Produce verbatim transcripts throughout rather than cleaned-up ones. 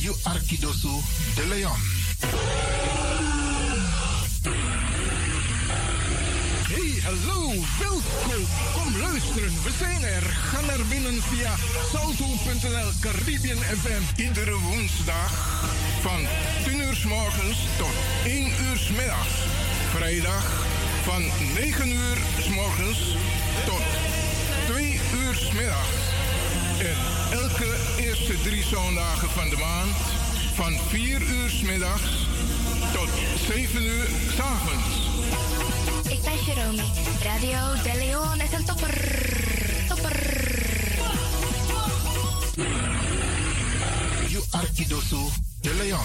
you Arkidosu de Leon. Hey, hallo, welkom. Kom luisteren, we zijn er. Ga naar binnen via salto punt n l Caribbean F M. Iedere woensdag van tien uur 's morgens tot één uur 's middags. Vrijdag van negen uur 's morgens tot twee uur 's middags. En elke eerste drie zondagen van de maand van vier uur 's middags tot zeven uur 's avonds. Ik ben Jerome. Radio De Leon is een topper. Topper. You Arkidosu De Leon.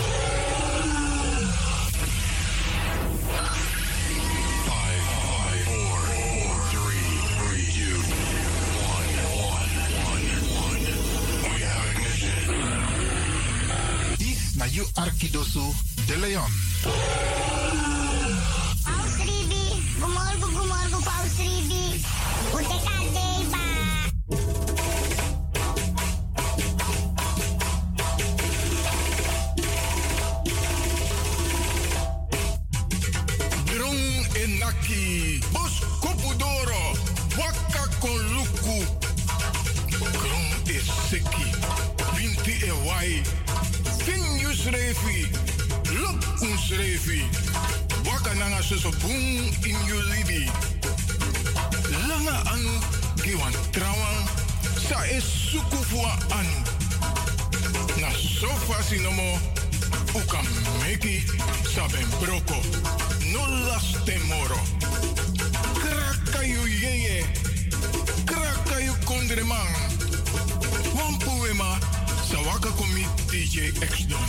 Na you Arkidosu De Leon. Paus Ribi, gumorgo, gumorgo, Paus Ribi. Uteka deba. Drong enaki, bos kopudoro, waka koluku. Grong eseki, binti ewai. Finjus refi, lop uns refi. Wakananga suso boom in yulibi. Langa anu giwan trawan, sa es sukufua anu. Na sofa sinomo, uka meki saben broko. No las temoro. Krakayu yeye, krakayu kondreman. Wampuema. Sawaka komi D J X-Don.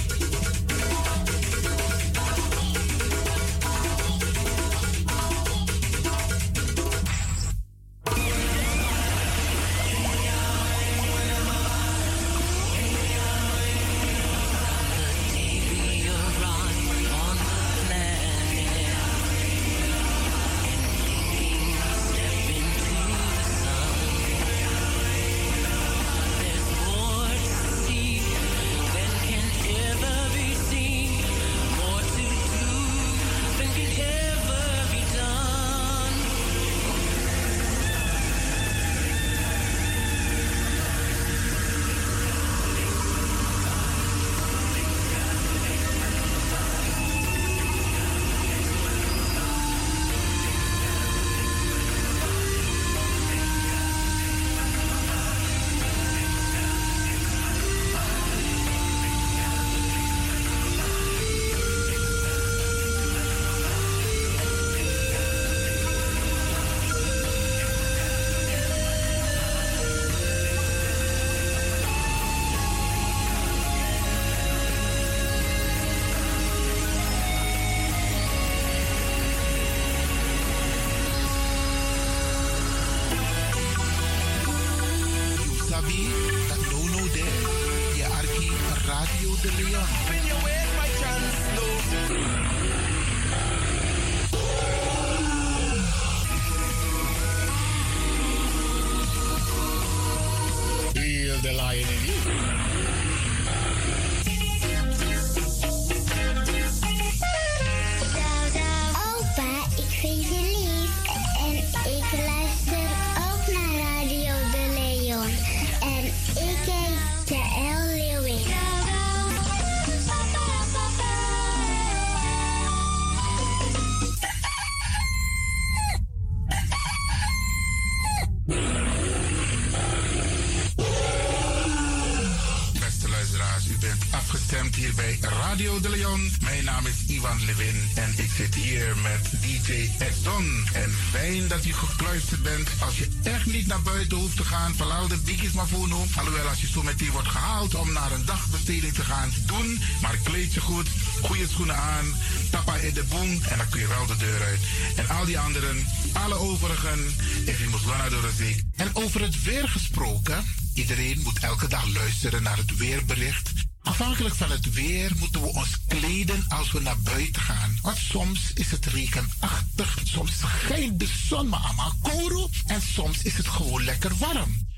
Radio De Leon. Mijn naam is Ivan Levin en ik zit hier met D J X-Don. En fijn dat u gekluisterd bent. Als je echt niet naar buiten hoeft te gaan, verlaal de biggies maar voor nu. Alhoewel, als je zo meteen wordt gehaald om naar een dagbesteding te gaan, doen. Maar kleed je goed, goede schoenen aan, tappa in de boom en dan kun je wel de deur uit. En al die anderen, alle overigen, if you must run door de zee. En over het weer gesproken, iedereen moet elke dag luisteren naar het weerbericht. Afhankelijk van het weer moeten we ons kleden als we naar buiten gaan. Want soms is het regenachtig, soms schijnt de zon maar allemaal kouro en soms is het gewoon lekker warm.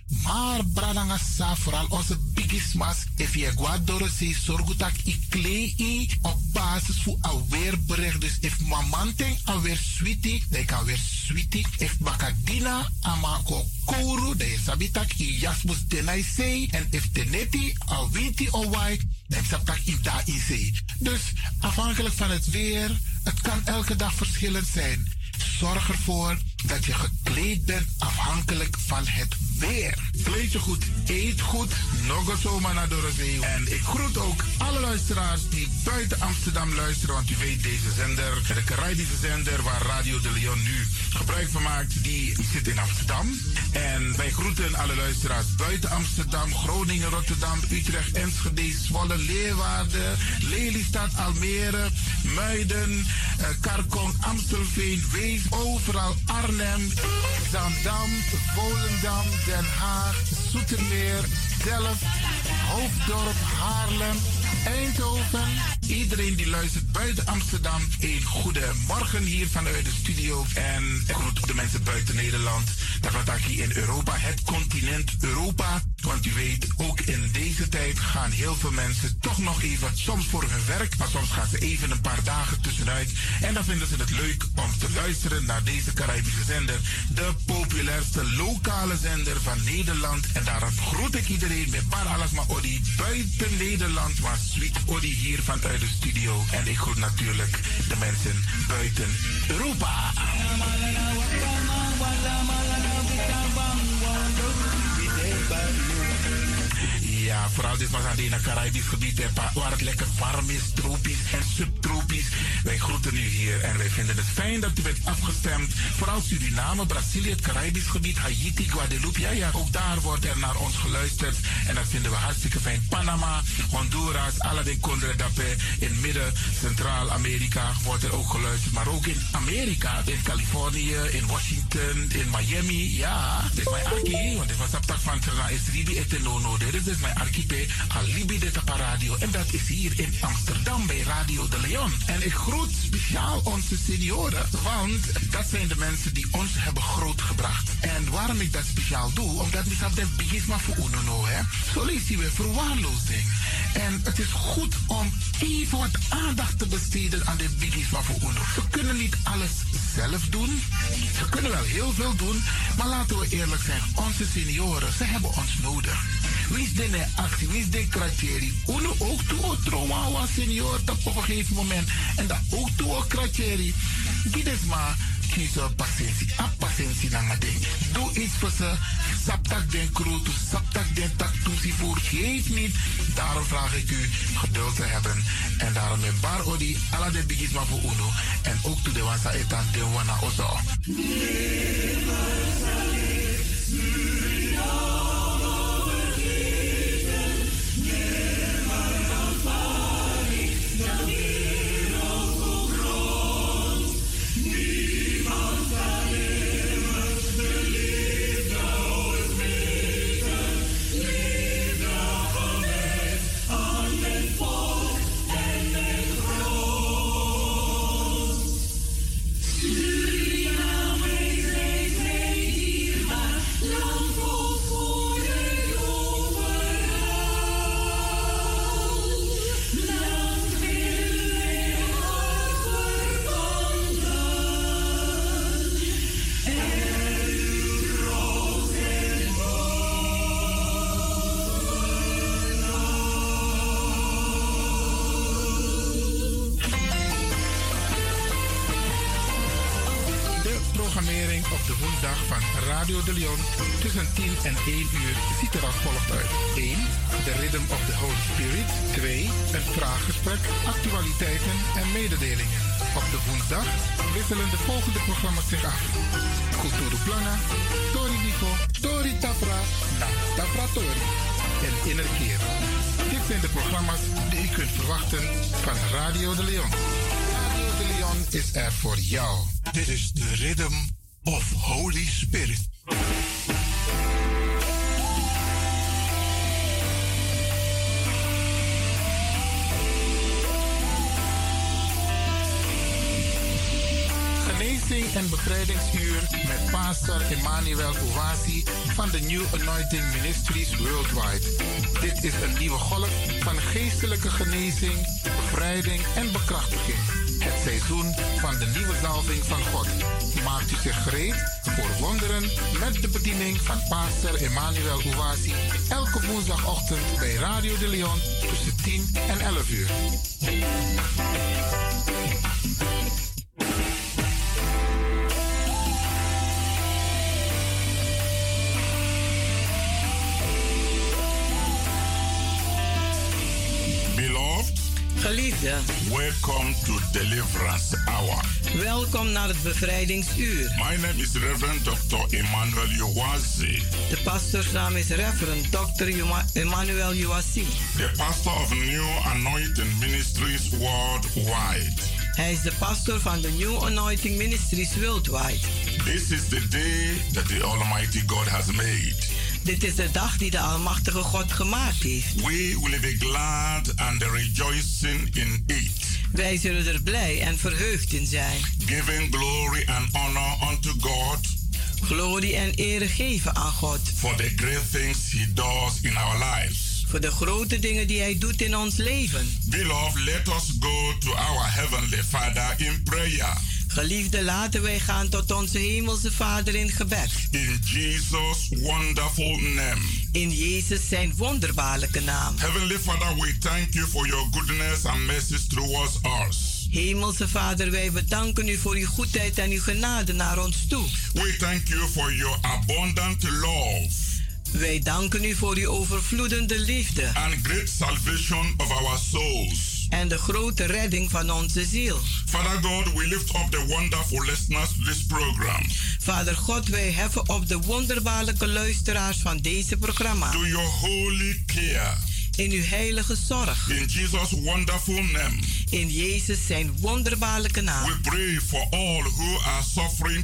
Maar Bradangasa, vooral onze bigismas, if je guadoro se sorgutak i klei op basis voor aweerbericht. Dus if mamanteng aweer sweetie, dan kan weer sweetie. If bakadina amako kouru, dan sabitak i jasmus denai sei. En if teneti awinti owai, dan sabitak i da i sei. Dus afhankelijk van het weer, het kan elke dag verschillend zijn. Zorg ervoor dat je gekleed bent afhankelijk van het weer. Kleed je goed, eet goed, nog zomaar naar Dorozee. En ik groet ook alle luisteraars die buiten Amsterdam luisteren. Want u weet, deze zender, de Caribische zender waar Radio de Leon nu gebruik van maakt, die zit in Amsterdam. En wij groeten alle luisteraars buiten Amsterdam, Groningen, Rotterdam, Utrecht, Enschede, Zwolle, Leeuwarden, Lelystad, Almere, Muiden, uh, Karkong, Amstelveen, Wees, overal Arnhem, Zandam, Volendam, Den Haag, Zoetermeer, Delft, Hoofddorp, Haarlem, Eindhoven. Iedereen die luistert buiten Amsterdam, een goede morgen hier vanuit de studio. En ik groet de mensen buiten Nederland. Dat wat hier in Europa, het continent Europa. Want u weet, ook in deze tijd gaan heel veel mensen toch nog even, soms voor hun werk, maar soms gaan ze even een paar dagen tussenuit. En dan vinden ze het leuk om te luisteren naar deze Caribische zender. De populairste lokale zender van Nederland. En daarom groet ik iedereen met Bar Alasma Odi buiten Nederland, maar Sweet Odi hier vanuit de studio. En ik groet natuurlijk de mensen buiten Europa. Ja, vooral dit was aan het Caribisch gebied, waar het lekker warm is, tropisch en subtropisch. Wij groeten u hier en wij vinden het fijn dat u bent afgestemd. Vooral Suriname, Brazilië, het Caribisch gebied, Haiti, Guadeloupe. Ja, ja, ook daar wordt er naar ons geluisterd. En dat vinden we hartstikke fijn. Panama, Honduras, alle de Condredape, in midden, Centraal-Amerika wordt er ook geluisterd. Maar ook in Amerika, in Californië, in Washington, in Miami. Ja, dit is mijn archie, want dit was op tak van Trana is Ribi Etenono. Dit is dus mijn archipel Alibi de Tapa Radio. En dat is hier in Amsterdam bij Radio de Leon. En ik groet speciaal onze senioren, want dat zijn de mensen die ons hebben grootgebracht. En waarom ik dat speciaal doe, omdat we zelf dat bigisma voor uno, hè. Zo lezen we verwaarloosding. En het is goed om even wat aandacht te besteden aan de bigisma voor uno. Ze kunnen niet alles zelf doen. Ze kunnen wel heel veel doen, maar laten we eerlijk zijn, onze senioren, ze hebben ons nodig. Wie is de actie, wie is de criteria? Uno ook toe trauma was senior op een gegeven moment. En dat ook toe criteria. Dit is maar kiezen patiëntie. A patiëntie naar ding. Doe iets voor ze. Saptak den kroot, saptak den tak toesie voor. Geef niet. Daarom vraag ik u geduld te hebben. En daarom met bar odi, alla de bigisma voor uno. En ook toe de wansa etan de wana ozo. Op de woensdag van Radio de Leon tussen tien en één uur ziet er als volgt uit. één. De Rhythm of the Holy Spirit. twee. Een vraaggesprek, actualiteiten en mededelingen. Op de woensdag wisselen de volgende programma's zich af. Kulturu Plana, Tori Nico, Tori Tapra, na Tapra Tori en Innerkeer. Dit zijn de programma's die u kunt verwachten van Radio de Leon. Radio de Leon is er voor jou. Dit is de Rhythm of Holy Spirit. genezing en bevrijdingsuur met pastor Emmanuel Owasi van de New Anointing Ministries Worldwide. Dit is een nieuwe golf van geestelijke genezing, bevrijding en bekrachtiging. Het seizoen van de nieuwe zalving van God. Maakt u zich gereed voor wonderen met de bediening van pastor Emmanuel Owasi elke woensdagochtend bij Radio de Leon tussen tien en elf uur. Geliefde, welcome to Deliverance Hour. Welkom naar het bevrijdingsuur. My name is Reverend doctor Emmanuel Owasi. De pastorsnaam is Reverend doctor Emmanuel Owasi. The pastor of New Anointing Ministries Worldwide. Hij is de pastor van de New Anointing Ministries Worldwide. This is the day that the Almighty God has made. Dit is de dag die de Almachtige God gemaakt heeft. We will be glad and rejoicing in it. Wij zullen er blij en verheugd in zijn. Giving glory and honor unto God. Glorie en ere geven aan God. For the great things He does in our lives. Voor de grote dingen die Hij doet in ons leven. Beloved, let us go to our Heavenly Father in prayer. Geliefde, laten wij gaan tot onze hemelse Vader in gebed. In Jesus' wonderful name. In Jezus zijn wonderbaarlijke naam. Heavenly Father, we thank you for your goodness and mercy towards us. Hemelse Vader, wij bedanken u voor uw goedheid en uw genade naar ons toe. We thank you for your abundant love. Wij danken u voor uw overvloedende liefde. And great salvation of our souls. En de grote redding van onze ziel. Father God, we lift up the wonderful listeners to this program. Vader God, wij heffen op de wonderbaarlijke luisteraars van deze programma. To your holy care. In uw heilige zorg. In Jesus' wonderful name. In Jezus zijn wonderbaarlijke naam. We pray for all who are suffering.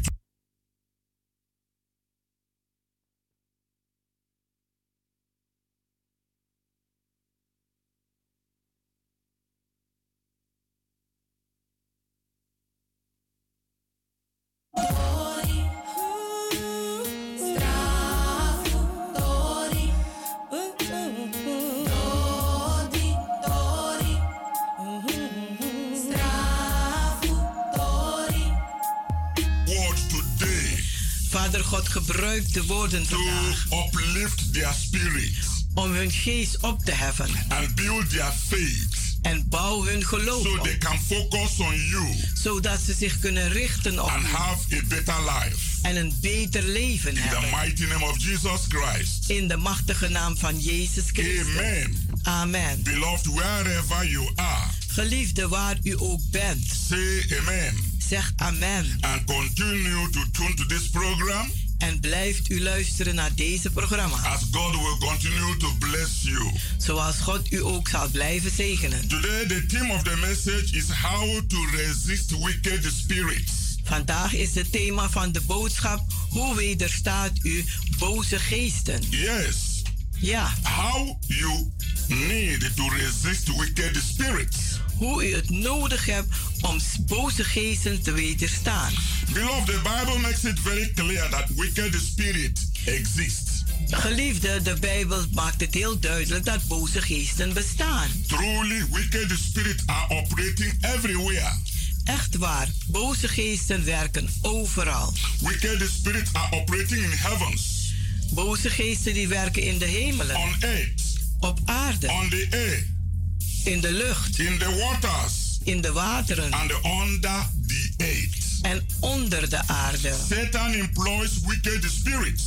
Vader God, gebruik de woorden vandaag. To uplift their spirit. Om hun geest op te heffen. And build their faith. En bouw hun geloof so op. They can focus on you. Zodat ze zich kunnen richten op and u. Have a better life. En een beter leven In hebben. The mighty name of Jesus Christ. In de machtige naam van Jezus Christus. Amen. Amen. Beloved, wherever you are. Geliefde, waar u ook bent. Say amen. Zeg amen. And continue to tune to this program. En blijft u luisteren naar deze programma. As God will continue to bless you. Zoals God u ook zal blijven zegenen. Today the theme of the message is how to resist wicked spirits. Vandaag is het thema van de boodschap: hoe wederstaat u boze geesten? Yes. Ja. How you need to resist wicked spirits. Hoe u het nodig hebt om boze geesten te wederstaan. Beloved, the Bible makes it very clear that wicked spirit exists. Geliefde, de Bijbel maakt het heel duidelijk dat boze geesten bestaan. Truly, wicked spirits are operating everywhere. Echt waar, boze geesten werken overal. Wicked spirits are operating in heavens. Boze geesten die werken in de hemelen. On earth. Op aarde. On the air. In de lucht. In the waters. In de wateren. And under the earth. En onder de aarde. Satan employs wicked spirits.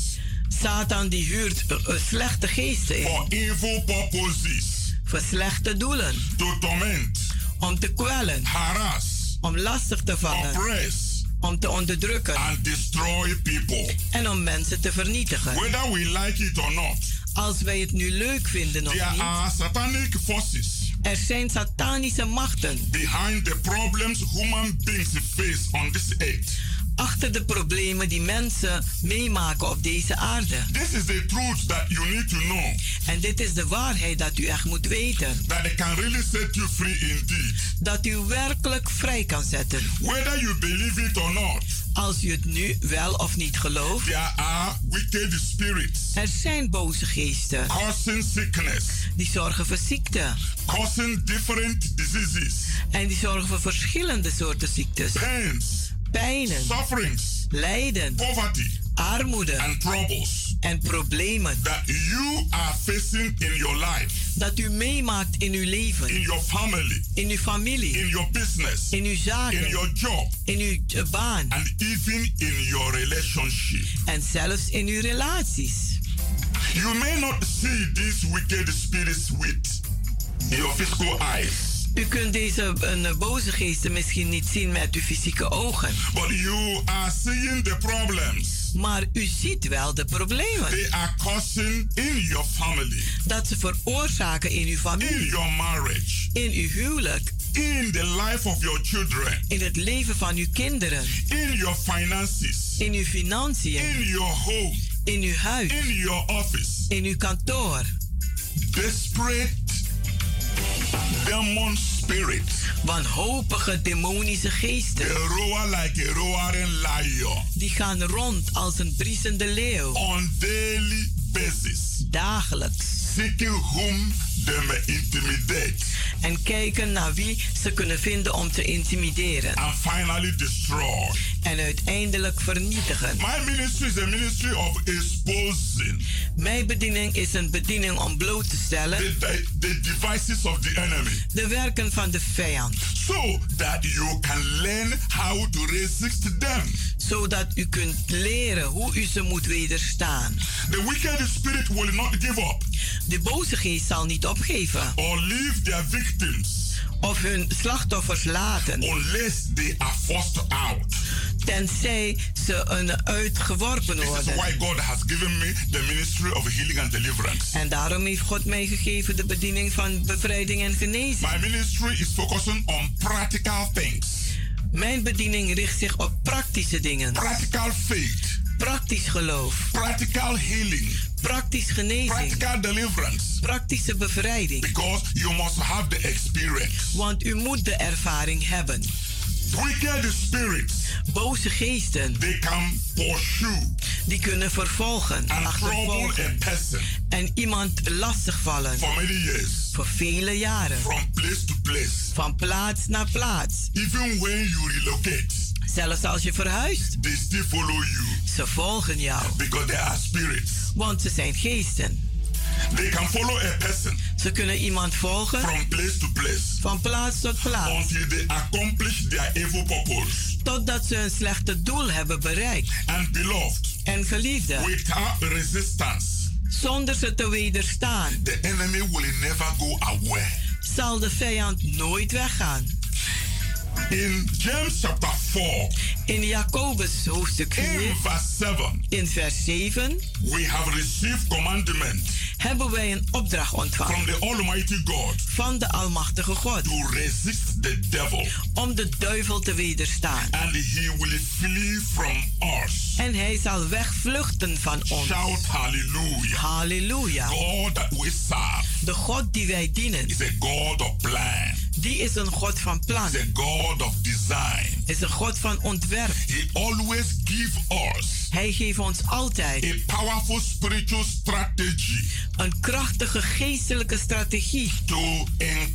Satan die huurt uh, slechte geesten in. For evil purposes. Voor slechte doelen. To torment. Om te kwellen. Harass. Om lastig te vallen. Oppress. Om te onderdrukken. And destroy people. En om mensen te vernietigen. Whether we like it or not. Als wij het nu leuk vinden of There niet. Are satanic forces. Er zijn satanische machten. Behind the problems human beings face on this earth. Achter de problemen die mensen meemaken op deze aarde. This is the truth that you need to know. En dit is de waarheid dat u echt moet weten. That it can really set you free indeed. Dat u werkelijk vrij kan zetten. Whether you believe it or not. Als u het nu wel of niet gelooft. There are wicked spirits. Er zijn boze geesten. Causing sickness. Die zorgen voor ziekte. Causing different diseases. En die zorgen voor verschillende soorten ziektes. Pains. Pijnen. Sufferings. Lijden. Poverty. Armoede. And troubles. En problemen. That you are facing in your life. Dat u meemaakt in uw leven. In your family. In uw familie. In your business. In uw zaken. In your job. In uw baan. And even in your relationship. En zelfs in uw relaties. You may not see these wicked spirits with your physical eyes. U kunt deze een, boze geesten misschien niet zien met uw fysieke ogen. But you are seeing the problems. Maar u ziet wel de problemen. They are causing in your family. Dat ze veroorzaken in uw familie. In your marriage. In uw huwelijk. In the life of your children. In het leven van uw kinderen. In your finances. In uw financiën. In your home. In uw huis. In your office. In uw kantoor. Desperate demon spirits. Wanhopige demonische geesten. They roar like a roaring lion. Die gaan rond als een briesende leeuw. On daily basis. Dagelijks. Seeking whom they may intimidate. En kijken naar wie ze kunnen vinden om te intimideren. And finally destroy. En uiteindelijk vernietigen. My ministry is a ministry of exposing. Mijn bediening is een bediening om bloot te stellen. The, the, the devices of the enemy. De werken van de vijand. So that you can learn how to resist them. Zodat u kunt leren hoe u ze moet wederstaan. The wicked spirit will not give up. De boze geest zal niet opgeven. Or leave their victims. Of hun slachtoffers laten. Unless they are forced out. Tenzij ze een uitgeworpen worden. This is why God has given me the ministry of healing and deliverance. En daarom heeft God mij gegeven de bediening van bevrijding en genezing. My ministry is focusing on practical things. Mijn bediening richt zich op praktische dingen. Practical faith. Praktisch geloof. Practical healing. Praktisch genezing. Practical deliverance. Praktische bevrijding. Because you must have the experience. Want u moet de ervaring hebben. Wicked spirits. Boze geesten. They can pursue. Die kunnen vervolgen. And achtervolgen. trouble a person. En iemand lastigvallen. For many years. Voor vele jaren. From place to place. Van plaats naar plaats. Even when you relocate. Zelfs als je verhuist. They still follow you. Ze volgen jou. Because they are spirits. Want ze zijn geesten. They can follow a person. Ze kunnen iemand volgen. From place to place. Van plaats tot plaats. Until they accomplish their evil purpose. Totdat ze een slechte doel hebben bereikt. And beloved. En geliefde. Without resistance. Zonder ze te wederstaan. The enemy will never go away. Zal de vijand nooit weggaan. In James chapter four. In Jacobus hoofdstuk vier. In verse seven. In vers zeven. We have received commandment. Hebben wij een opdracht ontvangen. From the Almighty God. Van de Almachtige God. To resist the devil. Om de duivel te wederstaan. And he will flee from us. En hij zal wegvluchten van ons. Shout hallelujah. Halleluja. God that we serve. De God die wij dienen. Is a God of plan. Die is een God van plan. Is a God of design. Is een God van ontwerp. He always give us. Hij geeft ons altijd. A powerful spiritual strategy. Een krachtige geestelijke strategie. To en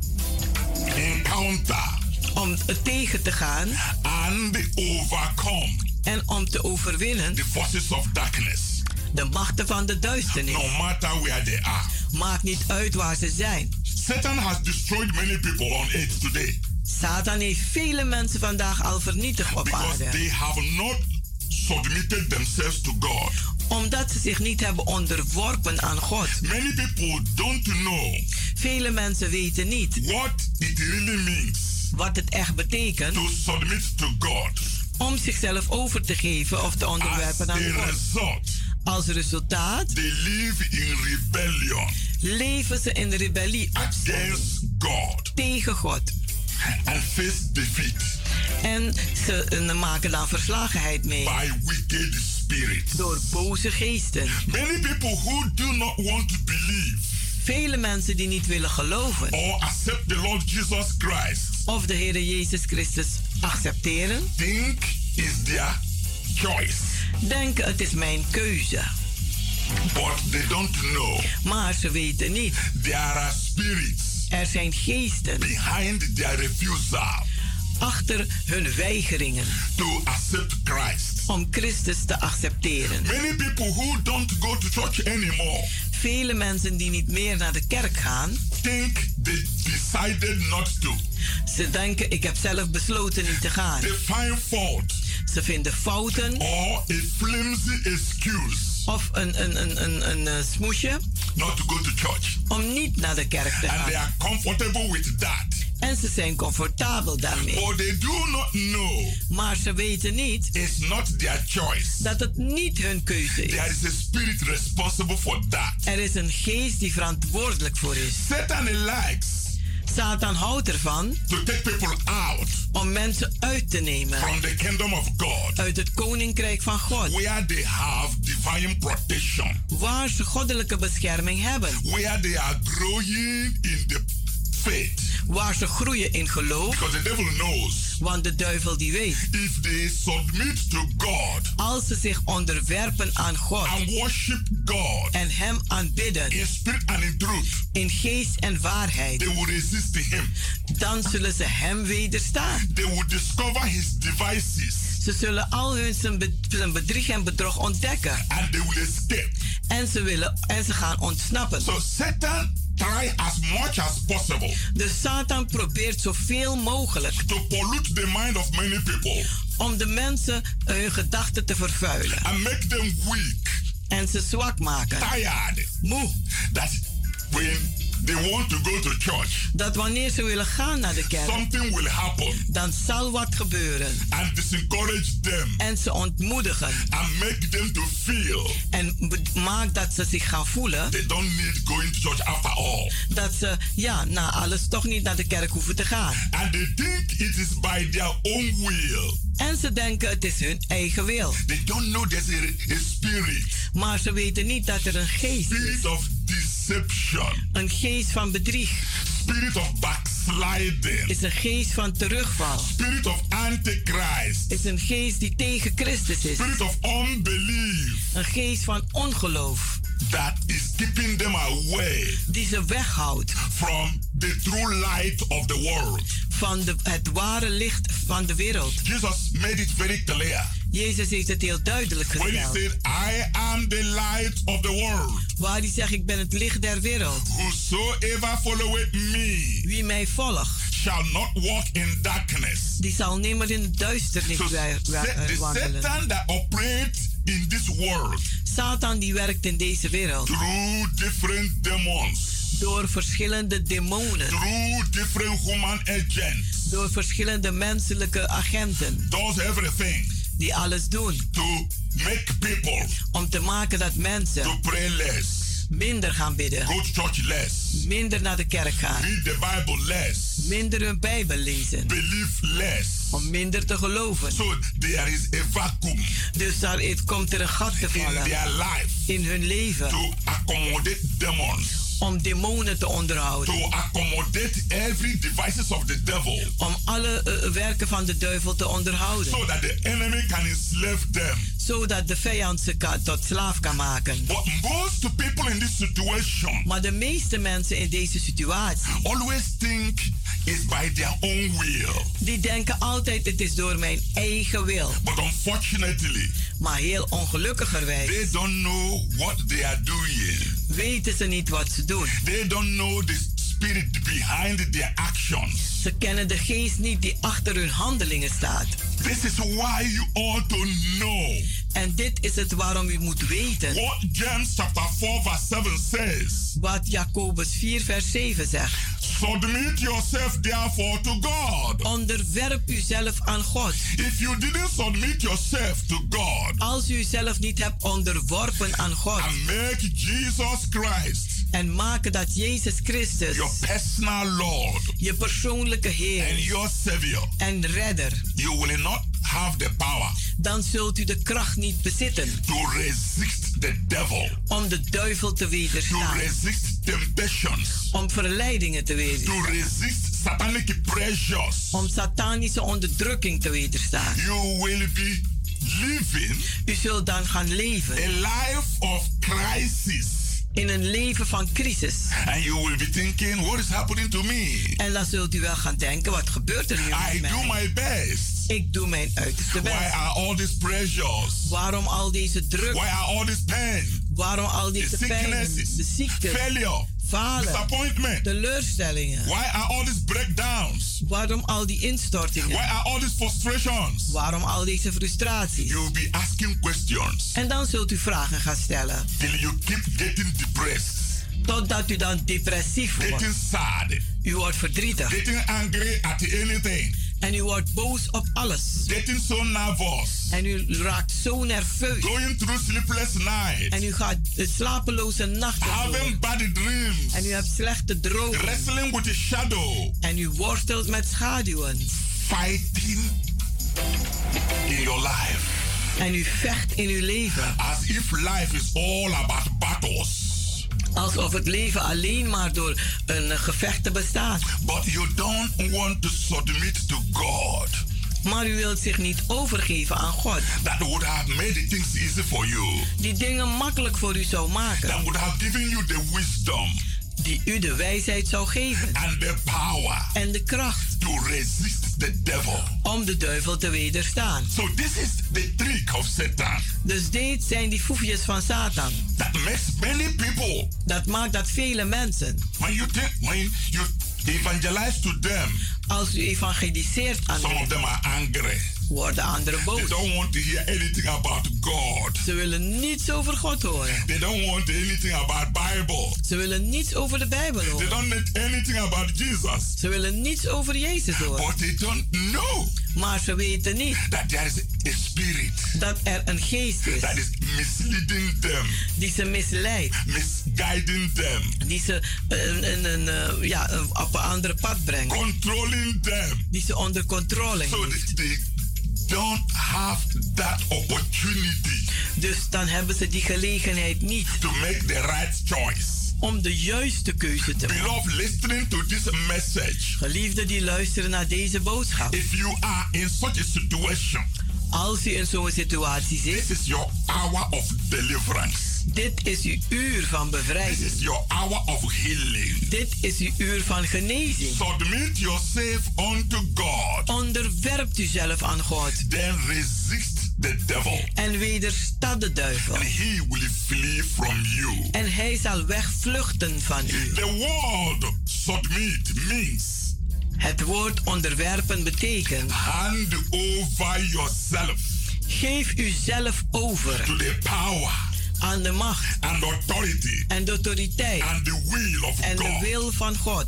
encounter. Om tegen te gaan. And overcome. En om te overwinnen. The forces of darkness. De machten van de duisternis. No matter where they are. Maakt niet uit waar ze zijn. Satan has destroyed many people on earth today. Satan heeft vele mensen vandaag al vernietigd op Because aarde. they have not submitted themselves to God. Omdat ze zich niet hebben onderworpen aan God. Many people don't know. Vele mensen weten niet. What it really means. Wat het echt betekent. To submit to God. Om zichzelf over te geven of te onderwerpen aan God. Result, Als resultaat. They live in rebellion. Leven ze in rebellie. Against God. Tegen God. And face defeat. En ze maken dan verslagenheid mee. By wicked spirits. Door boze geesten. Many people who do not want to believe. Vele mensen die niet willen geloven. Or accept the Lord Jesus Christ. Of de Heer Jezus Christus accepteren. Think is their choice. Denken het is mijn keuze. But they don't know. Maar ze weten niet. There are spirits. Er zijn geesten. Behind their refusal. Achter hun weigeringen. To accept Christ. Om Christus te accepteren. Many people who don't go to church anymore. Vele mensen die niet meer naar de kerk gaan. Think they decided not to. Ze denken, ik heb zelf besloten niet te gaan. They find fault. Ze vinden fouten. Or a flimsy excuse. Of een, een, een, een, een, een smoesje. Not to go to church. Om niet naar de kerk te gaan. And they are comfortable with that. En ze zijn comfortabel daarmee. But they do not know. Maar ze weten niet. It's not their choice. Dat het niet hun keuze is. There is a spirit responsible for that. Er is een geest die verantwoordelijk voor is. Satan likes. Satan houdt ervan. To take people out. Om mensen uit te nemen. From the kingdom of God. Uit het koninkrijk van God. Where they have divine protection. Waar ze goddelijke bescherming hebben. Where they are growing in the faith. Waar ze groeien in geloof. Because the devil knows. Want de duivel die weet. If they submit to God. Als ze zich onderwerpen aan God. And worship God. En hem aanbidden. In spirit and in truth. In geest en waarheid. They will resist him. Dan zullen ze hem wederstaan. They will discover his devices. Ze zullen al hun zijn bedrieg en bedrog ontdekken. And they will escape. En ze willen en ze gaan ontsnappen. So Satan try as much as possible. Dus Satan probeert zoveel mogelijk. To pollute the mind of many people. Om de mensen hun gedachten te vervuilen. And make them weak. En ze zwak maken. Tired. Moe. That when they want to go to church. Dat wanneer ze willen gaan naar de kerk. Something will happen. Dan zal wat gebeuren. And disencourage them. En ze ontmoedigen. And make them to feel. En maak dat ze zich gaan voelen. They don't need going to church after all. Dat ze, ja, na alles toch niet naar de kerk hoeven te gaan. And they think it is by their own will. En ze denken het is hun eigen wil. They don't know there's a, a spirit. Maar ze weten niet dat er een geest spirit is. Of deception. Een geest van bedrieg. Spirit of backsliding. Is een geest van terugval. Spirit of antichrist. Is een geest die tegen Christus is. Spirit of unbelief. Een geest van ongeloof. That is keeping them away. Die ze weghoudt. From the true light of the world. Van de, het ware licht van de wereld. Jesus made it very clear. Jezus heeft het heel duidelijk gesteld. When he said, I am the light of the world. Waar hij zegt, ik ben het licht der wereld. Whosoever followeth me. Wie mij volgt. Shall not walk in darkness. Die zal nimmer in de duisternis so, wandelen. Satan that operates in this world. Satan die werkt in deze wereld. Through different demons. Door verschillende demonen. Through different human agents. Door verschillende menselijke agenten. Does everything. Die alles doen. To make people. Om te maken dat mensen. To pray less. Minder gaan bidden. Go to church less. Minder naar de kerk gaan. Read the Bible less. Minder hun Bijbel lezen. Believe less. Om minder te geloven. So there is a vacuum. Dus daar komt er een gat te vallen. In their life. In hun leven. To accommodate demons. Om demonen te onderhouden. To accommodate every devices of the devil. Om alle uh, werken van de duivel te onderhouden. So that the enemy can enslave them. Zodat de vijand ze kan, tot slaaf kan maken. But most people in this situation. Maar de meeste mensen in deze situatie. Always think it's by their own will. Die denken altijd het is door mijn eigen wil. But unfortunately. Maar heel ongelukkigerwijs. They don't know what they are doing. Weten ze niet wat ze doen. They don't know the spirit behind their actions. Ze kennen de geest niet die achter hun handelingen staat. This is why you ought to know. En dit is het waarom u moet weten. What James chapter four verse seven says. Wat Jacobus vier vers zeven zegt. Submit yourself therefore to God. Onderwerp uzelf aan God. If you didn't submit yourself to God. Als u uzelf niet hebt onderworpen aan God. And make Jesus Christ. En maken dat Jezus Christus. Your personal Lord. Je persoonlijke Heer. And your Savior. En redder. You will not have the power. Dan zult u de kracht niet bezitten. To resist the devil. Om de duivel te wederstaan. To resist temptations. Om verleidingen te wederstaan. To resist satanic pressures. Om satanische onderdrukking te wederstaan. You will be living u zult dan gaan leven a life of crisis. in een leven van crisis. And you will be thinking, what is happening to me? En dan zult u wel gaan denken, wat gebeurt er nu I met do mij? my best. Ik doe mijn uiterste Why best. are all these pressures? Waarom al deze druk? Why are all this pain? Waarom al deze The pijn? sicknesses, De ziekte, failure, falen, disappointment. teleurstellingen. Why are all these breakdowns? Waarom al die Why instortingen? are all these frustrations? Waarom al deze frustraties? You'll be asking questions En dan zult u vragen gaan stellen. till you keep getting depressed, Totdat u dan depressief wordt. getting sad, U wordt verdrietig. getting angry at anything, En u wordt boos op alles. getting so nervous, En u raakt zo nerveus. going through sleepless nights, En u gaat de slapeloze nachten door. having bad dreams, En u hebt slechte dromen. wrestling with a shadow, En u worstelt met schaduwen. fighting in your life. En u vecht in uw leven. As if life is all about battles. Alsof het leven alleen maar door een gevechten bestaat. But you don't want to submit to God. Maar u wilt zich niet overgeven aan God. That would have made things easy for you. Die dingen makkelijk voor u zou maken. That would have given you the wisdom Die u de wijsheid zou geven. and the power En de kracht to resist the devil. om de duivel te wederstaan. So this is the trick of Satan. Dus dit zijn die foefjes van Satan. That makes many people, Dat maakt dat vele mensen, when you think, when you evangelize to them, als u evangeliseert aan some of hen, them are angry. worden anderen They boos. don't want to hear anything about God. Ze willen niets over God horen. They don't want anything about Bible. Ze willen niets over de Bijbel They horen. don't need anything about Jesus. Ze willen niets over Jezus horen. But they don't know Maar ze weten niet that there is a spirit dat er een geest is that is misleading them, die ze misleidt. misguiding them, Die ze een, een, een, eh, ja, een- op een andere pad brengt. controlling them. Die ze onder controle So heeft. they, they don't have that opportunity Dus dan hebben ze die gelegenheid niet to make the right choice. om de juiste keuze te maken. Beloved, listening to this message, Geliefden die luisteren naar deze boodschap. if you are in such a situation, Als u in zo'n situatie zit, this is your hour of deliverance. dit is uw uur van This bevrijding. is your hour of healing. Dit is uw uur van genezing. Submit yourself unto God. Onderwerpt u zelf aan God Then resist the devil, en wederstaat de duivel. and he will flee from you. En hij zal wegvluchten van u. The word submit means Het woord onderwerpen betekent: hand over yourself geef uzelf over to the power aan de macht and authority en de autoriteit and the will of en de God. wil van God.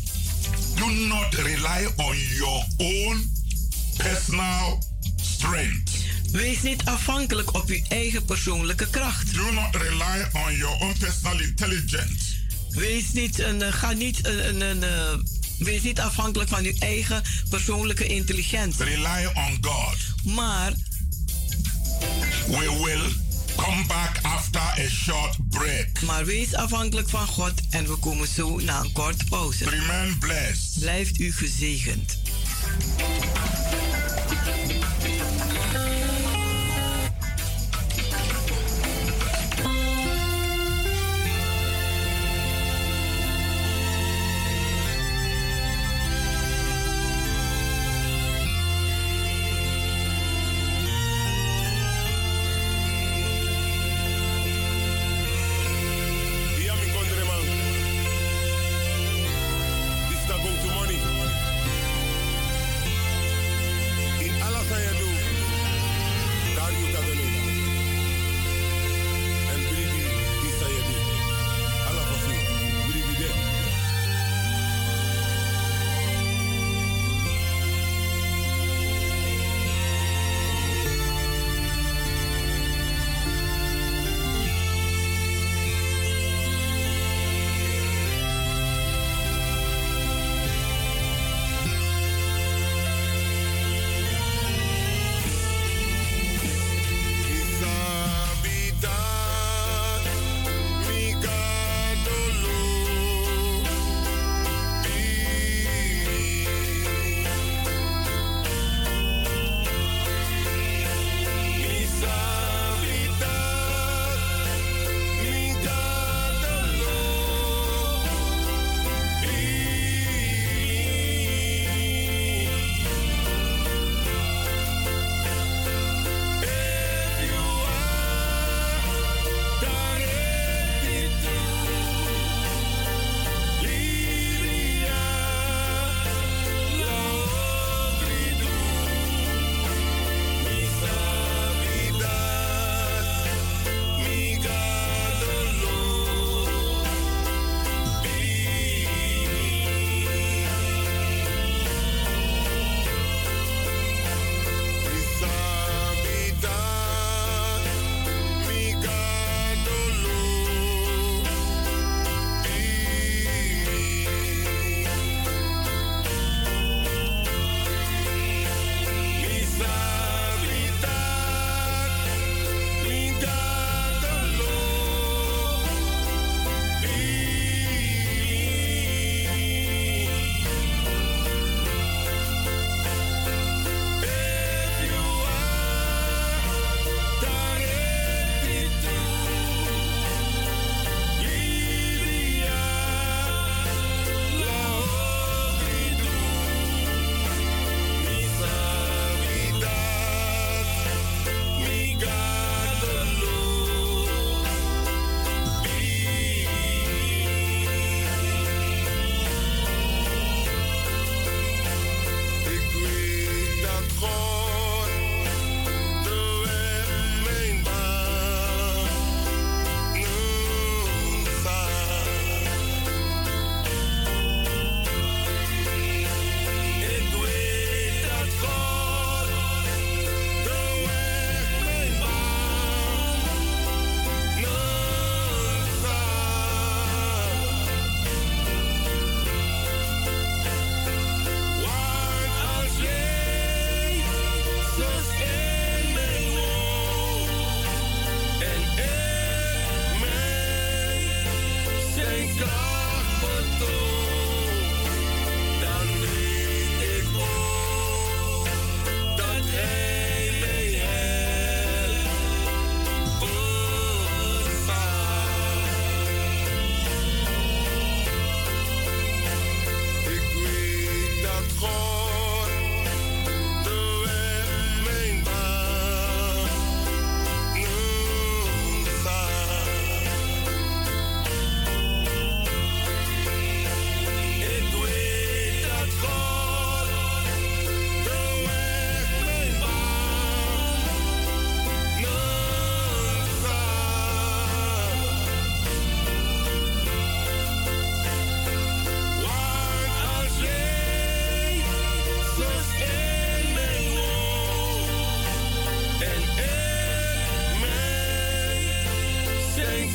Do not rely on your own personal strength. Wees niet afhankelijk op uw eigen persoonlijke kracht. Do not rely on your own personal intelligence. Wees niet een, eh, ga niet een, een, een, eh, wees niet afhankelijk van uw eigen persoonlijke intelligentie. Rely on God. Maar We will come back after a short break. Maar wees afhankelijk van God en we komen zo na een korte pauze. Remain blessed. Blijft u gezegend.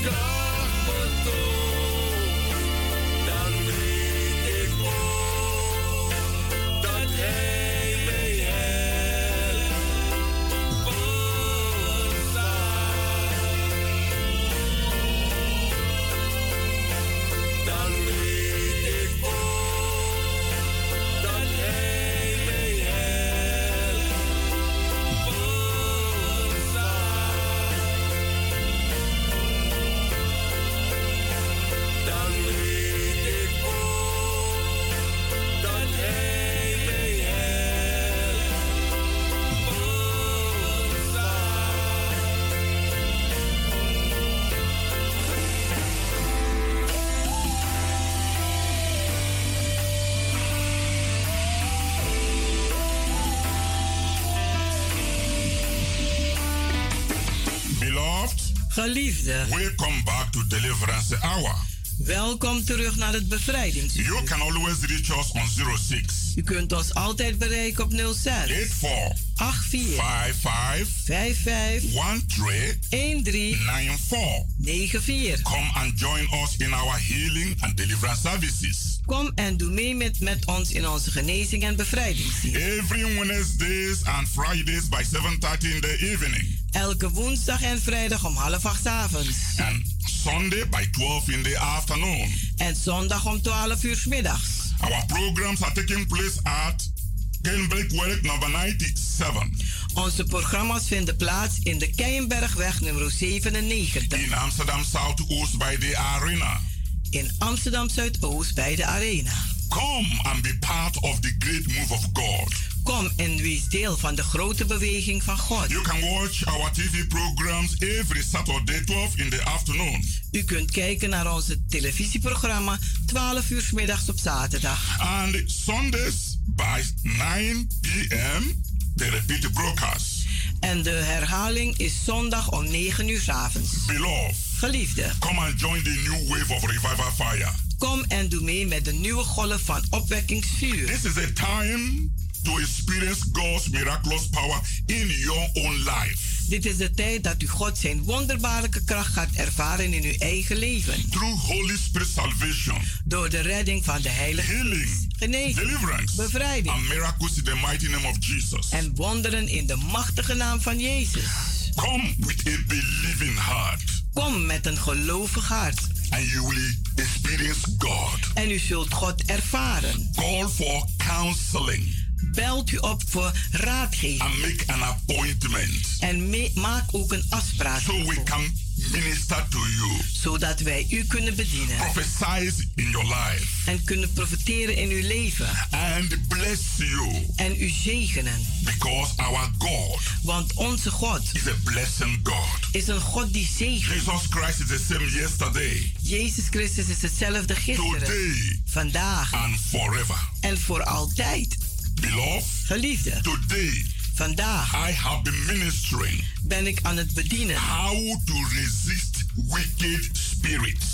Geliefde, welcome back to Deliverance Hour. Welkom terug naar het bevrijdingsuur. You can always reach us on zero six. U kunt ons altijd bereiken op nul zes eight four vijf vier five five vijf vijf one three een drie nine four. negen vier. Come and join us in our healing and deliverance services. Kom en doe mee met, met ons in onze genezing en bevrijdingsdienst. Every Wednesdays and Fridays by seven thirty in the evening. Elke woensdag en vrijdag om half acht 's avonds. And Sunday by twelve in the afternoon. En zondag om twaalf uur 's middags. Our programs are taking place at Kenbergweg number ninety-seven. Onze programma's vinden plaats in de Keienbergweg nummer zevenennegentig. In Amsterdam Zuidoost by the Arena. In Amsterdam Zuidoost bij de Arena. Come and be part of the great move of God. Kom en wees deel van de grote beweging van God. You can watch our T V programs every Saturday twelve in the afternoon. U kunt kijken naar onze televisieprogramma twaalf uur 's middags op zaterdag. And Sundays by nine p m the repeat broadcast. En de herhaling is zondag om negen uur 's avonds. Beloved, Geliefde, come and join the new wave of revival fire. kom en doe mee met de nieuwe golf van opwekkingsvuur. This is a time to experience God's miraculous power in your own life. Dit is de tijd dat u God zijn wonderbaarlijke kracht gaat ervaren in uw eigen leven. Through Holy Spirit salvation, Door de redding van de Heilige healing, Geest, genezing, deliverance, bevrijding and miracles in the mighty name of Jesus. en wonderen in de machtige naam van Jezus. Come with a believing heart, Kom met een gelovig hart and you will experience God. en u zult God ervaren. Call for counseling Belt u op voor raadgeving and make an appointment en me- maak ook een afspraak so we ervoor, can minister to you, zodat wij u kunnen bedienen prophesize in your life, en kunnen profiteren in uw leven and bless you, en u zegenen. because our God Want onze God is a blessing God. is een God die zegent. Jesus Christ is the same yesterday, Jezus Christus is hetzelfde gisteren, today, vandaag and forever. en voor altijd. Beloved, Geliefde, today vandaag I have been ministering ben ik aan het bedienen how to resist wicked spirits.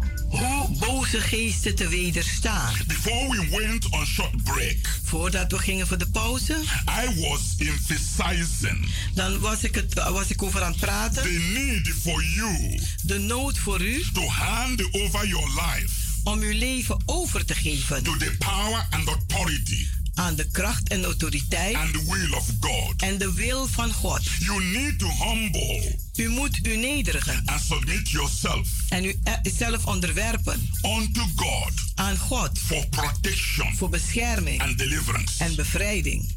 hoe boze geesten te wederstaan. Before we went on short break, Voordat we gingen voor de pauze, I was emphasizing dan was ik, het, was ik over aan het praten. the need for you De nood voor u to hand over your life om uw leven over te geven to the power and authority aan de kracht en autoriteit and the will of God. en de wil van God. You need to humble U moet u nederigen and submit yourself en u zelf onderwerpen unto God aan God for protection voor bescherming and deliverance. en bevrijding.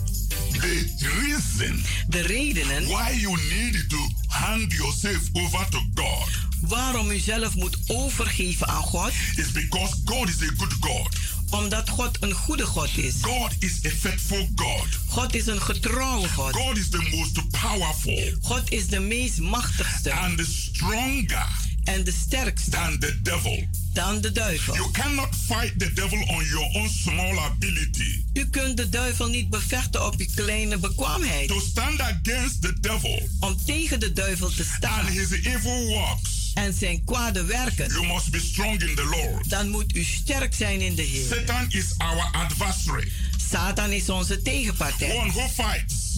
The reason De redenen why you need to hand yourself over to God waarom u zelf moet overgeven aan God, is because God is a good God. omdat God een goede God is. God is a faithful God. God is een getrouwe God. God is the most powerful God is de meest machtigste and stronger en de sterkste than the devil. dan de duivel. You cannot fight the devil on your own small ability. U kunt de duivel niet bevechten op uw kleine bekwaamheid. To stand against the devil Om tegen de duivel te staan and his evil works, en zijn kwade werken, you must be strong in the Lord. dan moet u sterk zijn in de Heer. Satan is our adversary, Satan is onze tegenpartij. one who fights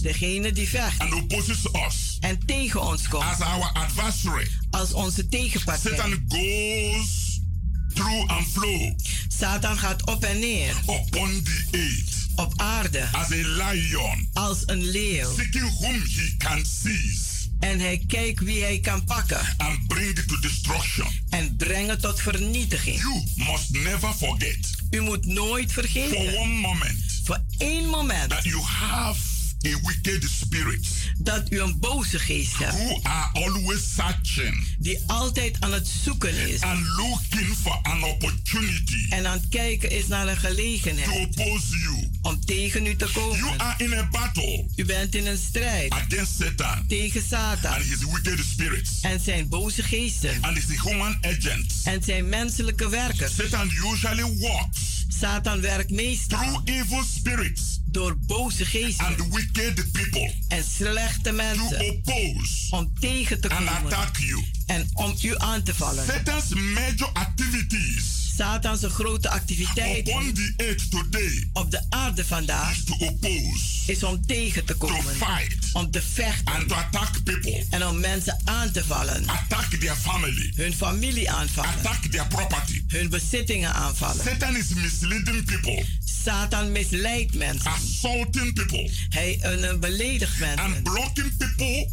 Degene die vecht. And opposes us. En tegen ons komt. As our adversary. Als onze tegenpartij. Satan goes through and flow. Satan gaat op en neer. Upon the earth. Op aarde. As a lion. Als een leeuw. Seeking whom he can seize. En hij kijkt wie hij kan pakken. And bring it to destruction. En brengen tot vernietiging. You must never forget. U moet nooit vergeten. For one moment. Voor één moment. That you have a wicked spirit. Dat u een boze geest hebt. Who are always searching. Die altijd aan het zoeken is. And looking for an opportunity. En aan het kijken is naar een gelegenheid. To oppose you. Om tegen u te komen. You are in a battle. U bent in een strijd. Against Satan. Tegen Satan. And his wicked spirits. En zijn boze geesten. And his human agents. En zijn menselijke werkers. Satan usually works. Satan werkt meestal. Through evil spirits. Door boze geesten. And wicked people. En slechte mensen. To oppose. Om tegen te komen. And attack you. En om u aan te vallen. Satan's major activities. Satans grote activiteit upon the earth today op de aarde vandaag is, to oppose, is om tegen te komen, to fight, om te vechten and to attack people, en om mensen aan te vallen, attack their family, hun familie aanvallen, attack their property, hun bezittingen aanvallen. Satan is misleading people, Satan misleidt mensen, assaulting people, hij uh, beledigt mensen and blocking people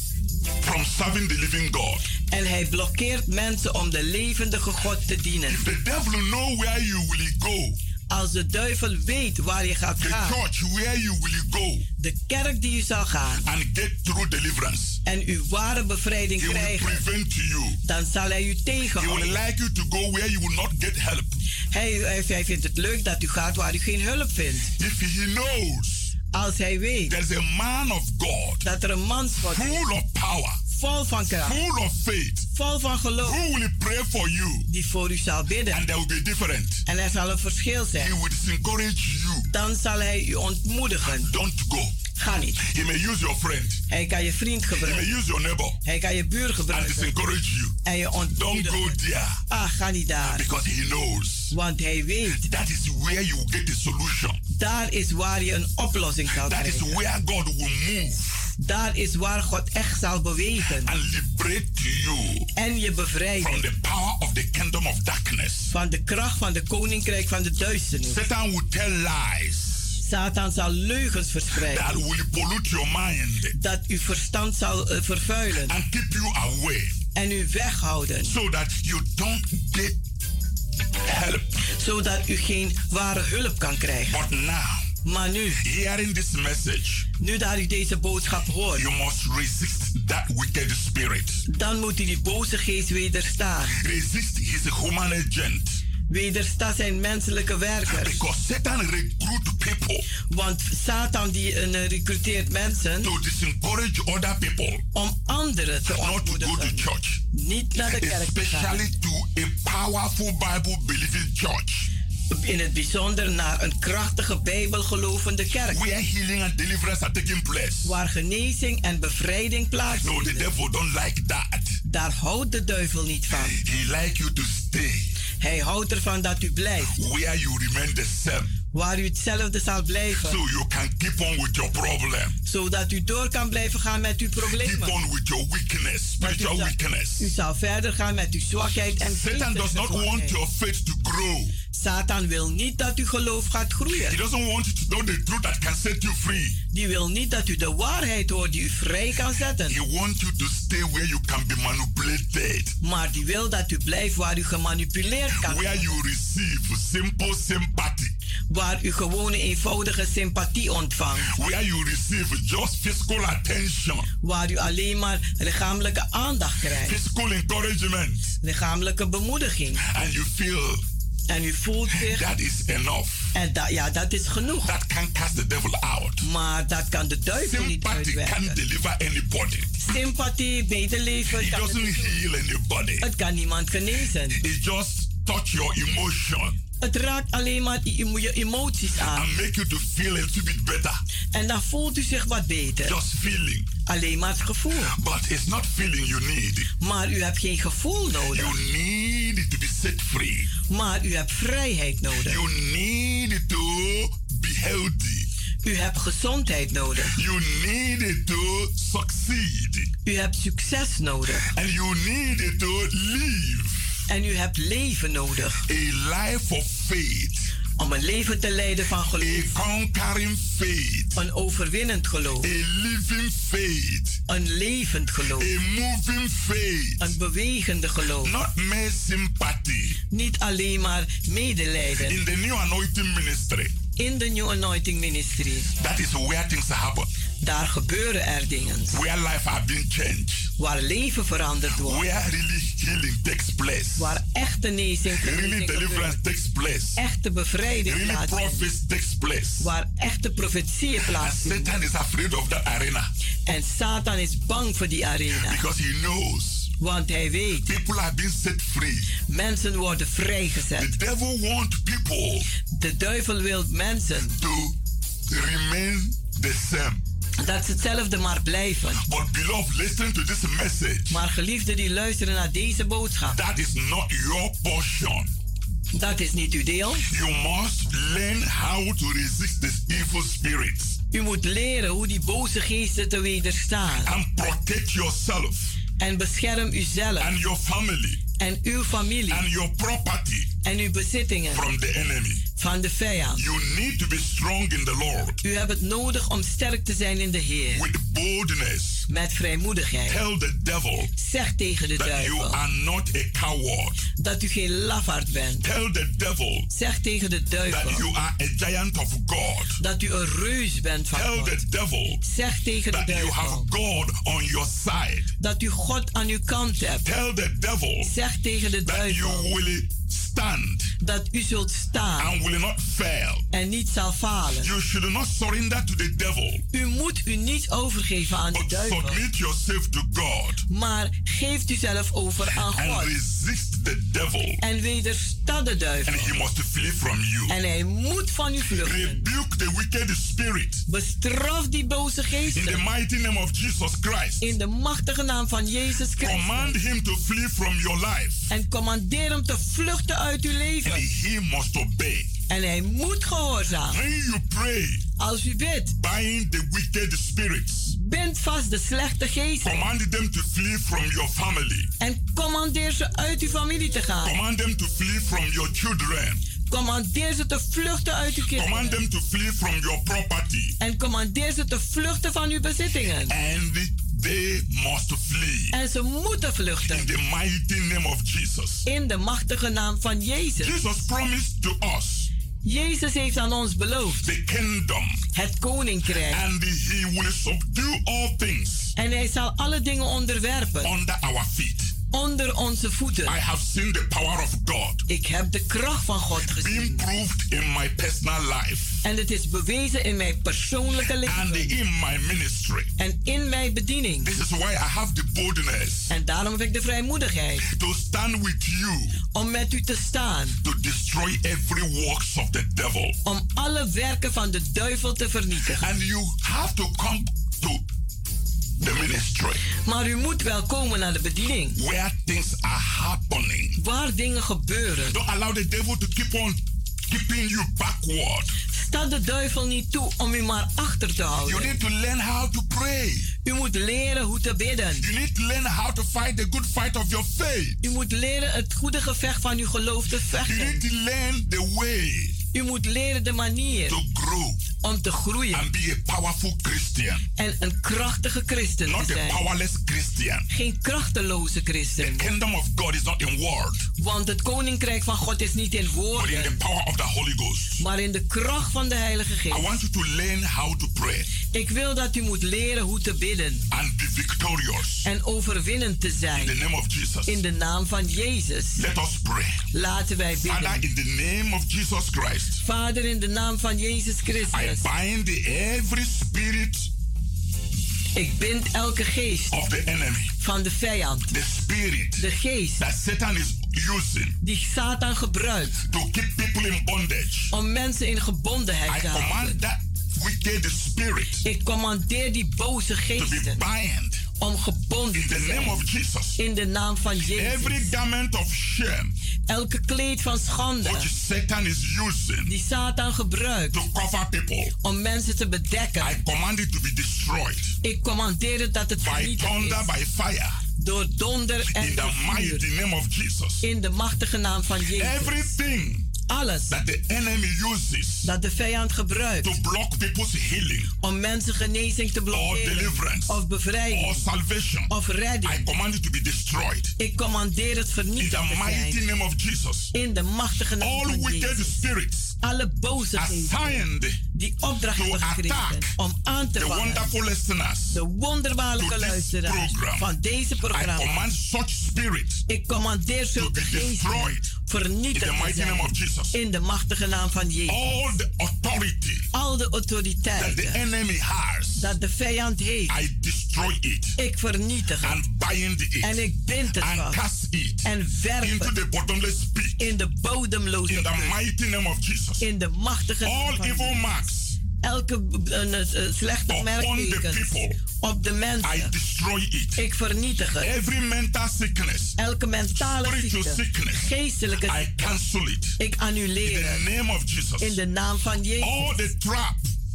from serving the living God. En hij blokkeert mensen om de levendige God te dienen. If the devil know where you will go, als de duivel weet waar je gaat the gaan, church where you will go, de kerk die je zal gaan, and get through deliverance, en uw ware bevrijding he krijgen, will prevent you. Dan zal hij u tegenhouden. He will like you to go where you will not get help. Hij, hij, hij vindt het leuk dat u gaat waar u geen hulp vindt. If he knows, als hij weet, there's a man of God, dat er een man wordt, full of power, vol van kracht, full of faith, vol van geloof, who will pray for you, die voor u zal bidden, and there will be different. En er zal een verschil zijn. He will encourage you. Dan zal hij u ontmoedigen. Don't go. Ga niet. He may use your friend. Hij kan je vriend gebruiken. He may use your neighbor. Hij kan je buur gebruiken. And encourage you. En je ontmoedigen. Don't go there. Ah, ga niet daar. Because he knows. Want hij weet. That is where you get a solution. Daar is waar je een oplossing zal krijgen. That is where God will move. Daar is waar God echt zal bewegen. And liberate you. En je bevrijden. From the power of the kingdom of darkness. Van de kracht van de koninkrijk van de duisternis. Satan will tell lies. Satan zal leugens verspreiden. That will pollute your mind. Dat uw verstand zal uh, vervuilen. And keep you away. En u weghouden. So that you don't get help. Zodat u geen ware hulp kan krijgen. But now. Maar nu, hearing this message, nu dat u deze boodschap hoort, you must resist that wicked spirit. Dan moet u die boze geest wederstaan. Resist his human agent. Wedersta zijn menselijke werkers. Because Satan recruit people. Want Satan die uh, recruteert mensen. To discourage other people. Om anderen te ontmoedigen. Not to go to church. Niet naar de kerk te gaan. Especially to a powerful Bible believing church. In het bijzonder naar een krachtige Bijbelgelovende kerk. Where healing and deliverance are taking place. Waar genezing en bevrijding plaatsvinden. No, the devil don't like that. Daar houdt de duivel niet van. He like you to stay. Hij houdt ervan dat u blijft. Where you remain the same. Waar u hetzelfde zal blijven. So you can keep on with your problem. Zodat u door kan blijven gaan met uw problemen. Keep on with your weakness, spiritual u weakness. U zal verder gaan met uw zwakheid en Satan does not want your faith to grow. Satan wil niet dat uw geloof gaat groeien. He doesn't want you to know the truth that can set you free. Die wil niet dat u de waarheid hoort die u vrij kan zetten. He wants you to stay where you can be manipulated. Maar die wil dat u blijft waar u gemanipuleerd kan worden. Where you receive simple sympathy. Waar u gewone eenvoudige sympathie ontvangt. Where you receive just physical attention. Waar u alleen maar lichamelijke aandacht krijgt. Physical encouragement. Lichamelijke bemoediging. And you feel. En u voelt zich. That is enough. En da, ja, dat is genoeg. That can cast the devil out. Maar dat kan de duivel niet uitwerken. Sympathy can deliver anybody. Sympathie, medeleven. It doesn't heal anybody. Het kan niemand genezen. It just touch your emotion. Het raakt alleen maar je emoties aan. And make you to feel a little bit better. En dan voelt u zich wat beter. Just feeling. Alleen maar het gevoel. But it's not feeling you need. Maar u hebt geen gevoel nodig. You need to be set free. Maar u hebt vrijheid nodig. You need to be healthy. U hebt gezondheid nodig. You need it to succeed. U hebt succes nodig. And you need it to live. En u hebt leven nodig. A life of faith. Om een leven te leiden van geloof. A conquering faith. Een overwinnend geloof. A living faith. Een levend geloof. A moving faith. Een bewegende geloof. Not mere sympathy. Niet alleen maar medelijden. In the new anointing ministry. In de New Anointing Ministry. That is where things happen. Daar gebeuren er dingen. Where life have been changed. Waar leven veranderd wordt. Where really healing takes place. Waar echte genezing really deliverance takes place. Echte bevrijding really plaatsvindt. prophecy takes place. Waar echte profetieën plaatsvinden. Satan is afraid of that arena. En Satan is bang voor die arena. Because he knows. Want hij weet. People have been set free. Mensen worden vrijgezet. The devil wants people. De duivel wil mensen. To remain the same. Dat ze hetzelfde maar blijven. But beloved, listen to this message. Maar geliefden die luisteren naar deze boodschap. That is not your portion. Dat is niet uw deel. You must learn how to resist these evil spirits. U moet leren hoe die boze geesten te wederstaan. And protect yourself. En bescherm uzelf. And your family. En uw familie. And your property. En uw bezittingen. From the enemy. Van de vijand. You need to be strong in the Lord. U hebt het nodig om sterk te zijn in de Heer. With boldness. Met vrijmoedigheid. Tell the devil. Zeg tegen de that duivel. You are not a coward. Dat u geen lafaard bent. Tell the devil. Zeg tegen de duivel. That you are a giant of God. Dat u een reus bent van Tell God. the devil. Zeg tegen that de duivel. You have God on your side. Dat u God aan uw kant hebt. Tell the devil. Zeg tegen de that duivel. You will stand. Dat u zult staan. And will not fail. En niet zal falen. You should not surrender to the devil. U moet u niet overgeven aan de duivel. Submit yourself to God. Maar geeft u zelf over aan God. And resist the devil. En wedersta de duivel. And he must flee from you. En hij moet van u vluchten. Rebuke the wicked spirit. Bestraf die boze geesten. In the mighty name of Jesus Christ. In de machtige naam van Jezus Christus. Command him to flee from your life. En commandeer hem te vluchten uit uw leven. And he must obey. En hij moet gehoorzamen. When you pray, als u bidt, bind the wicked spirits. Bind vast de slechte geesten. Command them to flee from your family. En commandeer ze uit uw familie te gaan. Command them to flee from your children. Commandeer ze te vluchten uit uw kinderen. Command them to flee from your property. En commandeer ze te vluchten van uw bezittingen. And they must flee. En ze moeten vluchten. In the mighty name of Jesus. In de machtige naam van Jezus. Jesus promised to us. Jezus heeft aan ons beloofd. The kingdom. Het koninkrijk. And he will subdue all things. En hij zal alle dingen onderwerpen. Under our feet. Onder onze voeten. I have seen the power of God. Ik heb de kracht van God gezien. Being proved in my personal life. En het is bewezen in mijn persoonlijke leven. And in my ministry. En in mijn bediening. This is why I have the boldness. En daarom heb ik de vrijmoedigheid. To stand with you. Om met u te staan. To destroy every works of the devil. Om alle werken van de duivel te vernietigen. And you have to come to the ministry. Maar u moet wel komen naar de bediening. Where things are happening. Waar dingen gebeuren. Don't allow the devil to keep on keeping you backward. Sta de duivel niet toe om u maar achter te houden. You need to learn how to pray. U moet leren hoe te bidden. You need to learn how to fight the good fight of your faith. U moet leren het goede gevecht van uw geloof te vechten. You need to learn the way. U moet leren de manier. To grow. Om te groeien. And be a powerful Christian. En een krachtige christen not te zijn. A powerless Christian. Geen krachteloze christen. The kingdom of God is not in word. Want het koninkrijk van God is niet in woorden. But in the power of the Holy Ghost. Maar in de kracht van de Heilige Geest. I want you to learn how to pray. Ik wil dat u moet leren hoe te bidden. And be victorious. En overwinnend te zijn. In the name of Jesus. In de naam van Jezus. Let us pray. Laten wij bidden. Father, in the name of Jesus Christ. Vader, in de naam van Jezus Christus. I bind every spirit. Ik bind elke geest. Of the enemy. Van de vijand. The spirit. De geest. That Satan is using. Die Satan gebruikt. To keep people in bondage. Om mensen in gebondenheid te houden. I command that wicked spirit. Ik commandeer die boze geesten. To be bind. om gebonden in te the zijn. name of Jesus. In de naam van Jezus. Every garment of shame, elke kleed van schande, which Satan is using die Satan gebruikt to cover people, om mensen te bedekken. I command it to be destroyed. Ik commandeer het dat het By vernietigd thunder, is. by fire. Door donder en In the mighty vuur. name of Jesus. In de machtige naam van Jezus. Everything alles that the enemy uses dat de vijand gebruikt to block people's healing om mensen genezing te or blokkeren deliverance of bevrijding or salvation, of redding. I command it to be destroyed. Ik commandeer het In vernietigd the te mighty zijn. name of Jesus. In de machtige naam All van wicked Jezus. spirits Alle boze geesten assigned die opdracht to hebben gekregen attack om aan te the vallen wonderful listeners, de wonderbaarlijke to this luisteraars program. van deze I programma. command such spirits Ik commandeer to zulke be geesten destroyed in vernietigd the te mighty name of zijn Jesus. in de machtige naam van Jezus. All the authority Al de that the autoriteiten enemy has, dat de vijand heeft, I destroy it ik vernietig het and bind it en ik bind het and vast cast it en werp into het the bottomless pit in de bodemloze in the put. mighty name of Jesus. In de machtige naam All van evil Jezus. marks Elke uh, uh, slechte upon the merktekens people, op de I mensen, destroy it. ik vernietig het. Every mental sickness, Elke mentale spiritual ziekte, sickness, geestelijke I ziekte, cancel it ik in annuleer the het name of Jesus. in de naam van All Jezus. the trap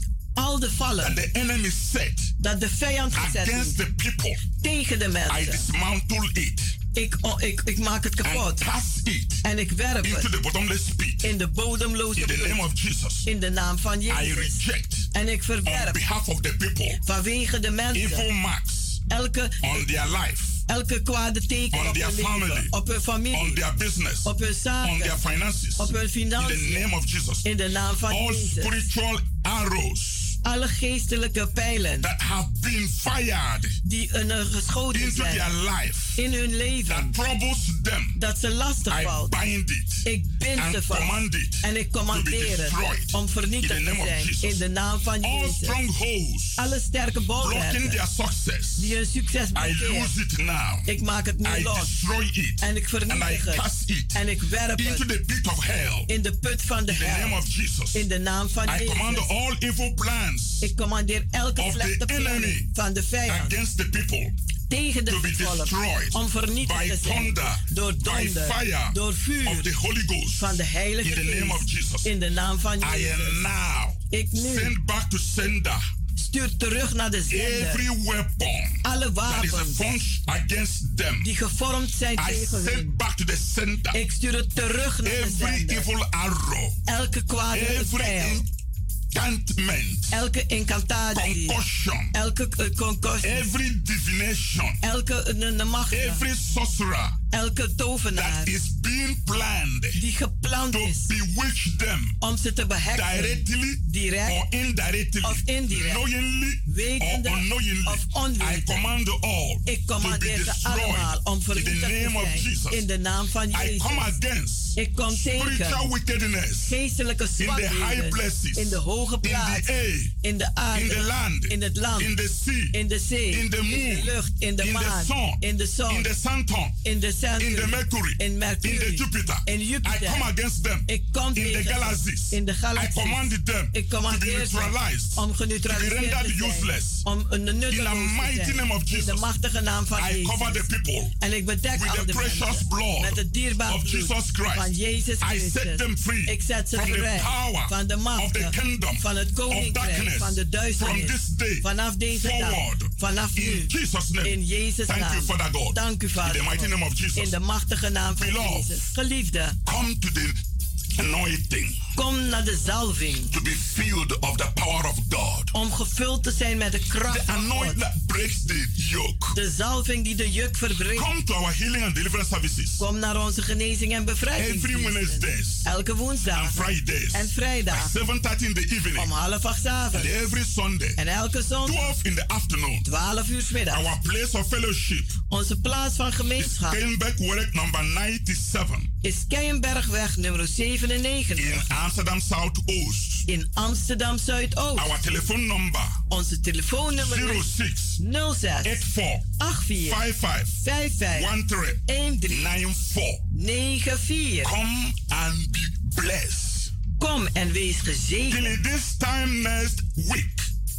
Al de that vallen the enemy set dat de vijand gezet against heeft the people, tegen de I mensen, dismantle it ik, oh, ik, ik maak het and kapot cast it en ik werp into het the bottomless pit in de bodemloze in the name put of Jesus. in de naam van I Jezus. reject En ik on verwerp behalf of the people vanwege de evil mensen marks elke, on their life, elke kwade teken on op their hun leven, family, op hun on familie, their business, op hun on their zaken, finances, op hun in the financiën, name of Jesus. in de naam van All Jezus. spiritual arrows Alle geestelijke pijlen that have been fired die uh, geschoten into zijn their life in hun that leven, troubles them, dat ze lastig I valt. bind it Ik bind and ze vast command it en ik to be commandeer het destroyed om in the vernietigd te name of zijn Jesus. in de naam van All Jezus. strongholds Alle sterke blocking bolwerken their success, die hun succes I blokkeren, lose it now. ik maak het nu I los destroy it en ik and I vernietig het cast it en ik werp into het the pit of hell in de put van de in the name hel of Jesus. in de naam van I command Jezus. all evil plans Ik commandeer elke of slechte the plan enemy van de vijand against the people tegen to de be volk destroyed om vernietigd by te zijn thunder, door by donder, fire door vuur of the Holy Ghost van de Heilige in the name of Geest Jesus. in de naam van I am Jezus. now Ik nu send back to sender stuur terug naar de zender every weapon alle that is wapens formed against them. die gevormd zijn I tegen send hun. back to the center Ik stuur het terug naar de every zender. evil arrow, Elke kwade every pijl, enchantment, elke incantatie, concussion, elke uh, concussie, every divination, elke uh, uh, macht, every sorcerer elke tovenaar that is being planned die gepland to is bewitch them om ze te behekken, directly direct or indirectly, of indirect, knowingly wetende or unknowingly. of I onwetend. command all Ik to be commandeer ze allemaal destroyed om in the vernietigd te name of zijn Jesus. in de naam van I Jezus. come against Ik kom spiritual tegen wickedness geestelijke in the high zwakheden places, in de hoge in the plaatsen, air, in de in the aarde, land, in het land, in the sea, in de zee, in the in moon, de lucht, in de in the maan, sun, in de zon, in the Saturn, in de in the Saturn, Mercury, in in the Mercury, Jupiter. in I Jupiter. come against them Ik kom in the tegen galaxies. in de I galaxies. command them Ik to be commandeer ze neutralized, om to be geneutraliseerd rendered te zijn, useless. om een nutteloos In the te mighty zijn. name of In de Jesus, machtige naam van I cover the Jezus. people En ik bedek with al the de precious mensen blood met het dierbare of bloed Jesus Christ. van Jezus I Christus. set them free Ik zet ze from the vrij power van de of macht the kingdom van het of koninkrijk darkness van de from duisternis. this day Vanaf deze dag, forward. vanaf nu, In Jesus' name. in Jezus' Thank naam. you, Father God. Dank u, In Vader the mighty God. name of Jesus. In de machtige naam van Beloved. Jezus. Geliefde, Come to the anointing kom naar de zalving to be filled of the power of God. om gevuld te zijn met de kracht The van God. anointing that breaks the yoke. De zalving die de juk verbreekt. Come to our healing and deliverance services Kom naar onze genezing en every bevrijdingsdiensten. Wednesdays Elke woensdag and Fridays en vrijdag by seven thirty in the evening om half acht 's and avonds. every Sunday En elke zondag twelve in the afternoon. twaalf uur 's middags. Our place of fellowship Onze plaats van is gemeenschap Keienberg Werk number ninety-seven is Keienbergweg nummer zevenennegentig in Amsterdam Southoost. in Amsterdam Zuidoost. Our telephone number Onze telefoonnummer zero is six nul zes eight four acht vier five five vijf vijf one three een drie nine four. negen vier. Come and be blessed. Kom en wees gezegend. Till this time next week,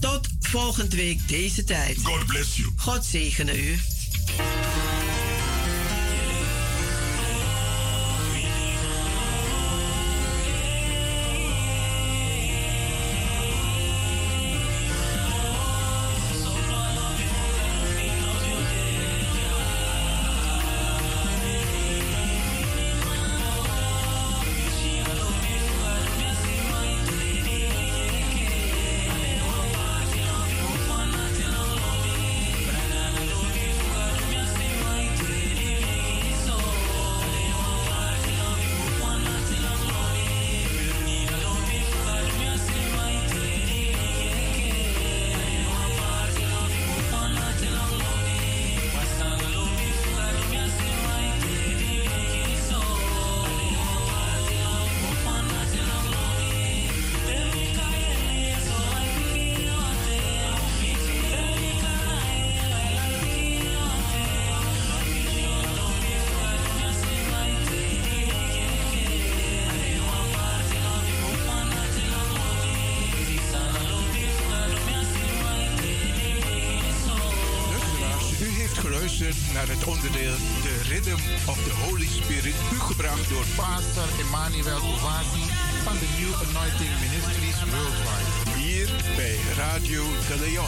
Tot volgende week deze tijd. God bless you. God zegene u. Naar het onderdeel The Rhythm of the Holy Spirit, u gebracht door Pastor Emmanuel Owasi van de New Anointing Ministries Worldwide. Hier bij Radio de Leon.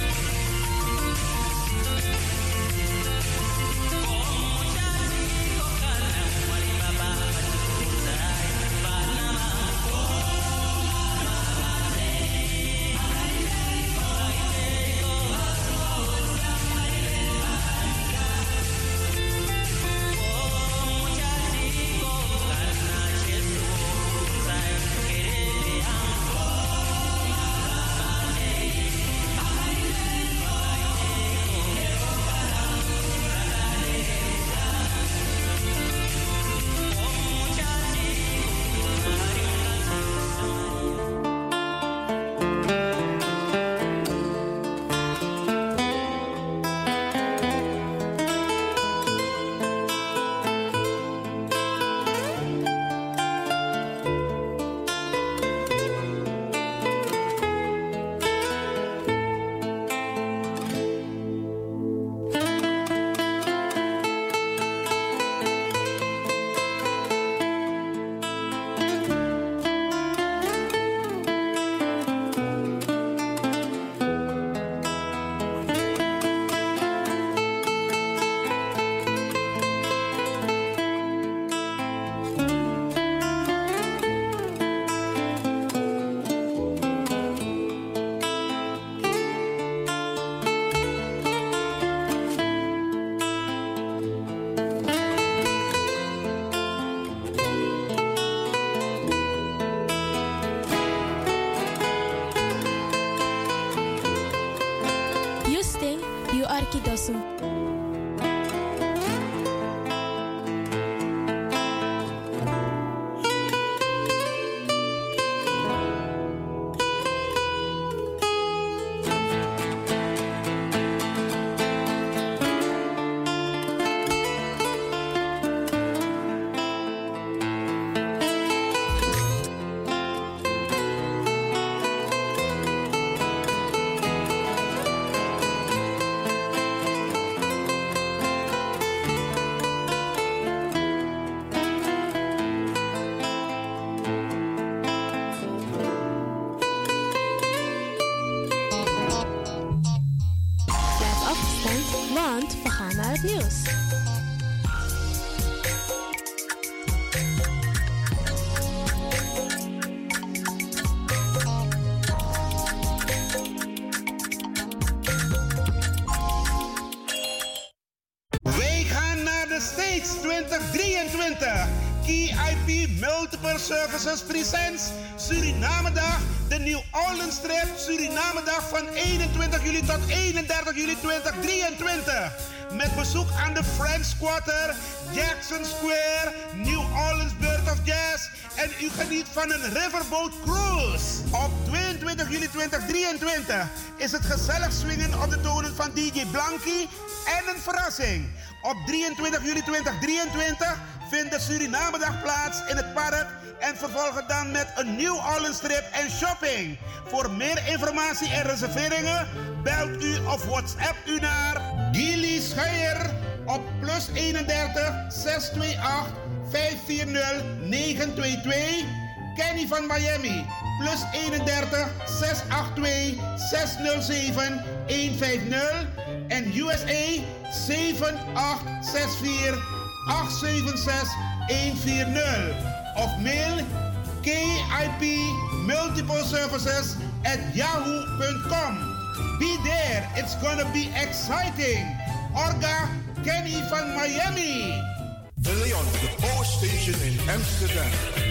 Arkidosu. Services presents Surinamedag, de New Orleans trip Surinamedag van eenentwintig juli tot eenendertig juli tweeduizend drieëntwintig. Met bezoek aan de French Quarter, Jackson Square, New Orleans Birth of Jazz en u geniet van een riverboat cruise. Op tweeëntwintig juli tweeduizend drieëntwintig is het gezellig swingen op de tonen van D J Blanky en een verrassing. Op drieëntwintig juli tweeduizend drieëntwintig vindt de Surinamedag plaats in het park en vervolgen dan met een New Orleans trip en shopping. Voor meer informatie en reserveringen belt u of WhatsApp u naar Gilly Scheier op plus eenendertig zeshonderdachtenveertig vijfhonderdveertig negenhonderdtweeëntwintig. Kenny van Miami plus eenendertig zeshonderdachtenveertig zeshonderdzeven honderdvijftig en U S A zeven acht zes vier acht zeven zes een vier nul of mail K I P Multiple Services at yahoo dot com. Be there, it's gonna be exciting. Orga Kenny van Miami. De Leon, de Power Station in Amsterdam.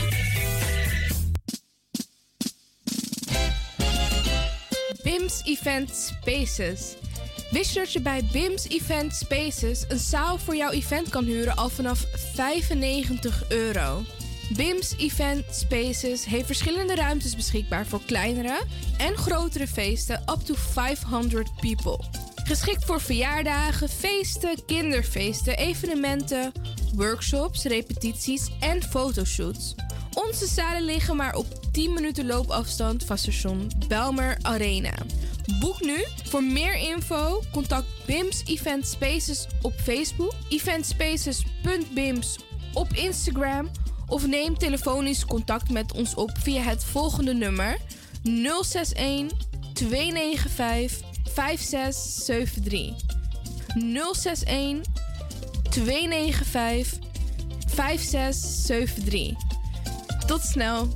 B I M S Event Spaces. Wist je dat je bij B I M S Event Spaces een zaal voor jouw event kan huren al vanaf vijfennegentig euro? B I M S Event Spaces heeft verschillende ruimtes beschikbaar voor kleinere en grotere feesten up to vijfhonderd people. Geschikt voor verjaardagen, feesten, kinderfeesten, evenementen, workshops, repetities en fotoshoots. Onze zalen liggen maar op tien minuten loopafstand van station Belmer Arena. Boek nu. Voor meer info contact B I M S Event Spaces op Facebook, eventspaces punt bims op Instagram of neem telefonisch contact met ons op via het volgende nummer nul zes een twee negen vijf vijf zes zeven drie. nul zes een twee negen vijf vijf zes zeven drie. Tot snel.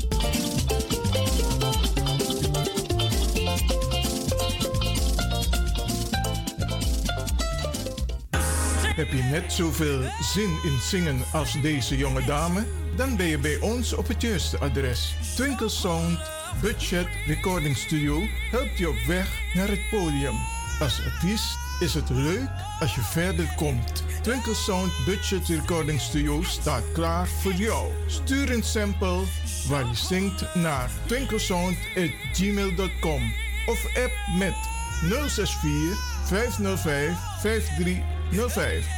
Heb je net zoveel zin in zingen als deze jonge dame? Dan ben je bij ons op het juiste adres. Twinkle Sound Budget Recording Studio helpt je op weg naar het podium. Als artiest is het leuk als je verder komt. Twinkle Sound Budget Recording Studio staat klaar voor jou. Stuur een sample waar je zingt naar twinklesound at gmail dot com of app met nul zes vier vijf nul vijf vijf drie nul vijf.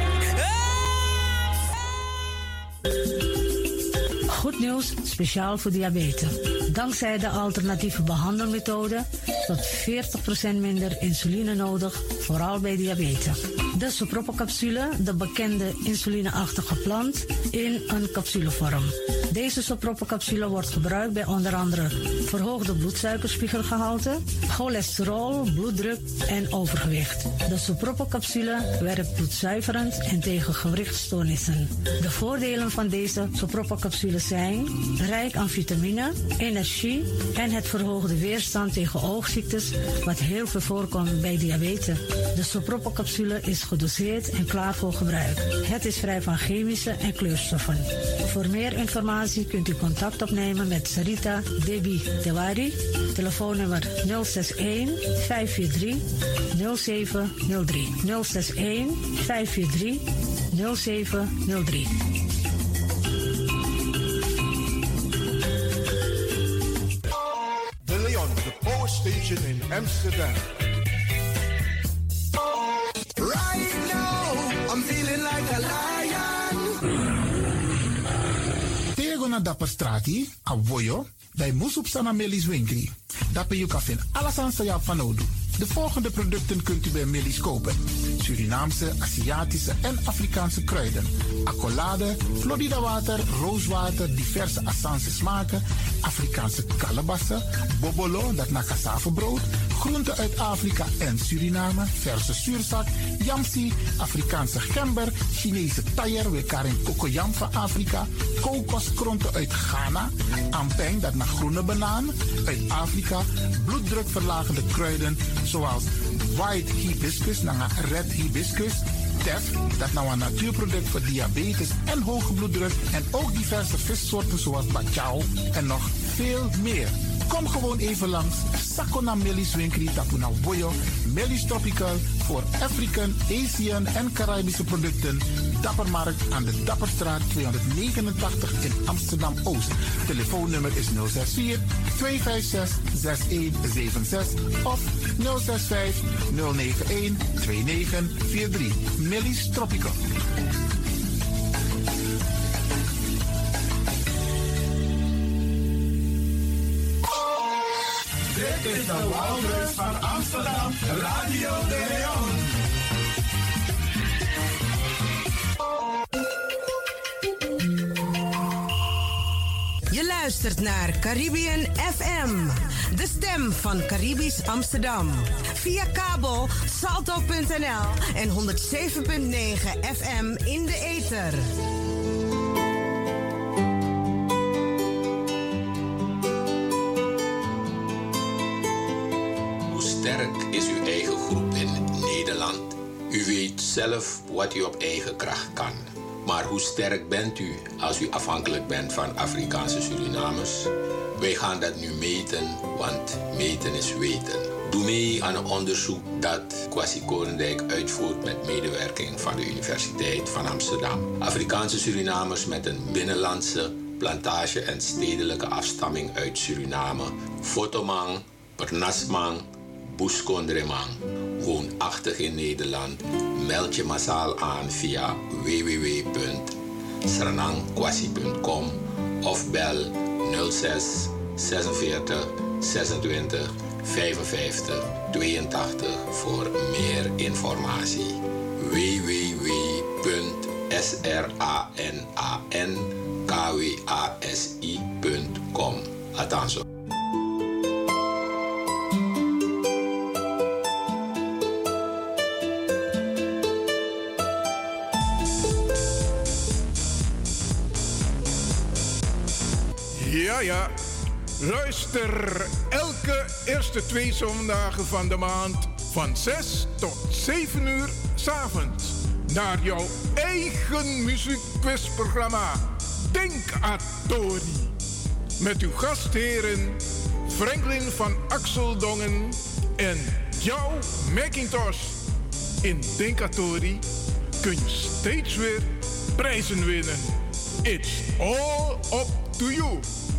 Goed nieuws, speciaal voor diabetes. Dankzij de alternatieve behandelmethode tot veertig procent minder insuline nodig, vooral bij diabetes. De Sopropocapsule, de bekende insulineachtige plant, in een capsulevorm. Deze Sopropocapsule wordt gebruikt bij onder andere verhoogde bloedsuikerspiegelgehalte, cholesterol, bloeddruk en overgewicht. De Sopropocapsule werkt bloedzuiverend en tegen gewrichtstoornissen. De voordelen van deze Sopropocapsule zijn rijk aan vitamine, energie en het verhoogde weerstand tegen oogziektes, wat heel veel voorkomt bij diabetes. De Sopropocapsule is gedoseerd en klaar voor gebruik. Het is vrij van chemische en kleurstoffen. Voor meer informatie kunt u contact opnemen met Sarita Debi Dewari. Telefoonnummer nul zes een vijf vier drie nul zeven nul drie. nul zes een vijf vier drie nul zeven nul drie. De Leon, de Power Station in Amsterdam. Right now, I'm feeling like a lion. Tego na dapper strati, a voyo, dai musup sana melis winkri. Dapper you kafin alasan sa van nodu. De volgende producten kunt u bij Millie's kopen: Surinaamse, Aziatische en Afrikaanse kruiden, accolade, Florida water, rooswater, diverse Assange smaken, Afrikaanse kalebassen, bobolo, dat na cassavebrood, groenten uit Afrika en Suriname, verse zuurzak, yamsi, Afrikaanse gember, Chinese taier, we karen kokoyam van Afrika, kokoskronten uit Ghana, ampeng, dat na groene banaan, uit Afrika, bloeddrukverlagende kruiden zoals white hibiscus, naar red hibiscus, tef, dat nou een natuurproduct voor diabetes en hoge bloeddruk, en ook diverse vissoorten zoals bacalhau en nog veel meer. Kom gewoon even langs Sakona Millie's Winkri Tapuna Boyo, Millie's Tropical voor African, Asian en Caribische producten. Dappermarkt aan de Dapperstraat tweehonderdnegenentachtig in Amsterdam-Oost. Telefoonnummer is nul zes vier twee vijf zes zes een zeven zes of nul zes vijf nul negen een twee negen vier drie. Millie's Tropical. Dit is de Walrus van Amsterdam, Radio de Leon. Je luistert naar Caribbean F M, de stem van Caribisch Amsterdam. Via kabel salto punt n l en honderd zeven punt negen F M in de ether. Hoe sterk is uw eigen groep in Nederland? U weet zelf wat u op eigen kracht kan. Maar hoe sterk bent u als u afhankelijk bent van Afrikaanse Surinamers? Wij gaan dat nu meten, want meten is weten. Doe mee aan een onderzoek dat Kwasi Korendijk uitvoert met medewerking van de Universiteit van Amsterdam. Afrikaanse Surinamers met een binnenlandse, plantage en stedelijke afstamming uit Suriname. Fotomang, Pernasmang, Buskondremang. Woonachtig in Nederland. Meld je massaal aan via w w w punt sranangkwasi punt com of bel nul zes zesenveertig zesentwintig vijfenvijftig tweeëntachtig voor meer informatie. w w w punt sranankwasi punt com. Althans. Ja, ja. Luister elke eerste twee zondagen van de maand van zes tot zeven uur 's avonds naar jouw eigen muziekquizprogramma Denkatori. Met uw gastheren Franklin van Axeldongen en jouw Macintosh. In Denkatori kun je steeds weer prijzen winnen. It's all up to you.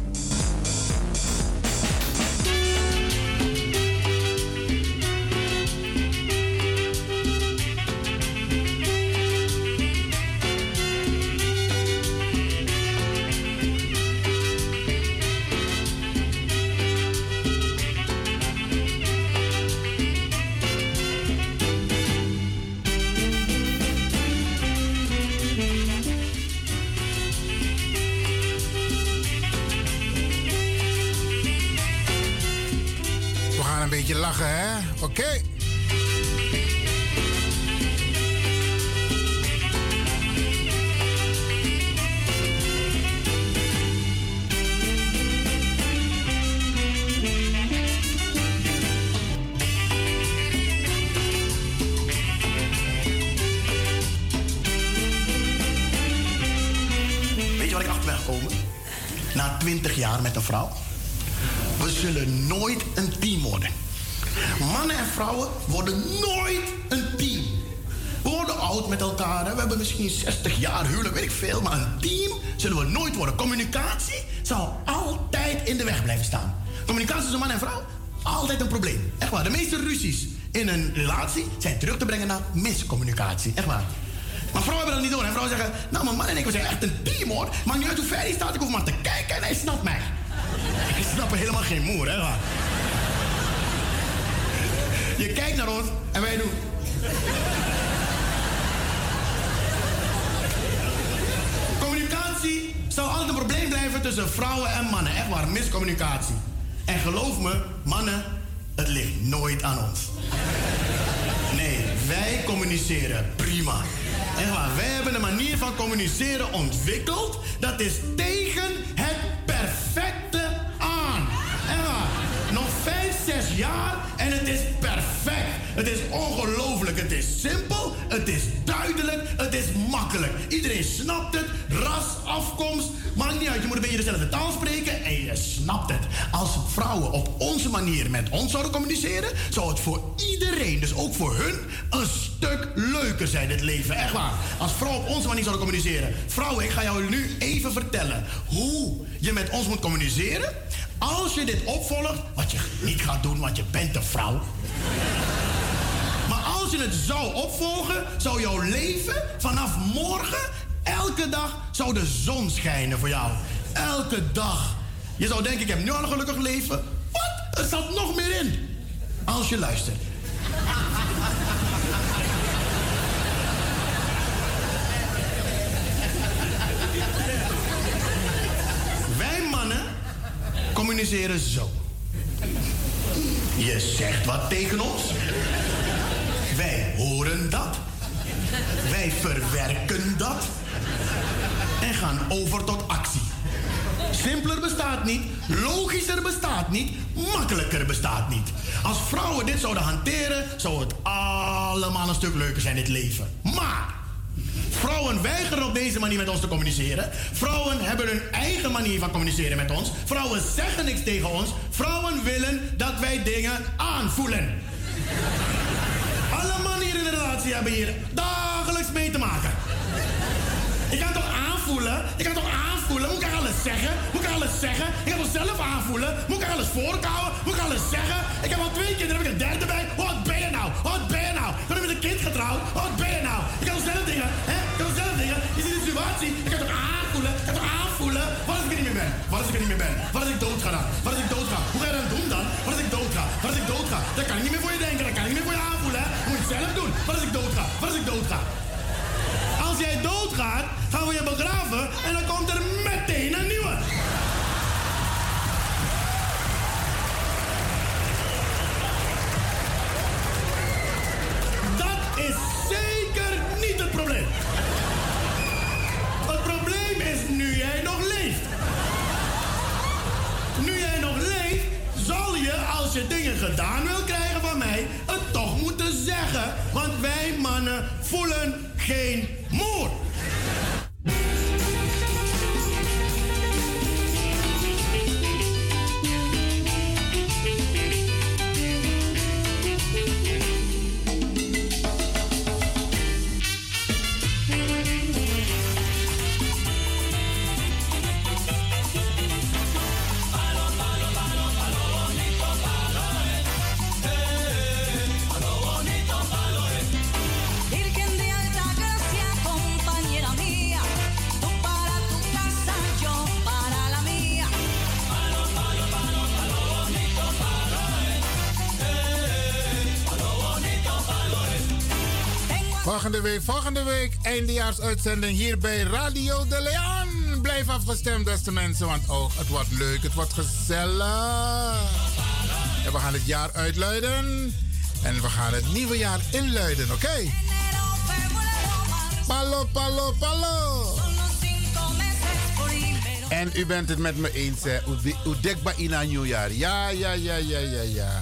Beetje lachen, hè? Oké. Okay. Weet je wat ik achter ben gekomen? Na twintig jaar met een vrouw. We zullen nooit een team worden. Mannen en vrouwen worden nooit een team. We worden oud met elkaar. Hè? We hebben misschien zestig jaar huwelijk, weet ik veel. Maar een team zullen we nooit worden. Communicatie zal altijd in de weg blijven staan. Communicatie tussen man en vrouw, altijd een probleem. Echt waar. De meeste ruzies in een relatie zijn terug te brengen naar miscommunicatie. Echt waar. Maar vrouwen hebben dat niet door. En vrouwen zeggen, nou mijn man en ik, we zijn echt een team hoor. Maakt niet uit hoe ver hij staat, ik hoef maar te kijken en hij snapt mij. Ik snap er helemaal geen moer, hè. Je kijkt naar ons en wij doen. Communicatie zal altijd een probleem blijven tussen vrouwen en mannen. Echt waar, miscommunicatie. En geloof me, mannen, het ligt nooit aan ons. Nee, wij communiceren prima. Echt waar, wij hebben een manier van communiceren ontwikkeld. Dat is tegen het perfecte aan. Echt waar, nog vijf, zes jaar en het is perfect. Het is ongelooflijk. Het is simpel, het is duidelijk, het is makkelijk. Iedereen snapt het. Ras, afkomst, maakt niet uit. Je moet een beetje dezelfde taal spreken en je snapt het. Als vrouwen op onze manier met ons zouden communiceren, zou het voor iedereen, dus ook voor hun, een stuk leuker zijn, het leven. Echt waar. Als vrouwen op onze manier zouden communiceren. Vrouwen, ik ga jou nu even vertellen hoe je met ons moet communiceren. Als je dit opvolgt, wat je niet gaat doen, want je bent een vrouw. Maar als je het zou opvolgen, zou jouw leven vanaf morgen, elke dag, zou de zon schijnen voor jou. Elke dag. Je zou denken, ik heb nu al een gelukkig leven. Wat? Er zat nog meer in. Als je luistert. Wij mannen communiceren zo. Je zegt wat tegen ons. Wij horen dat. Wij verwerken dat. En gaan over tot actie. Simpeler bestaat niet, logischer bestaat niet, makkelijker bestaat niet. Als vrouwen dit zouden hanteren, zou het allemaal een stuk leuker zijn, dit leven. Maar vrouwen weigeren op deze manier met ons te communiceren. Vrouwen hebben hun eigen manier van communiceren met ons. Vrouwen zeggen niks tegen ons. Vrouwen willen dat wij dingen aanvoelen. Alle mannen hier in de relatie hebben hier dagelijks mee te maken. Ik kan toch aanvoelen? Ik kan toch aanvoelen? Moet ik alles zeggen? Moet ik alles zeggen? Ik kan toch zelf aanvoelen? Moet ik alles voorkouwen? Moet ik alles zeggen? Ik heb al twee kinderen, heb ik een derde bij. Wat ben je nou? Wat ben je nou? Ik ben met een kind getrouwd. Wat ben je nou? Ik kan toch zelf dingen? Hè? Ik kan toch zelf dingen? Je ziet de situatie. Ik kan toch aanvoelen? Ik kan toch aanvoelen? Wat als ik er niet meer ben? Wat als ik er niet meer ben? Wat als ik dood ga dan? Wat als ik dood ga? Hoe ga je dat doen dan? Wat als ik dood ga? Wat als ik dood ga? Dat kan ik niet meer voor je denken. Dat kan ik niet meer voor je aanvoelen. Hè? Dat moet je zelf doen. Wat als ik dood ga? Wat als ik dood ga? Als jij doodgaat, gaan we je begraven en dan komt er meteen een nieuwe. Dat is zeker niet het probleem. Het probleem is nu jij nog leeft. Nu jij nog leeft, zal je, als je dingen gedaan wil krijgen van mij, het toch moeten zeggen. Want wij mannen voelen geen moer. Volgende week, volgende week, eindejaarsuitzending hier bij Radio de Leon. Blijf afgestemd, beste mensen, want oh, het wordt leuk, het wordt gezellig. En we gaan het jaar uitluiden. En we gaan het nieuwe jaar inluiden, oké? Okay? Palo, palo, palo. En u bent het met me eens, hè? Hoe dekbaar in een nieuwjaar. Ja, ja, ja, ja, ja, ja.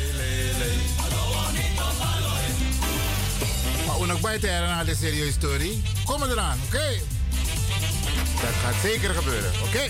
Maar hoe nog bij te heren naar de serieuze story? Kom er eraan, oké? Okay? Dat gaat zeker gebeuren, oké? Okay?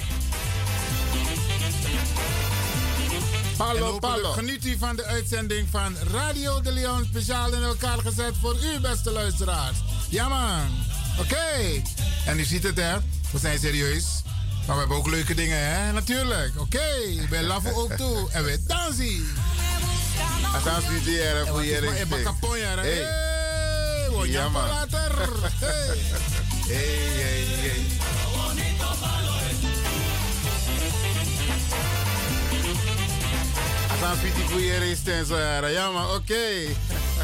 Hallo, hallo. Geniet u van de uitzending van Radio de Leon, speciaal in elkaar gezet voor u, beste luisteraars. Ja, man. Oké. Okay. En u ziet het, hè? We zijn serieus. Maar we hebben ook leuke dingen, hè? Natuurlijk. Oké. Okay. Wij lachen ook toe. En we dansen. Als we die er voor je recht. Ik kapot, hè? Hey. Ja, man. Hey. Hey, hey, hey. Als we die voor je recht zijn, ja, man. Oké. Okay.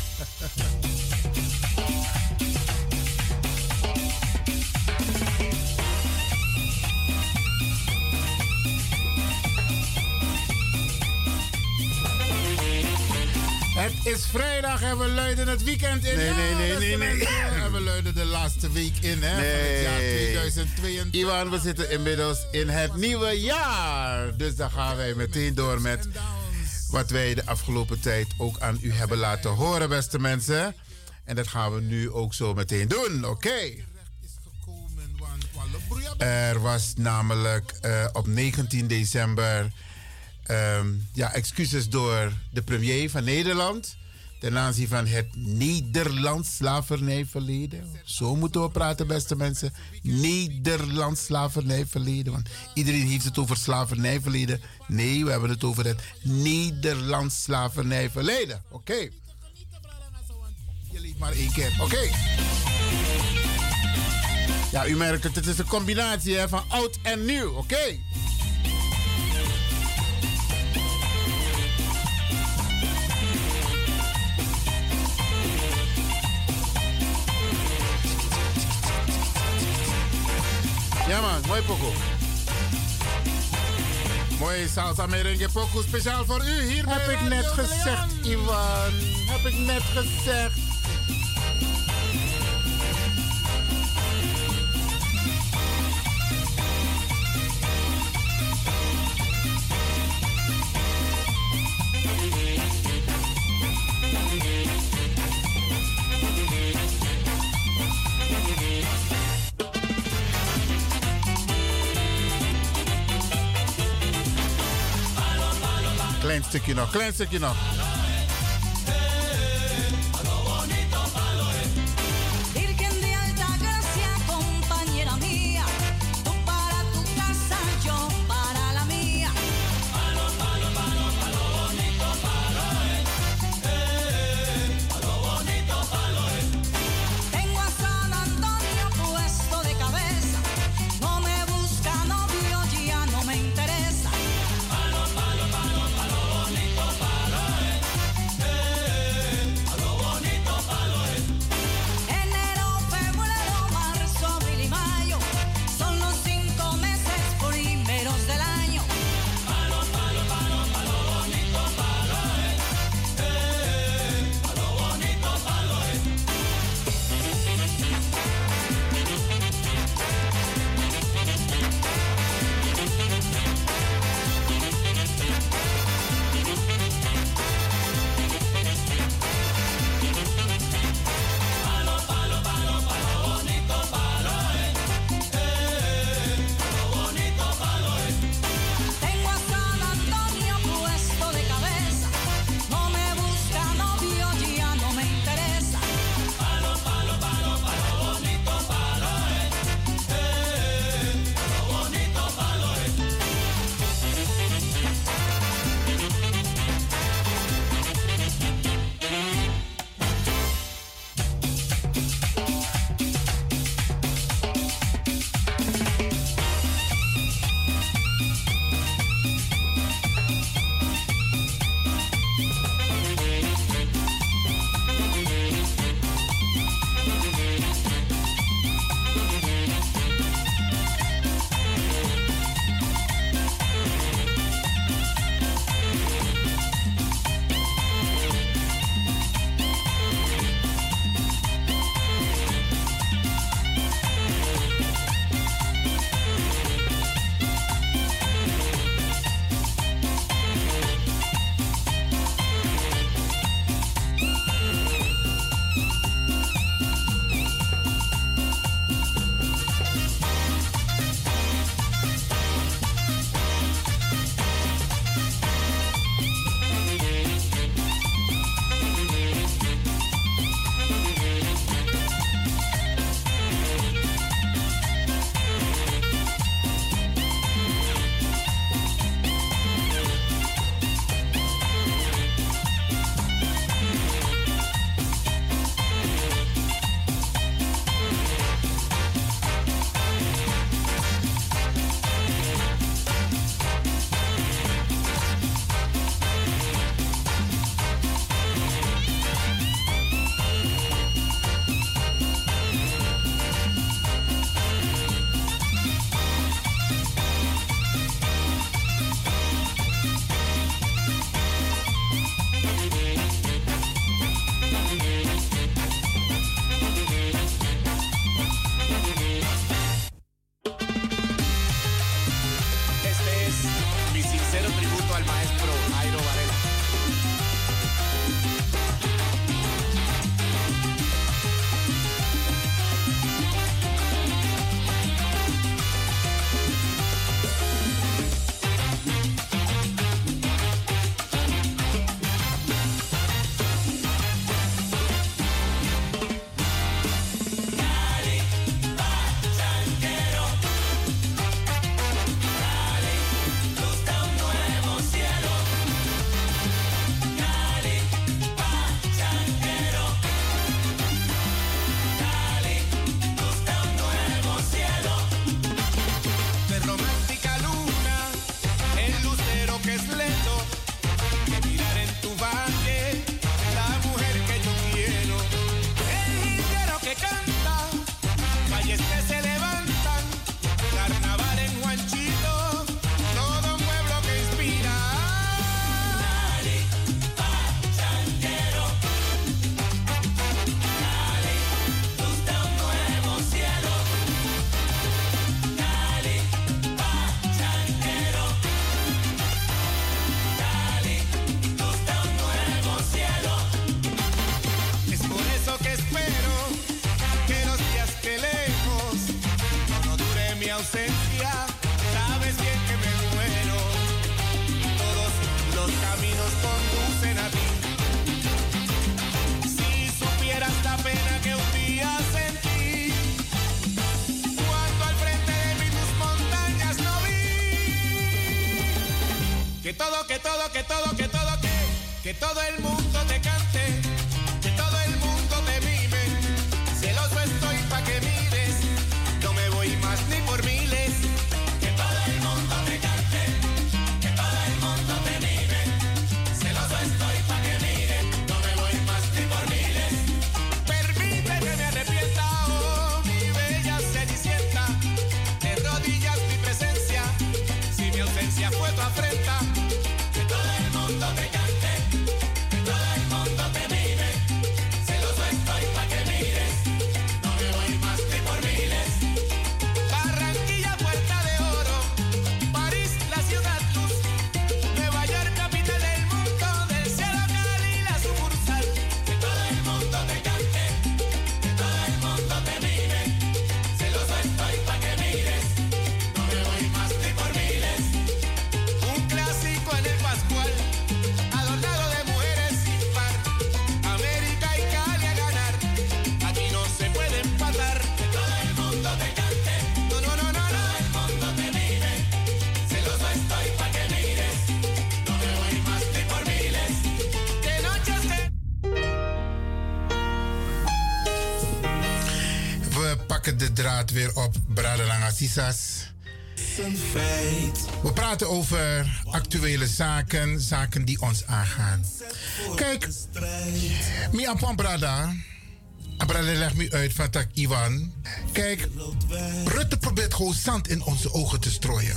Het is vrijdag en we luiden het weekend in. Nee, nee, nee, nee, nee. En we luiden de laatste week in, hè, nee. van het jaar tweeduizend tweeëntwintig. Iwan, we zitten inmiddels in het nieuwe jaar. Dus dan gaan wij meteen door met wat wij de afgelopen tijd ook aan u hebben laten horen, beste mensen. En dat gaan we nu ook zo meteen doen, oké? Okay. Er was namelijk uh, op negentien december... Um, ja, excuses door de premier van Nederland ten aanzien van het Nederlands slavernijverleden. Zo moeten we praten, beste mensen. Nederlands slavernijverleden. Want iedereen heeft het over slavernijverleden. Nee, we hebben het over het Nederlands slavernijverleden. Oké. Okay. Je leeft maar één keer. Oké. Okay. Ja, u merkt het. Het is een combinatie, hè, van oud en nieuw. Oké. Okay. Ja man, mooi pokoe. Mooi salsa merengue pokoe speciaal voor u hier bij Heb ik net gezegd, Ivan. Heb ik net gezegd. Klein stukje nog, klein stukje nog. Que todo el mundo te cante, que todo el mundo te mime. Celoso estoy pa' que mires, no me voy más ni por miles. Que todo el mundo te cante, que todo el mundo te mime. Celoso estoy pa' que mires, no me voy más ni por miles. Permite que me arrepienta, oh mi bella cenicienta. De rodillas mi presencia, si mi ausencia fue tu afrenta. Que todo el mundo te cante. De draad weer op Bradelang Sisas. We praten over actuele zaken, zaken die ons aangaan. Kijk, mi apon brada, brada legt me uit van tak Ivan. Kijk, Rutte probeert gewoon zand in onze ogen te strooien.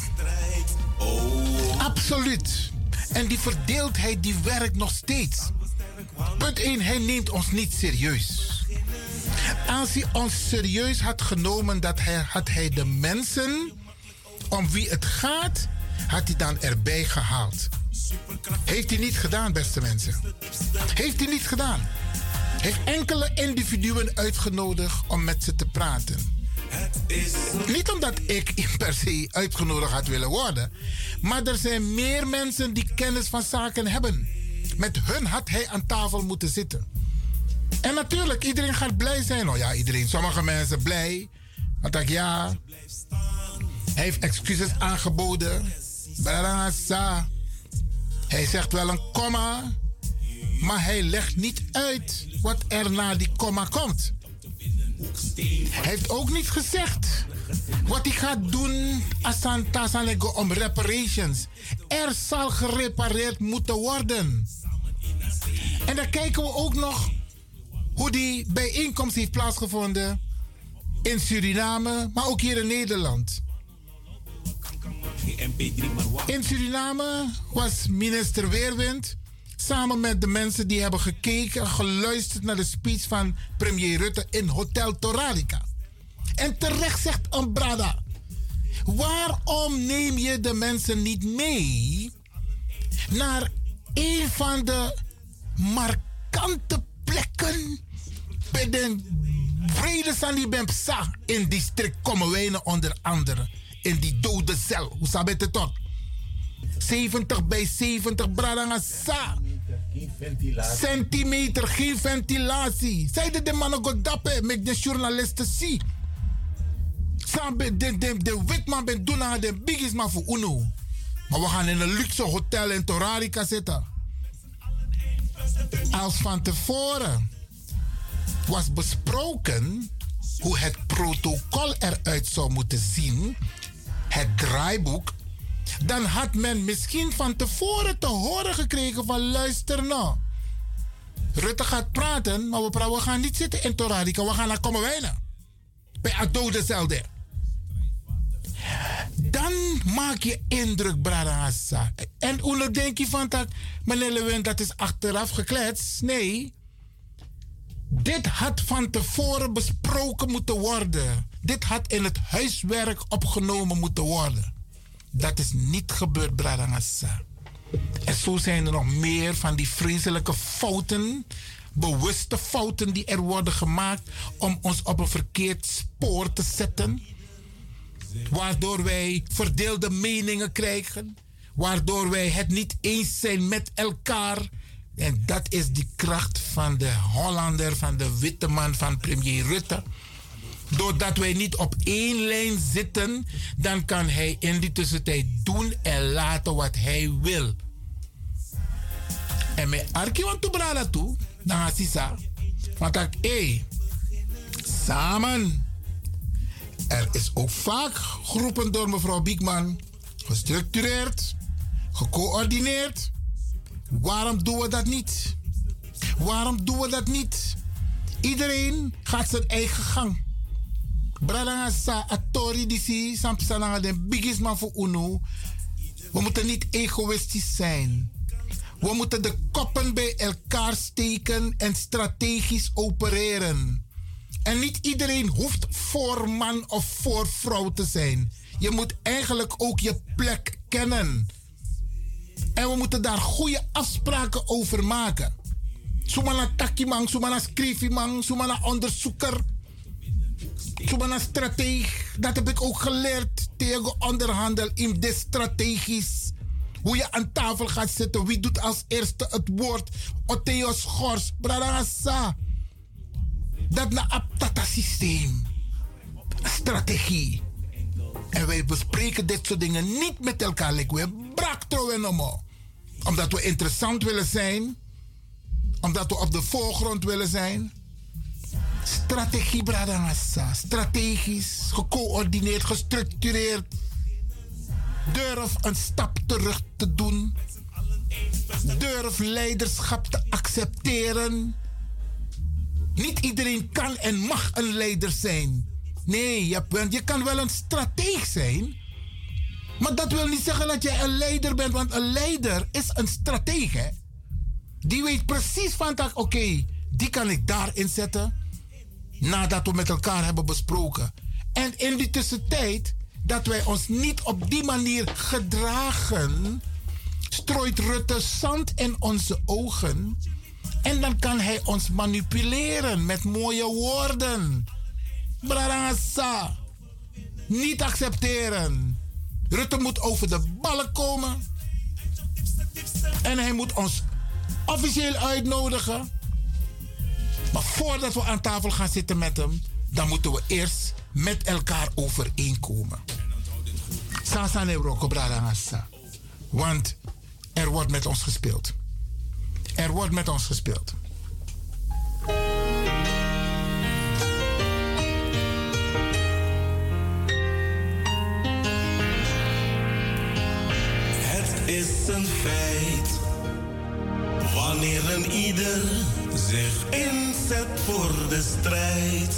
Absoluut. En die verdeeldheid die werkt nog steeds. Punt één, hij neemt ons niet serieus. Als hij ons serieus had genomen, dat hij, had hij de mensen om wie het gaat, had hij dan erbij gehaald. Heeft hij niet gedaan, beste mensen. Heeft hij niet gedaan. Heeft enkele individuen uitgenodigd om met ze te praten. Niet omdat ik per se uitgenodigd had willen worden, maar er zijn meer mensen die kennis van zaken hebben. Met hun had hij aan tafel moeten zitten. En natuurlijk, iedereen gaat blij zijn. Oh ja, iedereen. Sommige mensen blij. Want ik ja. Hij heeft excuses aangeboden. Hij zegt wel een komma. Maar hij legt niet uit wat er na die komma komt. Hij heeft ook niet gezegd wat hij gaat doen als het om reparations. Er zal gerepareerd moeten worden. En dan kijken we ook nog hoe die bijeenkomst heeft plaatsgevonden in Suriname, maar ook hier in Nederland. In Suriname was minister Weerwind samen met de mensen die hebben gekeken, geluisterd naar de speech van premier Rutte in Hotel Torarica. En terecht zegt Ambrada, waarom neem je de mensen niet mee naar een van de markante plekken bij de vrede Sani Bempsa in district Kommerwijnen onder andere. In die dode cel. Hoe sabet het toch? zeventig bij zeventig bradangasa. Centimeter, geen ventilatie. Zeiden de mannen godappen met de journalisten zie. De, de, de, de witman ben doen aan de biggest man voor UNO. Maar we gaan in een luxe hotel in Torarica zitten. Als van tevoren was besproken hoe het protocol eruit zou moeten zien, het draaiboek, dan had men misschien van tevoren te horen gekregen van luister nou. Rutte gaat praten, maar we, we gaan niet zitten in Torarica, we gaan naar Kommerwijnen. Bij Adode Zelde. Dan maak je indruk, Bradassa. En hoe denk je van dat, meneer Lewin, dat is achteraf gekletst? Nee. Dit had van tevoren besproken moeten worden. Dit had in het huiswerk opgenomen moeten worden. Dat is niet gebeurd, Bradassa. En zo zijn er nog meer van die vreselijke fouten, bewuste fouten die er worden gemaakt om ons op een verkeerd spoor te zetten. Waardoor wij verdeelde meningen krijgen. Waardoor wij het niet eens zijn met elkaar. En dat is die kracht van de Hollander, van de witte man, van premier Rutte. Doordat wij niet op één lijn zitten, dan kan hij in die tussentijd doen en laten wat hij wil. En me arki want to brada toe. Na sisa. Want ik, hé. Samen. Er is ook vaak geroepen door mevrouw Biekman. Gestructureerd. Gecoördineerd. Waarom doen we dat niet? Waarom doen we dat niet? Iedereen gaat zijn eigen gang. Brada sa atori disi sampsana de biggest man voor uno. We moeten niet egoïstisch zijn. We moeten de koppen bij elkaar steken en strategisch opereren. En niet iedereen hoeft voor man of voor vrouw te zijn. Je moet eigenlijk ook je plek kennen. En we moeten daar goede afspraken over maken. Sumana takimang, sumana skrifimang, sumana onderzoeker. Sumana strateeg. Dat heb ik ook geleerd tegen onderhandel in de strategisch. Hoe je aan tafel gaat zitten. Wie doet als eerste het woord? Otheo Schors. Bradangasa. Dat na aptata systeem. Strategie. En wij bespreken dit soort dingen niet met elkaar. Like we brak trouwen. Omdat we interessant willen zijn. Omdat we op de voorgrond willen zijn. Strategie, Bradangasa. Strategisch, gecoördineerd, gestructureerd. Durf een stap terug te doen. Durf leiderschap te accepteren. Niet iedereen kan en mag een leider zijn. Nee, je, bent, je kan wel een strateeg zijn. Maar dat wil niet zeggen dat je een leider bent. Want een leider is een strateeg. Hè? Die weet precies van dat, oké, okay, die kan ik daarin zetten. Nadat we met elkaar hebben besproken. En in die tussentijd, dat wij ons niet op die manier gedragen, strooit Rutte zand in onze ogen. En dan kan hij ons manipuleren met mooie woorden. Brarangasa. Niet accepteren. Rutte moet over de ballen komen. En hij moet ons officieel uitnodigen. Maar voordat we aan tafel gaan zitten met hem, dan moeten we eerst met elkaar overeenkomen. Sasa Nebroko Brarangasa. Want er wordt met ons gespeeld. Er wordt met ons gespeeld. Het is een feit. Wanneer een ieder zich inzet voor de strijd.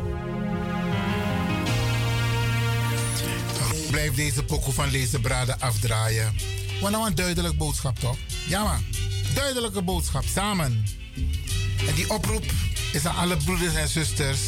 Blijf deze pokoe van deze braden afdraaien. Want nou een duidelijk boodschap toch? Ja man, duidelijke boodschap, samen. En die oproep is aan alle broeders en zusters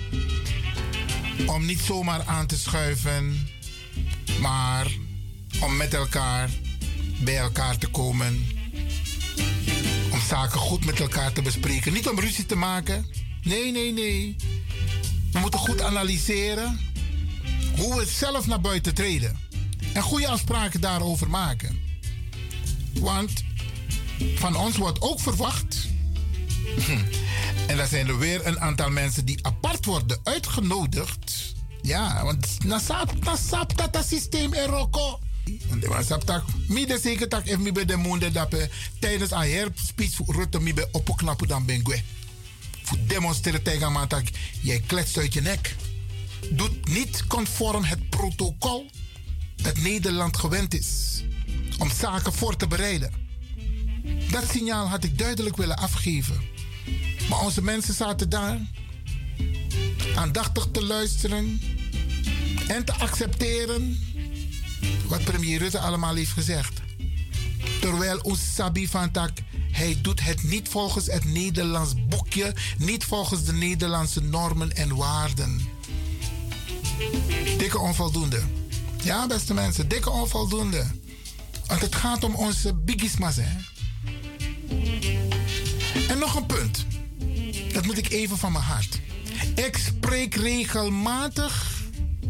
om niet zomaar aan te schuiven, maar om met elkaar bij elkaar te komen. Om zaken goed met elkaar te bespreken. Niet om ruzie te maken. Nee, nee, nee. We moeten goed analyseren hoe we zelf naar buiten treden. En goede afspraken daarover maken. Want van ons wordt ook verwacht. En dan zijn er weer een aantal mensen die apart worden uitgenodigd. Ja, want nasap, nasap dat dat systeem in Rocco. Want de nasap tak, midden zeker tak even mi bij de monde dat tijdens een herspeech voor Rutte mi bij opknappen dan ben ik. Voor demonstreren tegen man dat jij kletst uit je nek. Doet niet conform het protocol dat Nederland gewend is om zaken voor te bereiden. Dat signaal had ik duidelijk willen afgeven. Maar onze mensen zaten daar aandachtig te luisteren en te accepteren wat premier Rutte allemaal heeft gezegd. Terwijl ons Sabi van tak, hij doet het niet volgens het Nederlands boekje, niet volgens de Nederlandse normen en waarden. Dikke onvoldoende. Ja, beste mensen, dikke onvoldoende. Want het gaat om onze biggismas, hè. En nog een punt. Dat moet ik even van mijn hart. Ik spreek regelmatig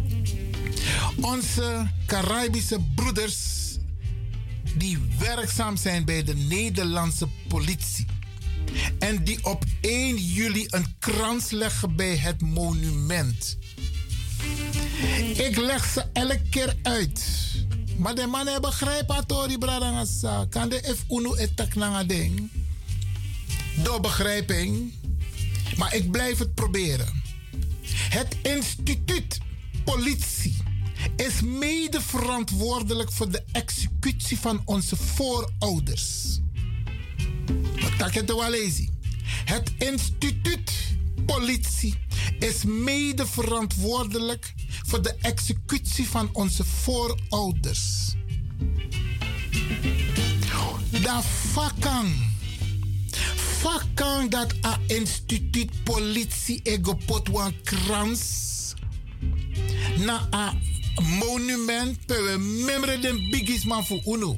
onze Caribische broeders die werkzaam zijn bij de Nederlandse politie. En die op één juli een krans leggen bij het monument. Ik leg ze elke keer uit. Maar de mannen begrijpen het hoor, die bradangasa. Kan de F uno etak nanga ding? Door begrijping. Maar ik blijf het proberen. Het instituut politie is mede verantwoordelijk voor de executie van onze voorouders. Wat het wel lezen? Het instituut politie is mede verantwoordelijk voor de executie van onze voorouders. Da fakang. Fakang dat a instituut politie ego pot wan krans na a monument per we memre den biggest man voor uno.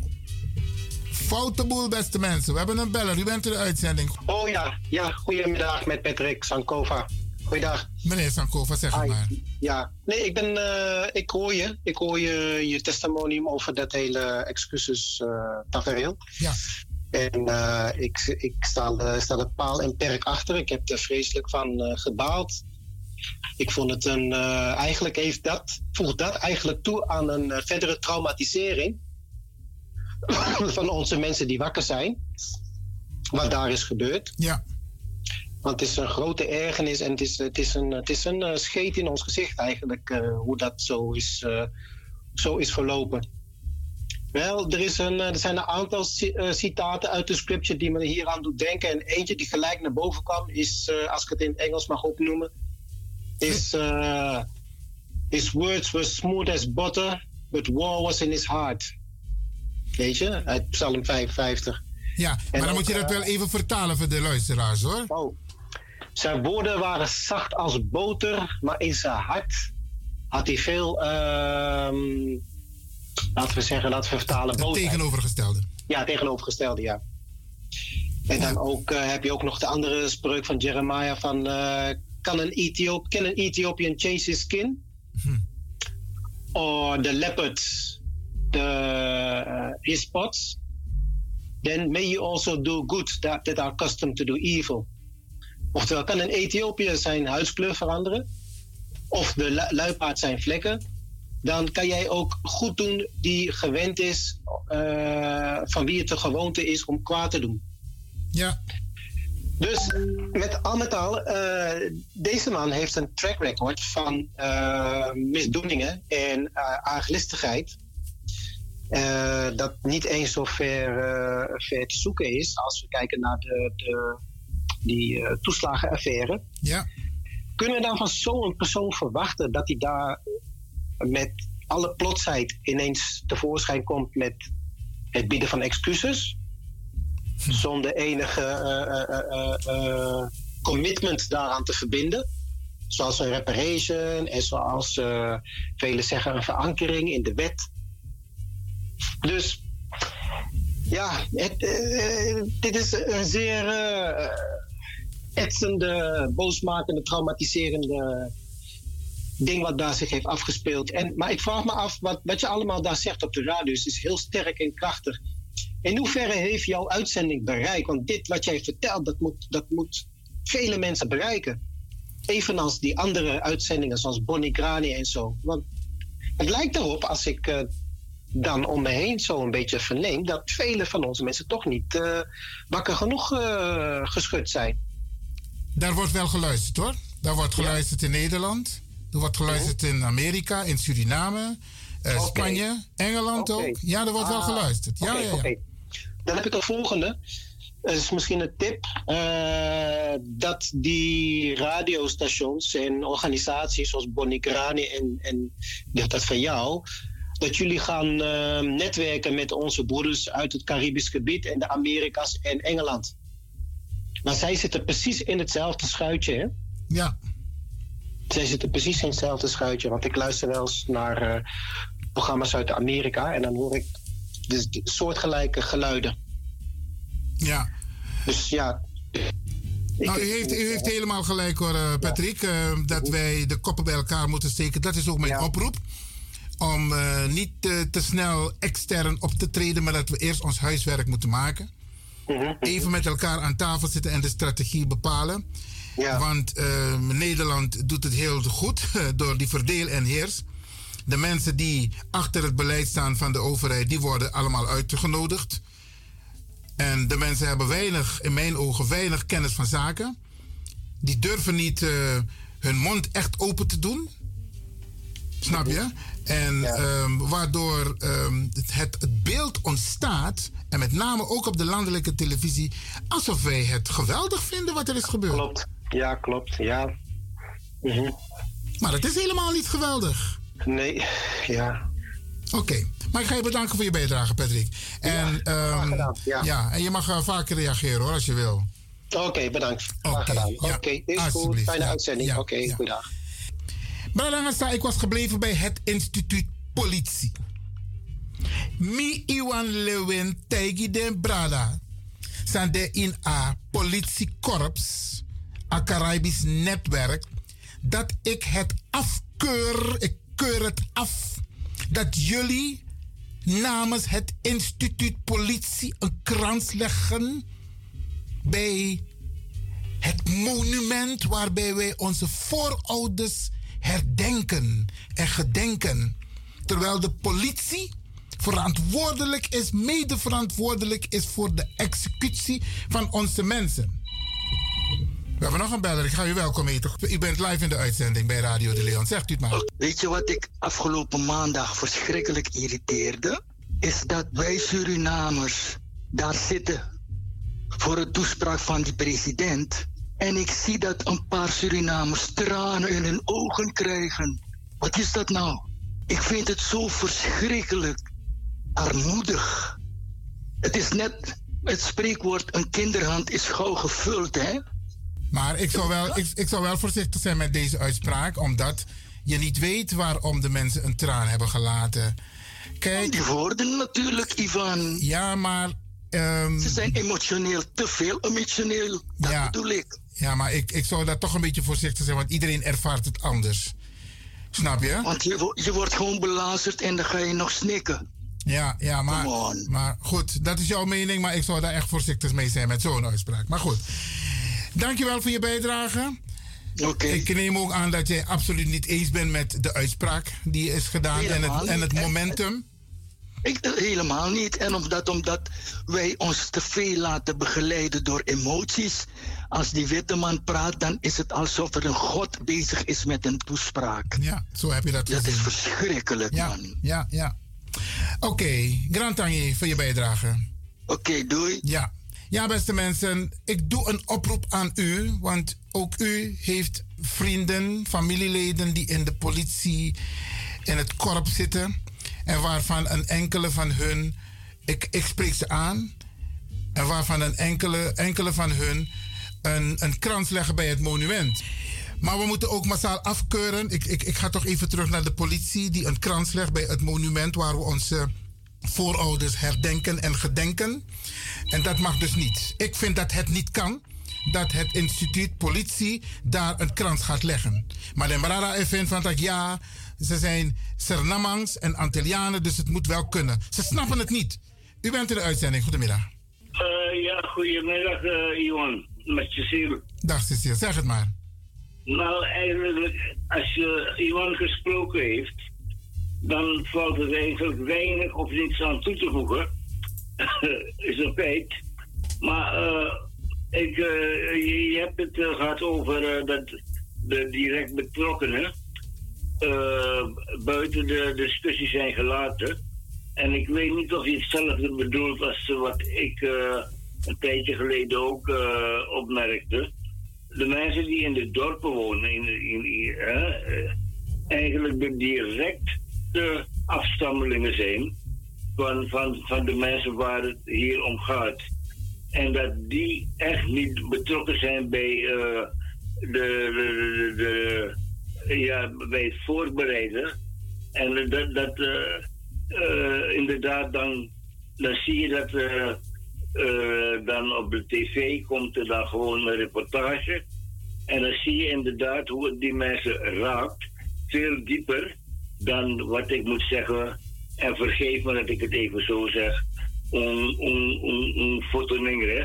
Foute boel, beste mensen. We hebben een beller. U bent in de uitzending. Oh ja, ja. Goedemiddag met Patrick Sankova. Goeiedag. Meneer Sankova, zeg het maar. Ja, nee, ik ben, uh, ik hoor je. Ik hoor je, je testimonium over dat hele excuses uh, tafereel. Ja. En uh, ik, ik sta, uh, sta er paal en perk achter. Ik heb er vreselijk van uh, gebaald. Ik vond het een, uh, eigenlijk heeft dat, voegt dat eigenlijk toe aan een uh, verdere traumatisering van onze mensen die wakker zijn. Wat daar is gebeurd. Ja. Want het is een grote ergernis en het is, het is een, het is een uh, scheet in ons gezicht eigenlijk, uh, hoe dat zo is, uh, zo is verlopen. Wel, er, is een, er zijn een aantal citaten uit de scripture die me hier aan doet denken. En eentje die gelijk naar boven kwam is, uh, als ik het in het Engels mag opnoemen, is uh, his words were smooth as butter, but war was in his heart. Weet je, uit Psalm vijfenvijftig. Ja, maar dan ook, moet je dat wel even vertalen voor de luisteraars, hoor. Oh. Zijn woorden waren zacht als boter, maar in zijn hart had hij veel, uh, laten we zeggen, laten we vertalen, boter. Het tegenovergestelde. Ja, tegenovergestelde, ja. En dan ook, uh, heb je ook nog de andere spreuk van Jeremiah van, uh, kan een Ethioop, can an Ethiopian change his skin? Hm. Or the leopard, the, uh, his spots? Then may you also do good that, that are accustomed to do evil. Oftewel, kan een Ethiopiër zijn huidskleur veranderen? Of de lu- luipaard zijn vlekken? Dan kan jij ook goed doen die gewend is, uh, van wie het de gewoonte is om kwaad te doen. Ja. Dus met al met al, uh, deze man heeft een track record van uh, misdoeningen en uh, aargelistigheid. Uh, dat niet eens zo ver, uh, ver te zoeken is als we kijken naar de, de, die uh, toeslagenaffaire. Ja. Kunnen we dan van zo'n persoon verwachten dat hij daar met alle plotsheid ineens tevoorschijn komt met het bieden van excuses? Hm. Zonder enige uh, uh, uh, uh, commitment daaraan te verbinden. Zoals een reparation en zoals uh, velen zeggen een verankering in de wet. Dus ja, het, uh, dit is een zeer uh, etsende, boosmakende, traumatiserende ding wat daar zich heeft afgespeeld. En, maar ik vraag me af, wat, wat je allemaal daar zegt op de radio is heel sterk en krachtig. In hoeverre heeft jouw uitzending bereikt? Want dit wat jij vertelt, dat moet, dat moet vele mensen bereiken. Evenals die andere uitzendingen zoals Bonnie Grani en zo. Want het lijkt erop, als ik uh, dan om me heen zo een beetje verneem, dat vele van onze mensen toch niet uh, wakker genoeg uh, geschud zijn. Daar wordt wel geluisterd, hoor. Daar wordt geluisterd ja. in Nederland. Er wordt geluisterd in Amerika, in Suriname, uh, okay. Spanje, Engeland okay. ook. Ja, er wordt ah, wel geluisterd. Ja, okay, ja, ja. Okay. Dan heb ik het volgende. Dat is misschien een tip. Uh, dat die radiostations en organisaties zoals Bonnie Grani en, en dat van jou, dat jullie gaan uh, netwerken met onze broeders uit het Caribisch gebied en de Amerika's en Engeland. Maar zij zitten precies in hetzelfde schuitje, hè? Ja. Zij zitten precies in hetzelfde schuitje. Want ik luister wel eens naar uh, programma's uit Amerika en dan hoor ik dus soortgelijke geluiden. Ja. Dus ja. Nou, u heeft, u heeft helemaal gelijk hoor, uh, Patrick. Ja. Uh, dat wij de koppen bij elkaar moeten steken. Dat is ook mijn ja. oproep. Om uh, niet uh, te snel extern op te treden, maar dat we eerst ons huiswerk moeten maken. Mm-hmm. Even met elkaar aan tafel zitten en de strategie bepalen. Ja. Want uh, Nederland doet het heel goed door die verdeel en heers. de mensen die achter het beleid staan van de overheid, die worden allemaal uitgenodigd. En de mensen hebben weinig, in mijn ogen, weinig kennis van zaken. Die durven niet uh, hun mond echt open te doen. Snap je? En ja. um, waardoor um, het, het beeld ontstaat, en met name ook op de landelijke televisie, alsof wij het geweldig vinden wat er is gebeurd. Klopt, ja, klopt, ja. Mm-hmm. Maar het is helemaal niet geweldig. Nee, ja. Oké, okay. Maar ik ga je bedanken voor je bijdrage, Patrick. En, ja, um, ja. ja, en je mag uh, vaker reageren hoor, als je wil. Oké, okay, bedankt. Graag okay, gedaan. Oké, ja, okay, is goed. Fijne ja, uitzending. Ja, Oké, okay, ja. Goeiedag. Bralangasa, ik was gebleven bij het instituut politie. Mi Iwan Lewin Tegi den Brada. Sande in a politiekorps, a Caribisch netwerk, dat ik het afkeur, ik keur het af, dat jullie namens het instituut politie een krans leggen bij het monument waarbij wij onze voorouders herdenken en gedenken. Terwijl de politie verantwoordelijk is, mede verantwoordelijk is voor de executie van onze mensen. We hebben nog een beller. Ik ga u welkom heten. U bent live in de uitzending bij Radio de Leon. Zegt u het maar. Weet je wat ik afgelopen maandag verschrikkelijk irriteerde? Is dat wij Surinamers daar zitten voor de toespraak van die president. En ik zie dat een paar Surinamers tranen in hun ogen krijgen. Wat is dat nou? Ik vind het zo verschrikkelijk armoedig. Het is net het spreekwoord, een kinderhand is gauw gevuld, hè? Maar ik zou, wel, ik, ik zou wel voorzichtig zijn met deze uitspraak, omdat je niet weet waarom de mensen een traan hebben gelaten. Kijk, die woorden natuurlijk, Ivan. Ja, maar... Um, Ze zijn emotioneel, te veel emotioneel, dat ja, bedoel ik. Ja, maar ik, ik zou daar toch een beetje voorzichtig zijn, want iedereen ervaart het anders. Snap je? Want je, je wordt gewoon belazerd en dan ga je nog snikken. Ja, ja maar, maar goed, dat is jouw mening, maar ik zou daar echt voorzichtig mee zijn met zo'n uitspraak. Maar goed, dankjewel voor je bijdrage. Okay. Ik neem ook aan dat jij absoluut niet eens bent met de uitspraak die is gedaan en het, en het momentum. Ik helemaal niet. En omdat, omdat wij ons te veel laten begeleiden door emoties. Als die witte man praat, dan is het alsof er een god bezig is met een toespraak. Ja, zo heb je dat gezien. Dat is verschrikkelijk, ja, man. Ja, ja. Oké, okay. Grand Tangi voor je bijdrage. Oké, okay, doei. Ja. Ja, beste mensen, ik doe een oproep aan u, want ook u heeft vrienden, familieleden die in de politie, in het korps zitten. En waarvan een enkele van hun, ik, ik spreek ze aan, en waarvan een enkele, enkele van hun een, een krans leggen bij het monument. Maar we moeten ook massaal afkeuren. Ik, ik, ik ga toch even terug naar de politie die een krans legt bij het monument waar we onze voorouders herdenken en gedenken. En dat mag dus niet. Ik vind dat het niet kan dat het instituut politie daar een krans gaat leggen. Maar de Marara vindt van dat ja, ze zijn Surinamangs en Antillianen, dus het moet wel kunnen. Ze snappen het niet. U bent in de uitzending. Goedemiddag. Uh, ja, goedemiddag, uh, Iwan. Met Cecile. Dag Cecile, zeg het maar. Nou, eigenlijk, als je Iwan gesproken heeft, dan valt er eigenlijk weinig of niets aan toe te voegen. Is een feit. Maar uh, ik, uh, je, je hebt het uh, gehad over uh, dat de direct betrokkenen uh, buiten de discussie zijn gelaten. En ik weet niet of je hetzelfde bedoelt als wat ik uh, een tijdje geleden ook uh, opmerkte. De mensen die in de dorpen wonen, in, in, in, uh, eigenlijk de directe afstammelingen zijn van, van, van de mensen waar het hier om gaat. En dat die echt niet betrokken zijn bij, uh, de, de, de, de, ja, bij het voorbereiden. En dat, dat uh, uh, inderdaad, dan, dan zie je dat uh, uh, dan op de tv komt er dan gewoon een reportage. En dan zie je inderdaad hoe het die mensen raakt. Veel dieper dan wat ik moet zeggen. En vergeef me dat ik het even zo zeg. Un, un, un, un fotoningre.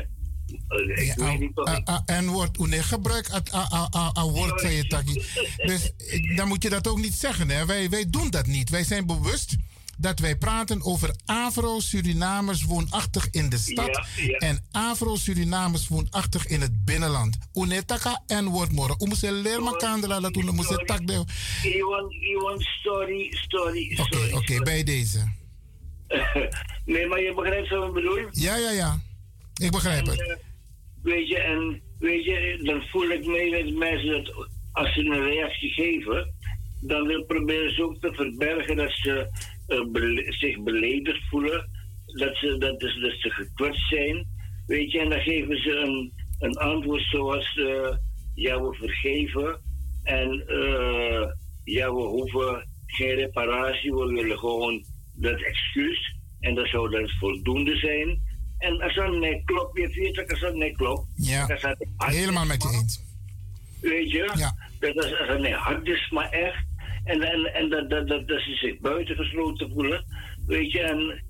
Uh, ik weet niet of ik... En wordt une gebruik aan woord van je taki. Dus dan moet je dat ook niet zeggen. Hè? Wij, wij doen dat niet. Wij zijn bewust dat wij praten over Afro-Surinamers woonachtig in de stad ja, ja. en Afro-Surinamers woonachtig in het binnenland. Unetaka en woord morgen. U moet leer makandra dat u moet tak de. Iwan, story, story. Oké, oké, okay, bij deze. Nee, maar je begrijpt wat ik bedoel? Ja, ja, ja. Ik begrijp en, het. Uh, weet je, en weet je, dan voel ik mee met mensen dat als ze een reactie geven, dan proberen ze ook te verbergen dat ze uh, bele- zich beledigd voelen, dat ze, dat, dus, dat ze gekwetst zijn, weet je, en dan geven ze een, een antwoord zoals, uh, ja, we vergeven en uh, ja, we hoeven geen reparatie, we willen gewoon dat excuus en dan zou dat voldoende zijn. En als dat niet klopt, je weet dat als dat niet klopt. Ja, dat helemaal met je eens. Weet je? Ja. Dat als, als dat niet hard is, maar echt. En, en, en dat, dat, dat, dat ze zich buitengesloten voelen. Weet je, en...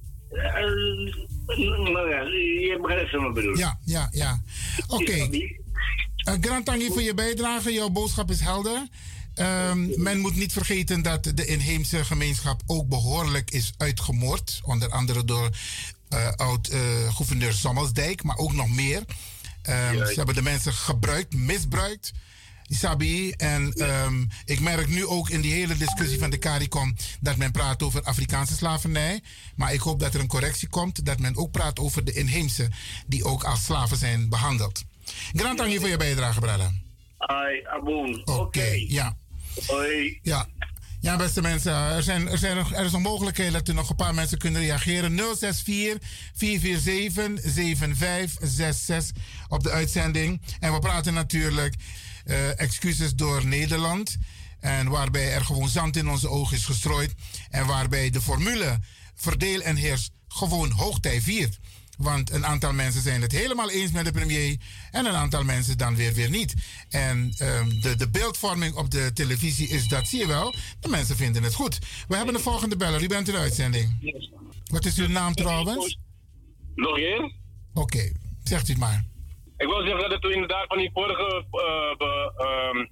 en nou ja, je begrijpt wat ik bedoel. Ja, ja, ja. Oké. Okay. Uh, Grand Tangi voor je bijdrage. Jouw boodschap is helder. Um, men moet niet vergeten dat de inheemse gemeenschap ook behoorlijk is uitgemoord. Onder andere door uh, oud-gouverneur uh, Sommelsdijk, maar ook nog meer. Um, ze hebben de mensen gebruikt, misbruikt. Isabi. En um, ik merk nu ook in die hele discussie van de CARICOM dat men praat over Afrikaanse slavernij. Maar ik hoop dat er een correctie komt, dat men ook praat over de inheemse die ook als slaven zijn behandeld. Grand Tangi voor je bijdrage, Brada. Ai, aboon. Oké, okay, ja. Hoi. Ja. Ja, beste mensen, er, zijn, er, zijn nog, er is nog mogelijkheid dat er nog een paar mensen kunnen reageren. nul zes vier, vier vier zeven, zeven vijf zes zes op de uitzending. En we praten natuurlijk uh, excuses door Nederland. En waarbij er gewoon zand in onze ogen is gestrooid. En waarbij de formule verdeel en heers gewoon hoogtij viert. Want een aantal mensen zijn het helemaal eens met de premier en een aantal mensen dan weer weer niet. En um, de, de beeldvorming op de televisie is dat, zie je wel, de mensen vinden het goed. We hebben de volgende beller, u bent in de uitzending. Yes. Wat is uw naam trouwens? Nog één? Oké, okay. Zegt u het maar. Ik wil zeggen dat we inderdaad van die vorige, uh, be, um,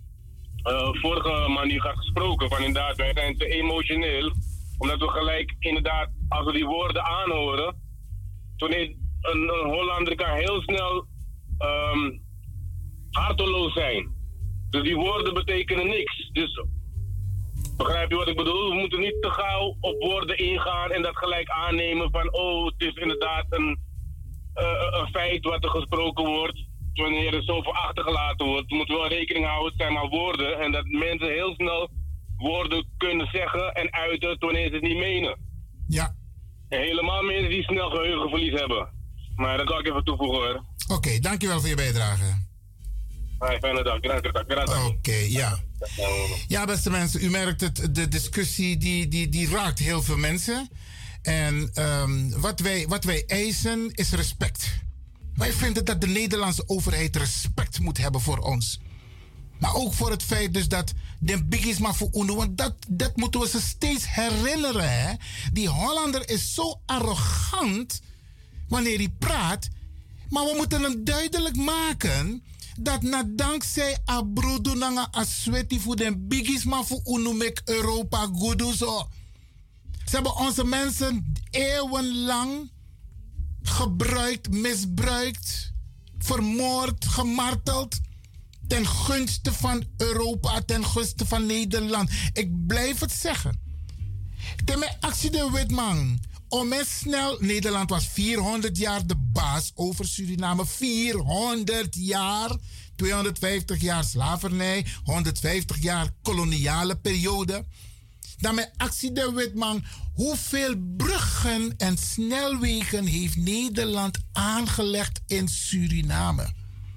uh, vorige man die gaat gesproken, van inderdaad, wij zijn te emotioneel, omdat we gelijk inderdaad, als we die woorden aanhoren, toen een, een Hollander kan heel snel um, harteloos zijn. Dus die woorden betekenen niks. Dus begrijp je wat ik bedoel? We moeten niet te gauw op woorden ingaan en dat gelijk aannemen van oh, het is inderdaad een, uh, een feit wat er gesproken wordt. Wanneer er zoveel achtergelaten wordt, we moeten wel rekening houden, het zijn maar woorden. En dat mensen heel snel woorden kunnen zeggen en uiten wanneer ze het niet menen. Ja. En helemaal mensen die snel geheugenverlies hebben. Maar dat zal ik even toevoegen hoor. Oké, okay, dankjewel voor je bijdrage. Hai, fijne dag. Oké, okay, ja. Ja, beste mensen, u merkt het, de discussie die, die, die raakt heel veel mensen. En um, wat, wij, wat wij eisen is respect. Wij vinden dat de Nederlandse overheid respect moet hebben voor ons. Maar ook voor het feit dus dat de biggies maar voor UNO, want dat, dat moeten we ze steeds herinneren. Hè? Die Hollander is zo arrogant wanneer hij praat. Maar we moeten hem duidelijk maken dat na dankzij Abrodo Nanga Asweti voor de biggies maar voor UNO met Europa goed zo. Ze hebben onze mensen eeuwenlang gebruikt, misbruikt, vermoord, gemarteld. Ten gunste van Europa, ten gunste van Nederland. Ik blijf het zeggen. Ten mijn actie de Witman. Om en snel, Nederland was vierhonderd jaar de baas over Suriname. vierhonderd jaar. tweehonderdvijftig jaar slavernij. honderdvijftig jaar koloniale periode. Dan mijn actie de Witman. Hoeveel bruggen en snelwegen heeft Nederland aangelegd in Suriname?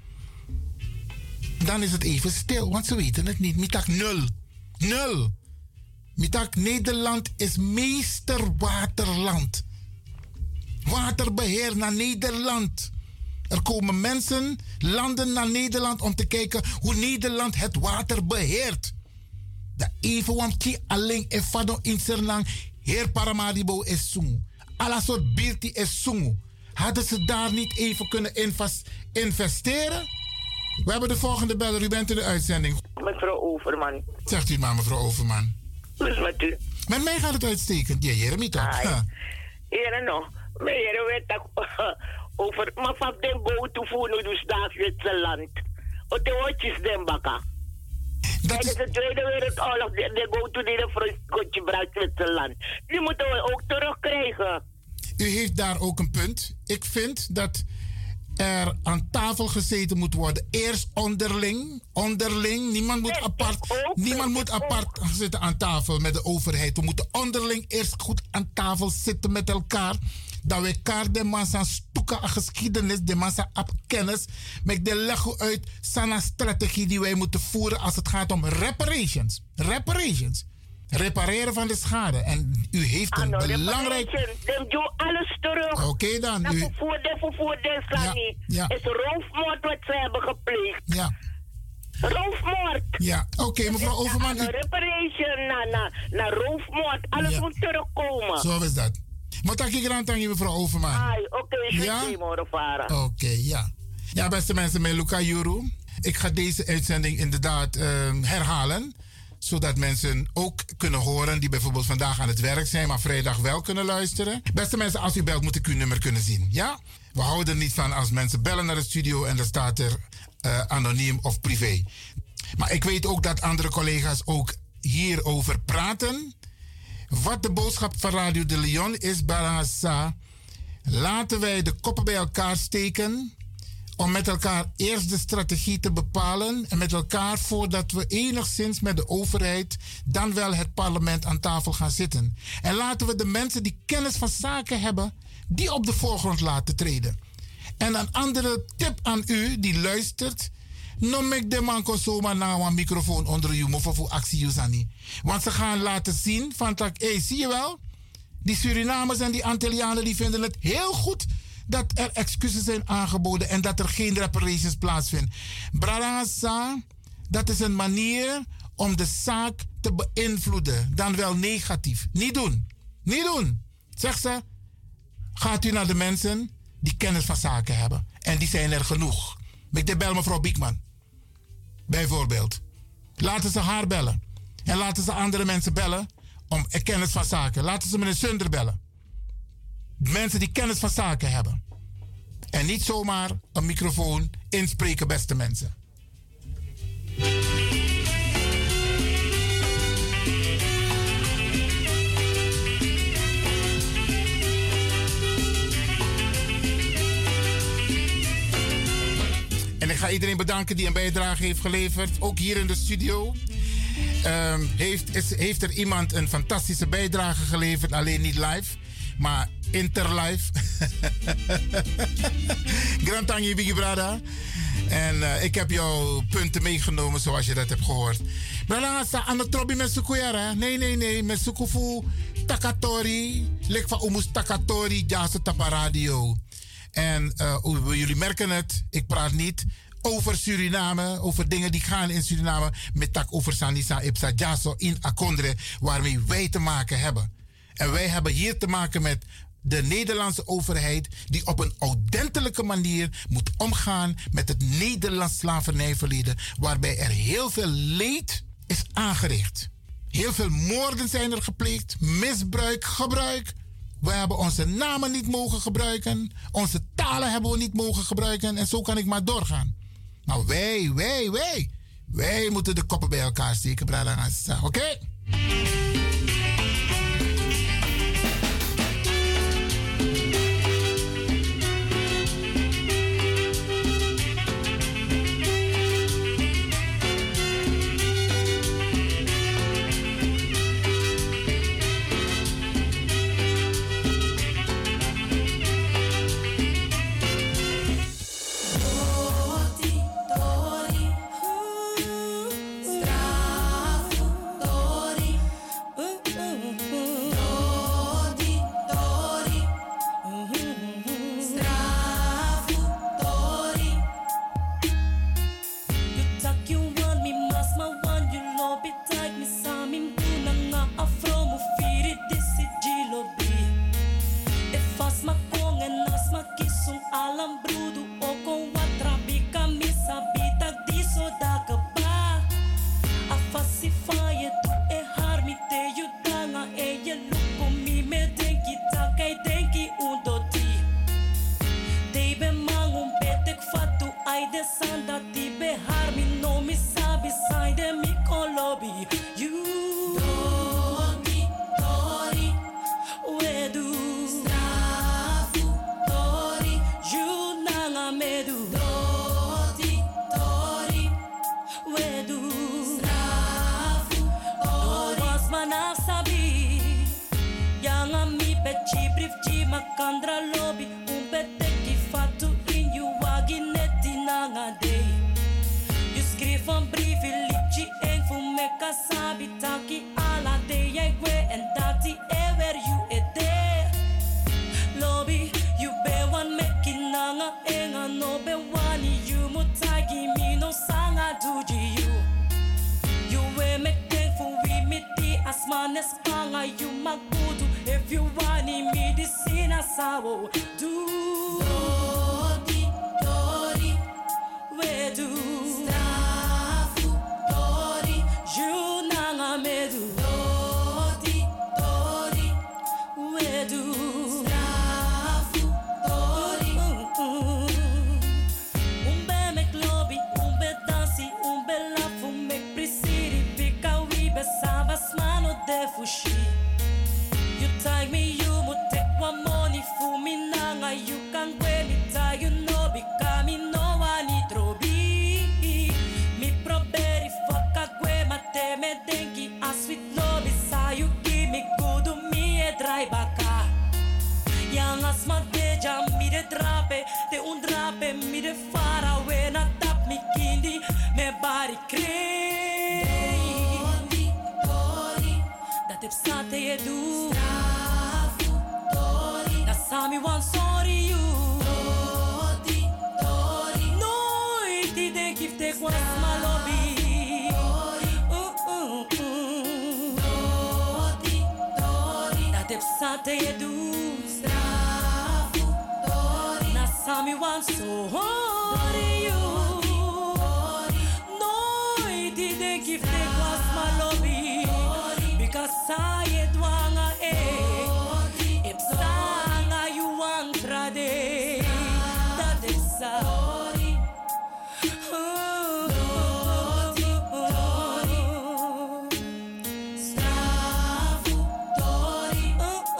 Dan is het even stil, want ze weten het niet. Mitak nul. Nul. Mitak Nederland is meesterwaterland. Waterbeheer naar Nederland. Er komen mensen, landen naar Nederland om te kijken hoe Nederland het water beheert. Dat even want alleen efado in Sernang, heer Paramaribo is sungu. Alla soort birti is sungu. Hadden ze daar niet even kunnen invest- investeren? We hebben de volgende beller. U bent in de uitzending. Mevrouw Overman. Zegt u maar, mevrouw Overman. Dus met u. Met mij gaat het uitstekend. Ja, Jeremy toch? Ja. Heren nog. Meneer weet dat over... Maar van den go to voeren dus daar Zwitserland. O de ootjes den bakka. Tijdens de Tweede Wereldoorlog, de go to die vruchtje bracht Zwitserland. Die moeten we ook terugkrijgen. U heeft daar ook een punt. Ik vind dat er aan tafel gezeten moet worden. Eerst onderling. Onderling. Niemand moet apart, niemand moet apart zitten aan tafel met de overheid. We moeten onderling eerst goed aan tafel zitten met elkaar. Dat we elkaar de massa stukken aan geschiedenis, de massa op kennis. Met de leggen uit sana strategie die wij moeten voeren als het gaat om reparations. Reparations. Repareren van de schade. En u heeft een ah, belangrijk... Dan doe alles terug. Oké okay, dan. Dat u... vervoer, de vervoer, de ja, niet. Ja. Is roofmoord wat ze hebben gepleegd. Ja. Roofmoord. Ja, oké, okay, mevrouw Overman. Naar reparation, naar, naar, naar roofmoord. Alles ja. moet terugkomen. Zo is dat. Maar dank je aan je mevrouw Overman. Oké, okay, ja? Oké, okay, ja. Ja, beste mensen, met Luca Juru. Ik ga deze uitzending inderdaad uh, herhalen. Zodat mensen ook kunnen horen die bijvoorbeeld vandaag aan het werk zijn, maar vrijdag wel kunnen luisteren. Beste mensen, als u belt moet ik uw nummer kunnen zien. Ja? We houden er niet van als mensen bellen naar de studio en dan staat er uh, anoniem of privé. Maar ik weet ook dat andere collega's ook hierover praten. Wat de boodschap van Radio de Leon is, Barasa, laten wij de koppen bij elkaar steken om met elkaar eerst de strategie te bepalen en met elkaar voordat we enigszins met de overheid dan wel het parlement aan tafel gaan zitten. En laten we de mensen die kennis van zaken hebben, die op de voorgrond laten treden. En een andere tip aan u die luistert, noem ik de man kon zomaar naar een microfoon onder je mond voor actie Usani. Want ze gaan laten zien van, hé, hey, zie je wel? Die Surinamers en die Antillianen die vinden het heel goed dat er excuses zijn aangeboden en dat er geen reparations plaatsvinden. Brarasa, dat is een manier om de zaak te beïnvloeden. Dan wel negatief. Niet doen. Niet doen. Zeg ze, gaat u naar de mensen die kennis van zaken hebben. En die zijn er genoeg. Ik de bel mevrouw Biekman. Bijvoorbeeld. Laten ze haar bellen. En laten ze andere mensen bellen om kennis van zaken. Laten ze meneer Sunder bellen. Mensen die kennis van zaken hebben. En niet zomaar een microfoon inspreken, beste mensen. En ik ga iedereen bedanken die een bijdrage heeft geleverd. Ook hier in de studio. Um, heeft, is, heeft er iemand een fantastische bijdrage geleverd. Alleen niet live, maar interlive. Grand Tangi Bigi Brada. En uh, ik heb jouw punten meegenomen zoals je dat hebt gehoord. Brada, sa aan de trobi met Sukuyara. Nee, nee, nee. Met Sukufu Takatori. Lek van Umus Takatori. Jaso Tapa Radio. En uh, jullie merken het. Ik praat niet over Suriname, over dingen die gaan in Suriname, met tak over Sanisa Ipsa Jaso in Akondre, waarmee wij te maken hebben. En wij hebben hier te maken met de Nederlandse overheid, die op een ordentelijke manier moet omgaan met het Nederlands slavernijverleden, waarbij er heel veel leed is aangericht. Heel veel moorden zijn er gepleegd, misbruik, gebruik. We hebben onze namen niet mogen gebruiken, onze talen hebben we niet mogen gebruiken en zo kan ik maar doorgaan. Nou, wij, wij, wij. Wij moeten de koppen bij elkaar steken, brada. Oké? Okay? Strafo, kandra lobby, un beteki fatu in you waginetti nanga day. You schreef een brief, liedje en voor me kasabi taki ala day. Jij gwe en dati ever you ete. Lobby, you be one meki nanga enga no be wani you mutagi mi no sanga duji you. You we make thankful we meet the asman espanga you magudu if you wani mi di sina sawo do. Dodi, dodi, we do. Strafu, dodi, you nanga me do. Dodi, dodi, we do. Strafu, dodi, umbe me globi, umbe dansi, umbe lafu me prisiri, pika wibe sabas mano de fushi. You tag me, you mo take one money for me nanga, you can go me tag you no become no one trobi. Mi proberi faka gue mate me denki as with lobby sa you give me good me e dry baka. Yang as ma de jam mi de drape, de un drape mi de fara we na tap mi kindi me bari crei. Dodi, dodi, dat heb sate je do. Strafu, dodi, dat sami wan sorry you. Dodi, dodi, nooit die denk ik te was ma lobby. Dodi, dodi, dat heb sate je do. Strafu, dodi, dat sami wan sorry you. Nooit die denk ik te was ma lobby. Because I dwanga eh. If sanga you want trade. That is sorry. Strafu, dodi,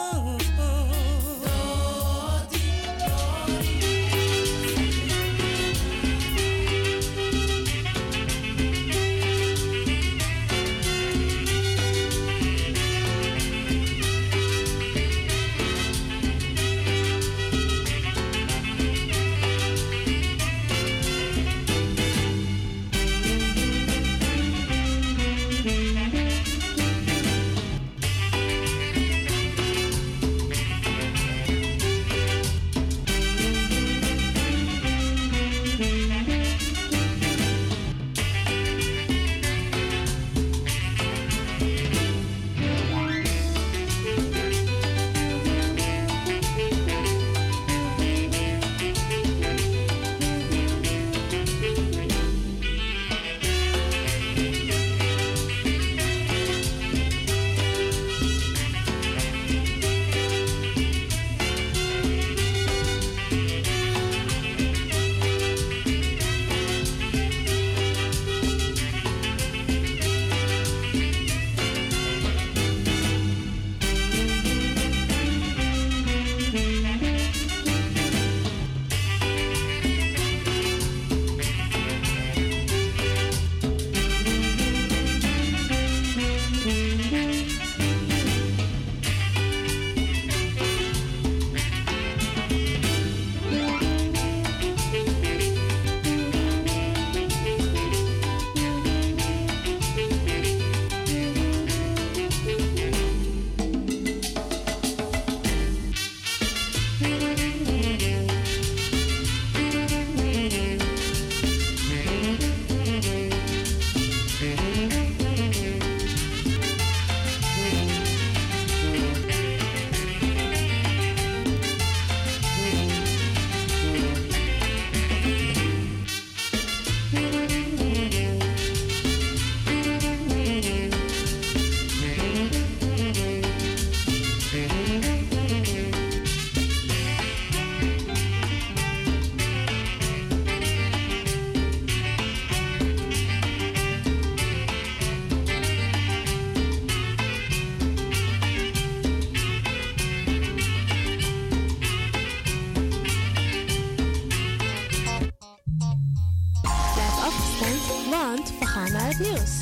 het nieuws.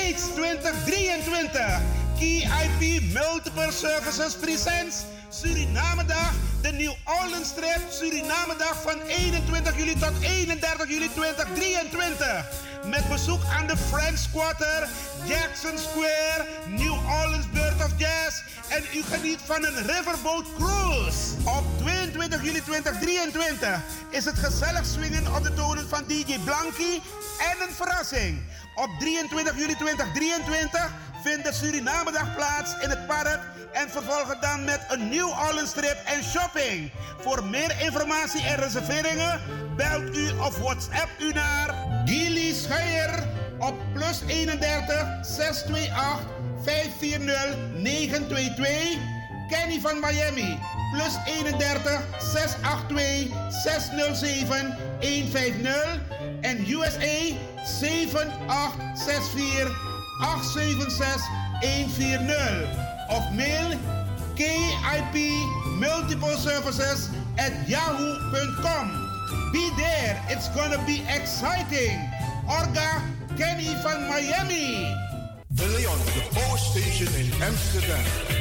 steeds twintig drieëntwintig. Key I P Multiple Services presents Surinamedag, de New Orleans Trip Surinamedag van eenentwintig juli tot eenendertig juli tweeduizend drieëntwintig. Met bezoek aan de French Quarter, Jackson Square, New Orleans Bird of Jazz en u geniet van een riverboat cruise. Op tweeëntwintig juli tweeduizend drieëntwintig is het gezellig swingen op de tonen van D J Blanky en een verrassing. Op drieëntwintig juli tweeduizend drieëntwintig vindt de Surinamedag plaats in het park en vervolgen dan met een New Orleans trip en shopping. Voor meer informatie en reserveringen belt u of WhatsApp u naar Gilly Scheier op plus eenendertig zeshonderdachtenveertig vijfhonderdveertig negenhonderdtweeëntwintig. Kenny van Miami plus eenendertig zeshonderdtweeëntachtig zeshonderdzeven honderdvijftig en U S A zeven acht zes vier acht zeven zes een vier nul of mail K I P Multiple Services at yahoo dot com. Be there, it's gonna be exciting. Orga Kenny van Miami. De Leon, the Power Station in Amsterdam.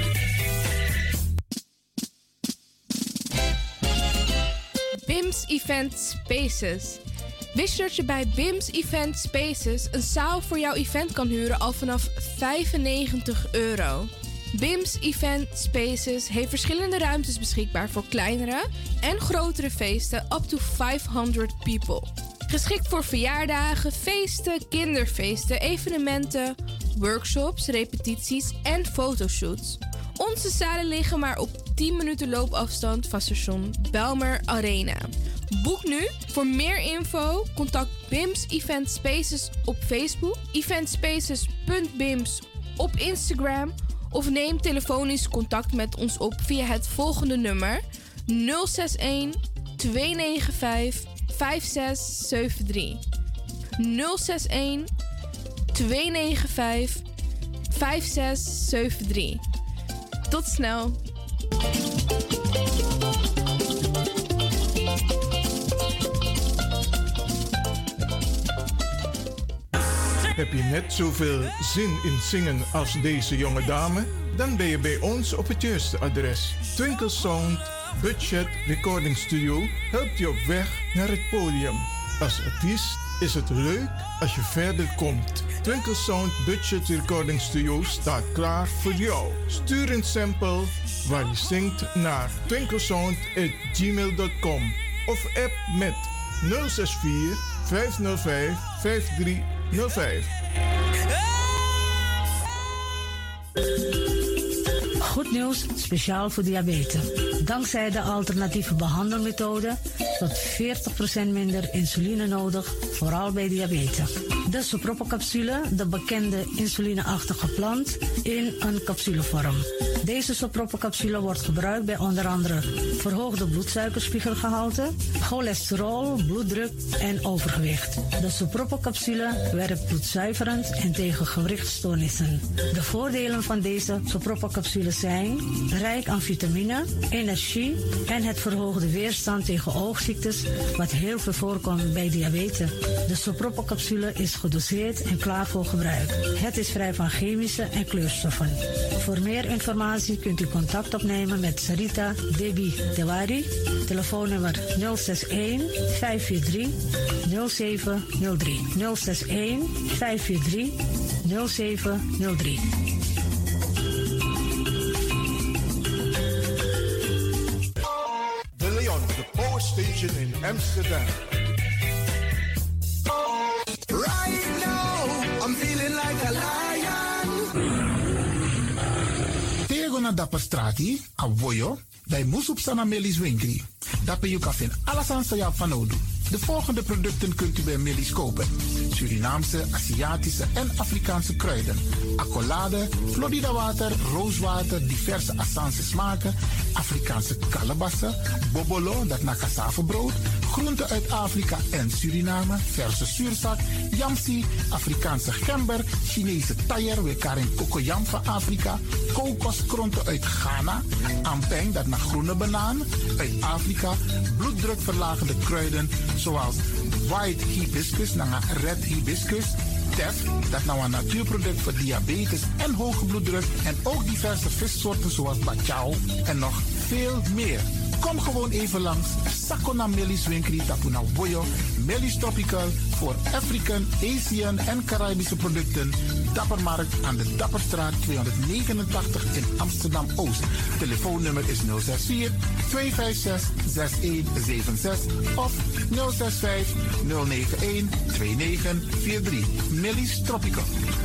B I M S Event Spaces. Wist je dat je bij B I M S Event Spaces een zaal voor jouw event kan huren al vanaf vijfennegentig euro? B I M S Event Spaces heeft verschillende ruimtes beschikbaar voor kleinere en grotere feesten up to vijfhonderd people. Geschikt voor verjaardagen, feesten, kinderfeesten, evenementen, workshops, repetities en fotoshoots. Onze zalen liggen maar op tien minuten loopafstand van station Belmer Arena. Boek nu. Voor meer info contact B I M S Event Spaces op Facebook, eventspaces punt bims op Instagram of neem telefonisch contact met ons op via het volgende nummer nul zes een twee negen vijf vijf zes zeven drie. nul zes een twee negen vijf vijf zes zeven drie. Tot snel. Heb je net zoveel zin in zingen als deze jonge dame? Dan ben je bij ons op het juiste adres. Twinkle Sound Budget Recording Studio helpt je op weg naar het podium. Als artiest is het leuk als je verder komt. Twinkle Sound Budget Recording Studio staat klaar voor jou. Stuur een sample waar je zingt naar twinklesound at gmail dot com of app met nul zes vier vijf nul vijf vijf drie nul vijf. Goed nieuws, speciaal voor diabetes. Dankzij de alternatieve behandelmethode tot veertig procent minder insuline nodig, vooral bij diabetes. De soproppencapsule, de bekende insulineachtige plant, in een capsulevorm. Deze soproppencapsule wordt gebruikt bij onder andere verhoogde bloedsuikerspiegelgehalte, cholesterol, bloeddruk en overgewicht. De soproppencapsule werkt bloedzuiverend en tegen gewrichtstoornissen. De voordelen van deze soproppencapsules zijn rijk aan vitamine, energie en het verhoogde weerstand tegen oogziektes, wat heel veel voorkomt bij diabetes. De soproppencapsule is gedoseerd en klaar voor gebruik. Het is vrij van chemische en kleurstoffen. Voor meer informatie kunt u contact opnemen met Sarita Debi Dewari. Telefoonnummer nul zes een vijf vier drie nul zeven nul drie. nul zes een vijf vier drie nul zeven nul drie. De Leon, the Power Station in Amsterdam. Right now, I'm feeling like a lion. Tego na dapper strati, a voyo, dai musup sana melis winkri. Dapper you kafin alasan sa van odu. De volgende producten kunt u bij Millie's kopen. Surinaamse, Aziatische en Afrikaanse kruiden. Accolade, Florida water, rooswater, diverse Assange smaken. Afrikaanse kalebassen, bobolo, dat na cassavebrood. Groenten uit Afrika en Suriname, verse zuurzak, yamsi, Afrikaanse gember, Chinese taier, we karen kokoyam van Afrika. Kokoskronten uit Ghana, ampeng, dat naar groene banaan, uit Afrika. Bloeddrukverlagende kruiden zoals white hibiscus, naar red hibiscus, Tef, dat nou een natuurproduct voor diabetes en hoge bloeddruk. En ook diverse vissoorten zoals bachao en nog veel meer. Kom gewoon even langs. Sakona Melis Winkri Tapuna Boyo. Melis Tropical voor African, Asian en Caribische producten. Dappermarkt aan de Dapperstraat tweehonderdnegenentachtig in Amsterdam-Oost. Telefoonnummer is nul zes vier, twee vijf zes, zes een zeven zes of nul zes vijf, nul negen een, twee negen vier drie. Melis Tropical.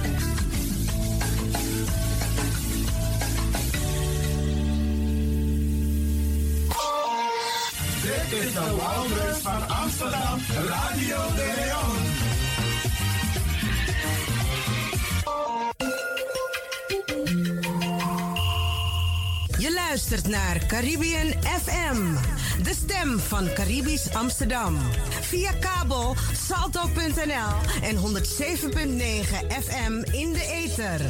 Dit is de Wouders van Amsterdam, Radio de Leon. Je luistert naar Caribbean F M, de stem van Caribisch Amsterdam. Via kabel salto punt n l en honderd zeven punt negen F M in de ether.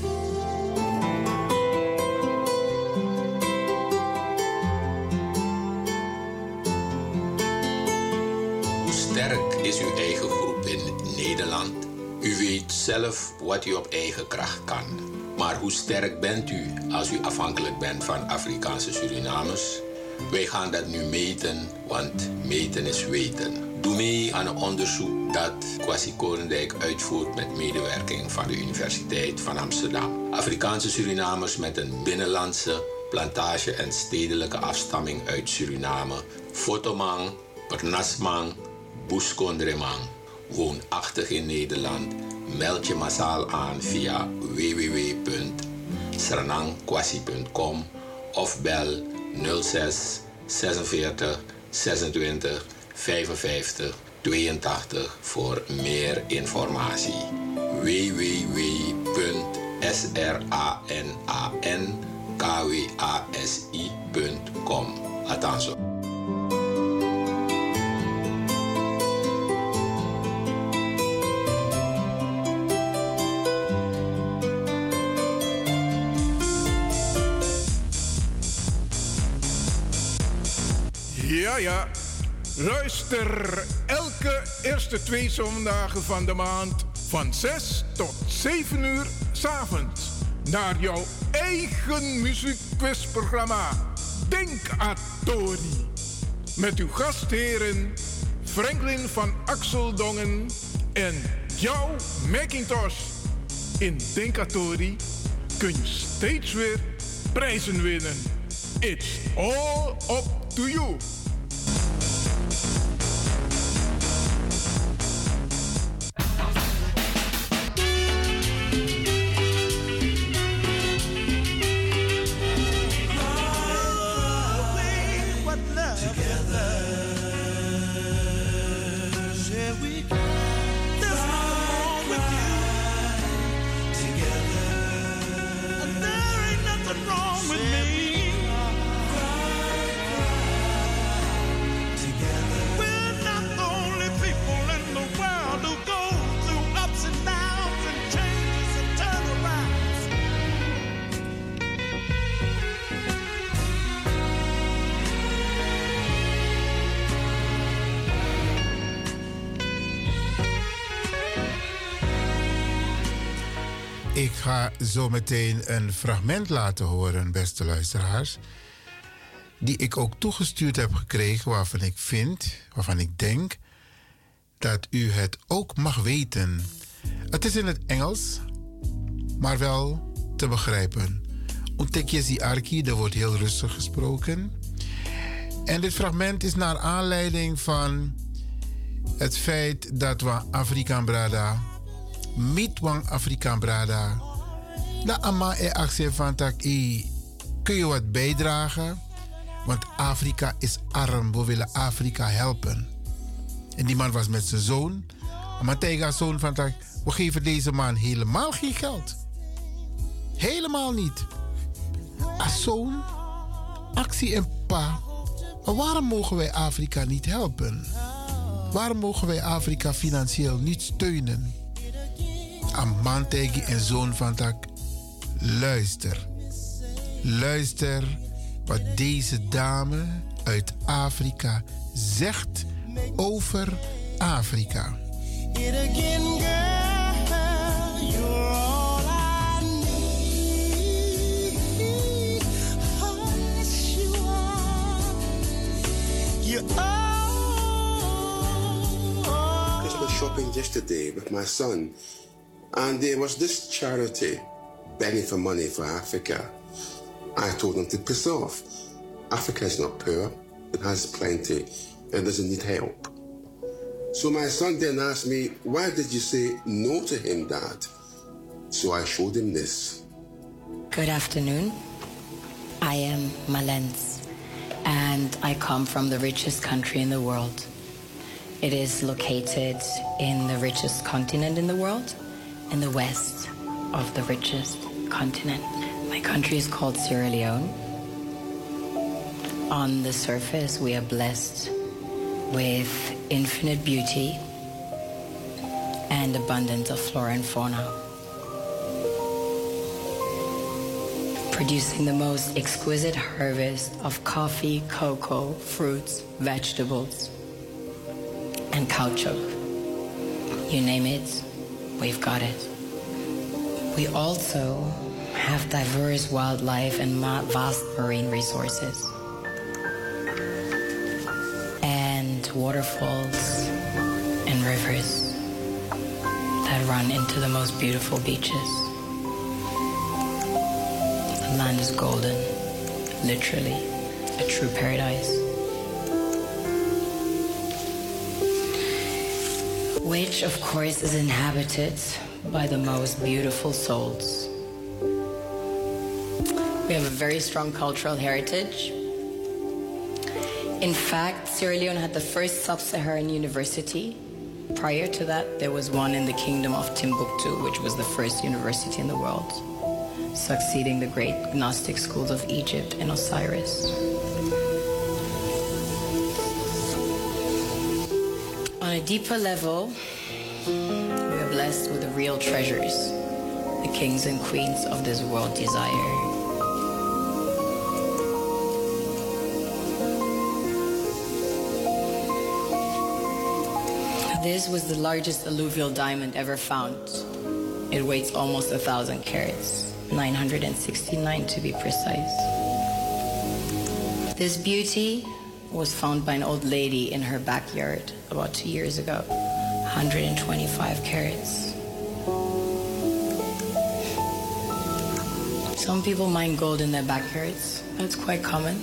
Sterk is uw eigen groep in Nederland. U weet zelf wat u op eigen kracht kan. Maar hoe sterk bent u als u afhankelijk bent van Afrikaanse Surinamers? Wij gaan dat nu meten, want meten is weten. Doe mee aan een onderzoek dat Kwasi Korendijk uitvoert met medewerking van de Universiteit van Amsterdam. Afrikaanse Surinamers met een binnenlandse, plantage en stedelijke afstamming uit Suriname, Fotomang, Pernasmang, Buskondremang, woonachtig in Nederland. Meld je massaal aan via w w w punt sranangkwasi punt com of bel nul zes zesenveertig zesentwintig vijfenvijftig tweeëntachtig voor meer informatie. w w w punt sranankwasi punt com. Attention. Ja, ja. Luister elke eerste twee zondagen van de maand van zes tot zeven uur 's avonds naar jouw eigen muziekquizprogramma Denkatori. Met uw gastheren Franklin van Axeldongen en jouw Macintosh. In Denkatori kun je steeds weer prijzen winnen. It's all up to you. Ik ga zo meteen een fragment laten horen, beste luisteraars, die ik ook toegestuurd heb gekregen, waarvan ik vind, waarvan ik denk dat u het ook mag weten. Het is in het Engels, maar wel te begrijpen. Ontekjesi Arki, er wordt heel rustig gesproken. En dit fragment is naar aanleiding van het feit dat we Afrikaan Brada, Mitwang Afrikaan Brada, dat ama e actie van tak e, kun je wat bijdragen? Want Afrika is arm, we willen Afrika helpen. En die man was met zijn zoon. Maar tegen zoon van tak, we geven deze man helemaal geen geld. Helemaal niet. Als zoon, actie en pa. Maar waarom mogen wij Afrika niet helpen? Waarom mogen wij Afrika financieel niet steunen? Aan man tegen en zoon van tak, luister. Luister wat deze dame uit Afrika zegt over Afrika. It again, girl. I was shopping yesterday with my son, and there was this charity begging for money for Africa. I told him to piss off. Africa is not poor, it has plenty, and doesn't need help. So my son then asked me, why did you say no to him, Dad? So I showed him this. Good afternoon. I am Malens, and I come from the richest country in the world. It is located in the richest continent in the world, in the west of the richest continent. My country is called Sierra Leone. On the surface, we are blessed with infinite beauty and abundance of flora and fauna, producing the most exquisite harvest of coffee, cocoa, fruits, vegetables, and caoutchouc. You name it, we've got it. We also have diverse wildlife and vast marine resources, and waterfalls and rivers that run into the most beautiful beaches. The land is golden, literally, a true paradise. Which, of course, is inhabited by the most beautiful souls. We have a very strong cultural heritage. In fact, Sierra Leone had the first sub-Saharan university. Prior to that, there was one in the kingdom of Timbuktu, which was the first university in the world, succeeding the great Gnostic schools of Egypt and Osiris. On a deeper level, we are blessed with the real treasures the kings and queens of this world desire. This was the largest alluvial diamond ever found. It weighs almost a thousand carats, nine hundred sixty-nine to be precise. This beauty was found by an old lady in her backyard about two years ago, one hundred twenty-five carats. Some people mine gold in their backyards. That's quite common.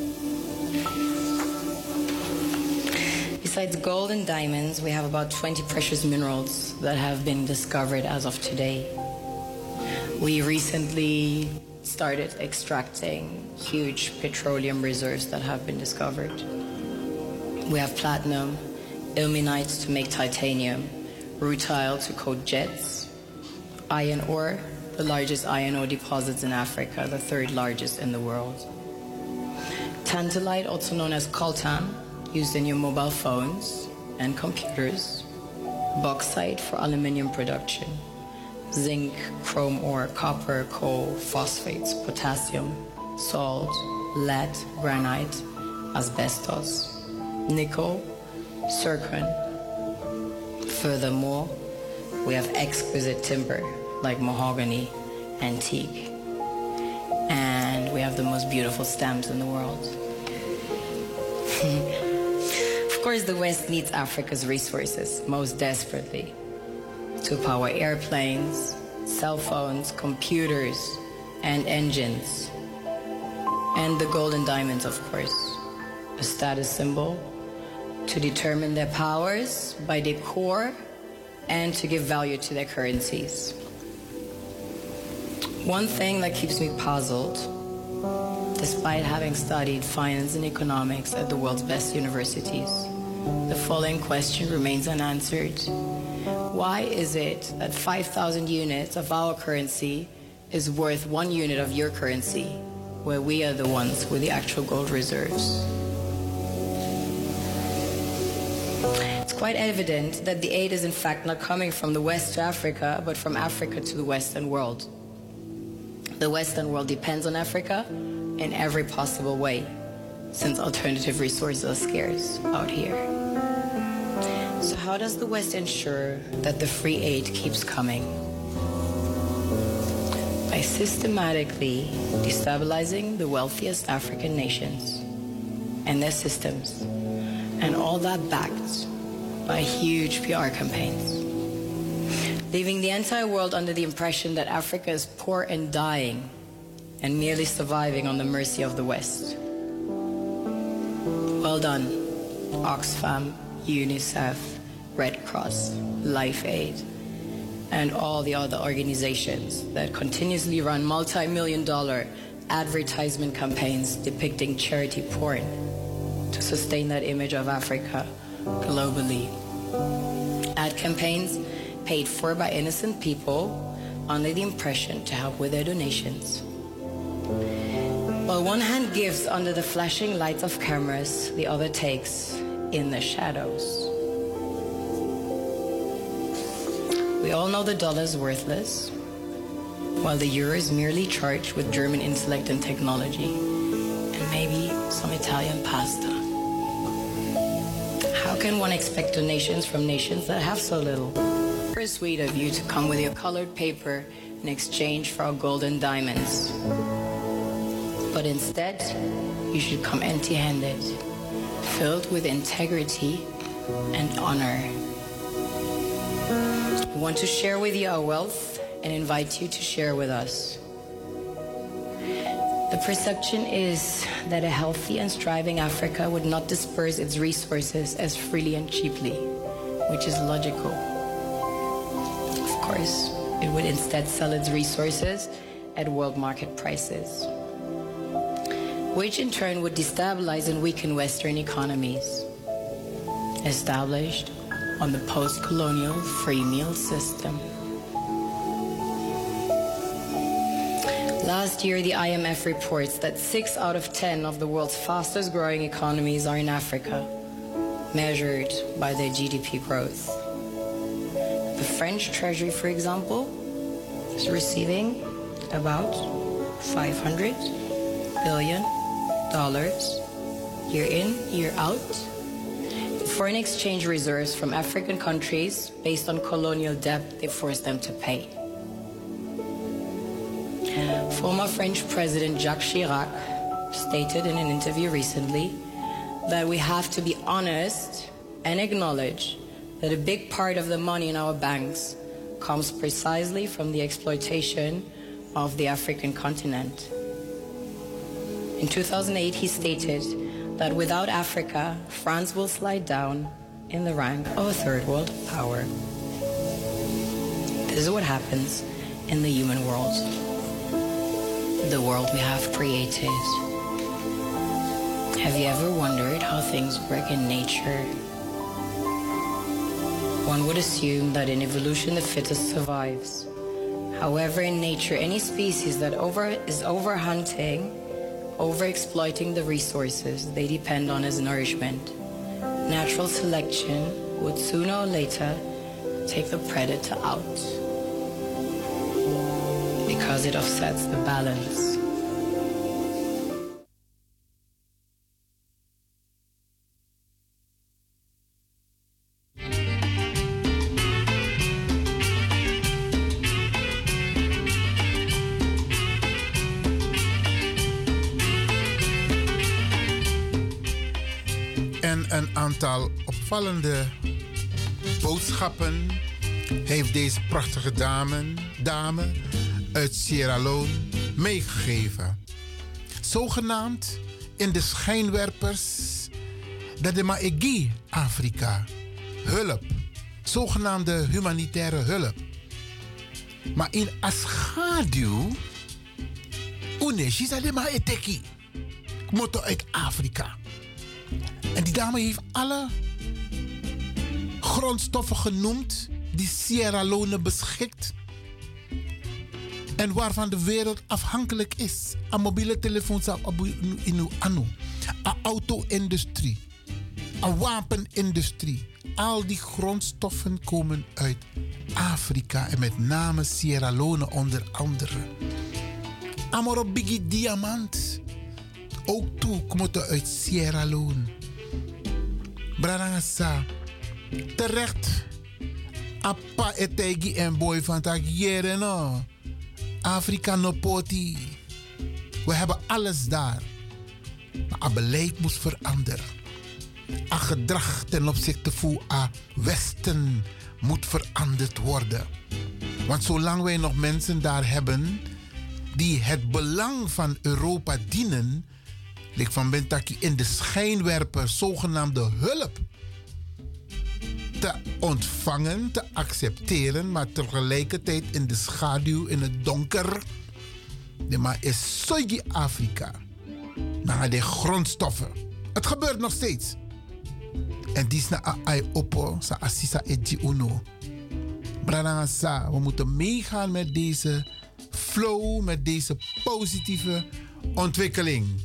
Besides gold and diamonds, we have about twenty precious minerals that have been discovered as of today. We recently started extracting huge petroleum reserves that have been discovered. We have platinum, ilmenite to make titanium, rutile to coat jets, iron ore, the largest iron ore deposits in Africa, the third largest in the world. Tantalite, also known as coltan, used in your mobile phones and computers. Bauxite for aluminium production. Zinc, chrome ore, copper, coal, phosphates, potassium, salt, lead, granite, asbestos, nickel, zircon. Furthermore, we have exquisite timber like mahogany, antique, and we have the most beautiful stamps in the world. Of course, the West needs Africa's resources most desperately to power airplanes, cell phones, computers, and engines. And the gold and diamonds, of course, a status symbol to determine their powers by their core and to give value to their currencies. One thing that keeps me puzzled, despite having studied finance and economics at the world's best universities, the following question remains unanswered. Why is it that five thousand units of our currency is worth one unit of your currency, where we are the ones with the actual gold reserves? It's quite evident that the aid is in fact not coming from the West to Africa, but from Africa to the Western world. The Western world depends on Africa in every possible way, since alternative resources are scarce out here. So how does the West ensure that the free aid keeps coming? By systematically destabilizing the wealthiest African nations and their systems And all that backed by huge P R campaigns, leaving the entire world under the impression that Africa is poor and dying and merely surviving on the mercy of the West. Well done, Oxfam, UNICEF, Red Cross, Life Aid, and all the other organizations that continuously run multi-million dollar advertisement campaigns depicting charity porn to sustain that image of Africa globally. Ad campaigns paid for by innocent people under the impression to help with their donations. While one hand gives under the flashing lights of cameras, the other takes in the shadows. We all know the dollar is worthless, while the euro is merely charged with German intellect and technology, and maybe some Italian pasta. How can one expect donations from nations that have so little? It's sweet of you to come with your colored paper in exchange for our gold and diamonds. But instead, you should come empty-handed, filled with integrity and honor. We want to share with you our wealth and invite you to share with us. The perception is that a healthy and striving Africa would not disperse its resources as freely and cheaply, which is logical. Of course, it would instead sell its resources at world market prices, which in turn would destabilize and weaken Western economies, established on the post-colonial free meal system. Last year, the I M F reports that six out of ten of the world's fastest growing economies are in Africa, measured by their G D P growth. The French Treasury, for example, is receiving about five hundred billion dollars year in, year out, foreign exchange reserves from African countries based on colonial debt they forced them to pay. Former French President Jacques Chirac stated in an interview recently that we have to be honest and acknowledge that a big part of the money in our banks comes precisely from the exploitation of the African continent. In two thousand eight, he stated that without Africa, France will slide down in the rank of a third world power. This is what happens in the human world, the world we have created. Have you ever wondered how things work in nature? One would assume that in evolution the fittest survives. However, in nature, any species that over is overhunting, over-exploiting the resources they depend on as nourishment, natural selection would sooner or later take the predator out because it offsets the balance. Een aantal opvallende boodschappen heeft deze prachtige dame, dame uit Sierra Leone meegegeven. Zogenaamd in de schijnwerpers dat de Maegi Afrika hulp, zogenaamde humanitaire hulp. Maar in aschaduw, Uneshi de Maeteki, motto uit Afrika. En die dame heeft alle grondstoffen genoemd die Sierra Leone beschikt. En waarvan de wereld afhankelijk is. Aan mobiele telefoons, in anu, aan auto-industrie, aan wapenindustrie. Al die grondstoffen komen uit Afrika en met name Sierra Leone onder andere. Amoro Biggie Diamant. Ook toe komt uit Sierra Leone. Brarangasa. Terecht. Appa etegi en boy van tagiere no. Afrika no poti. We hebben alles daar. Maar het beleid moest veranderen. het gedrag ten opzichte van het Westen moet veranderd worden. Want zolang wij nog mensen daar hebben die het belang van Europa dienen, ligt van Bentaki in de schijnwerper zogenaamde hulp te ontvangen, te accepteren, maar tegelijkertijd in de schaduw, in het donker. De maar is Soji Afrika. Naar de grondstoffen. Het gebeurt nog steeds. En die is na ai oppo, sa assisa edji uno. Branasa, we moeten meegaan met deze flow, met deze positieve ontwikkeling.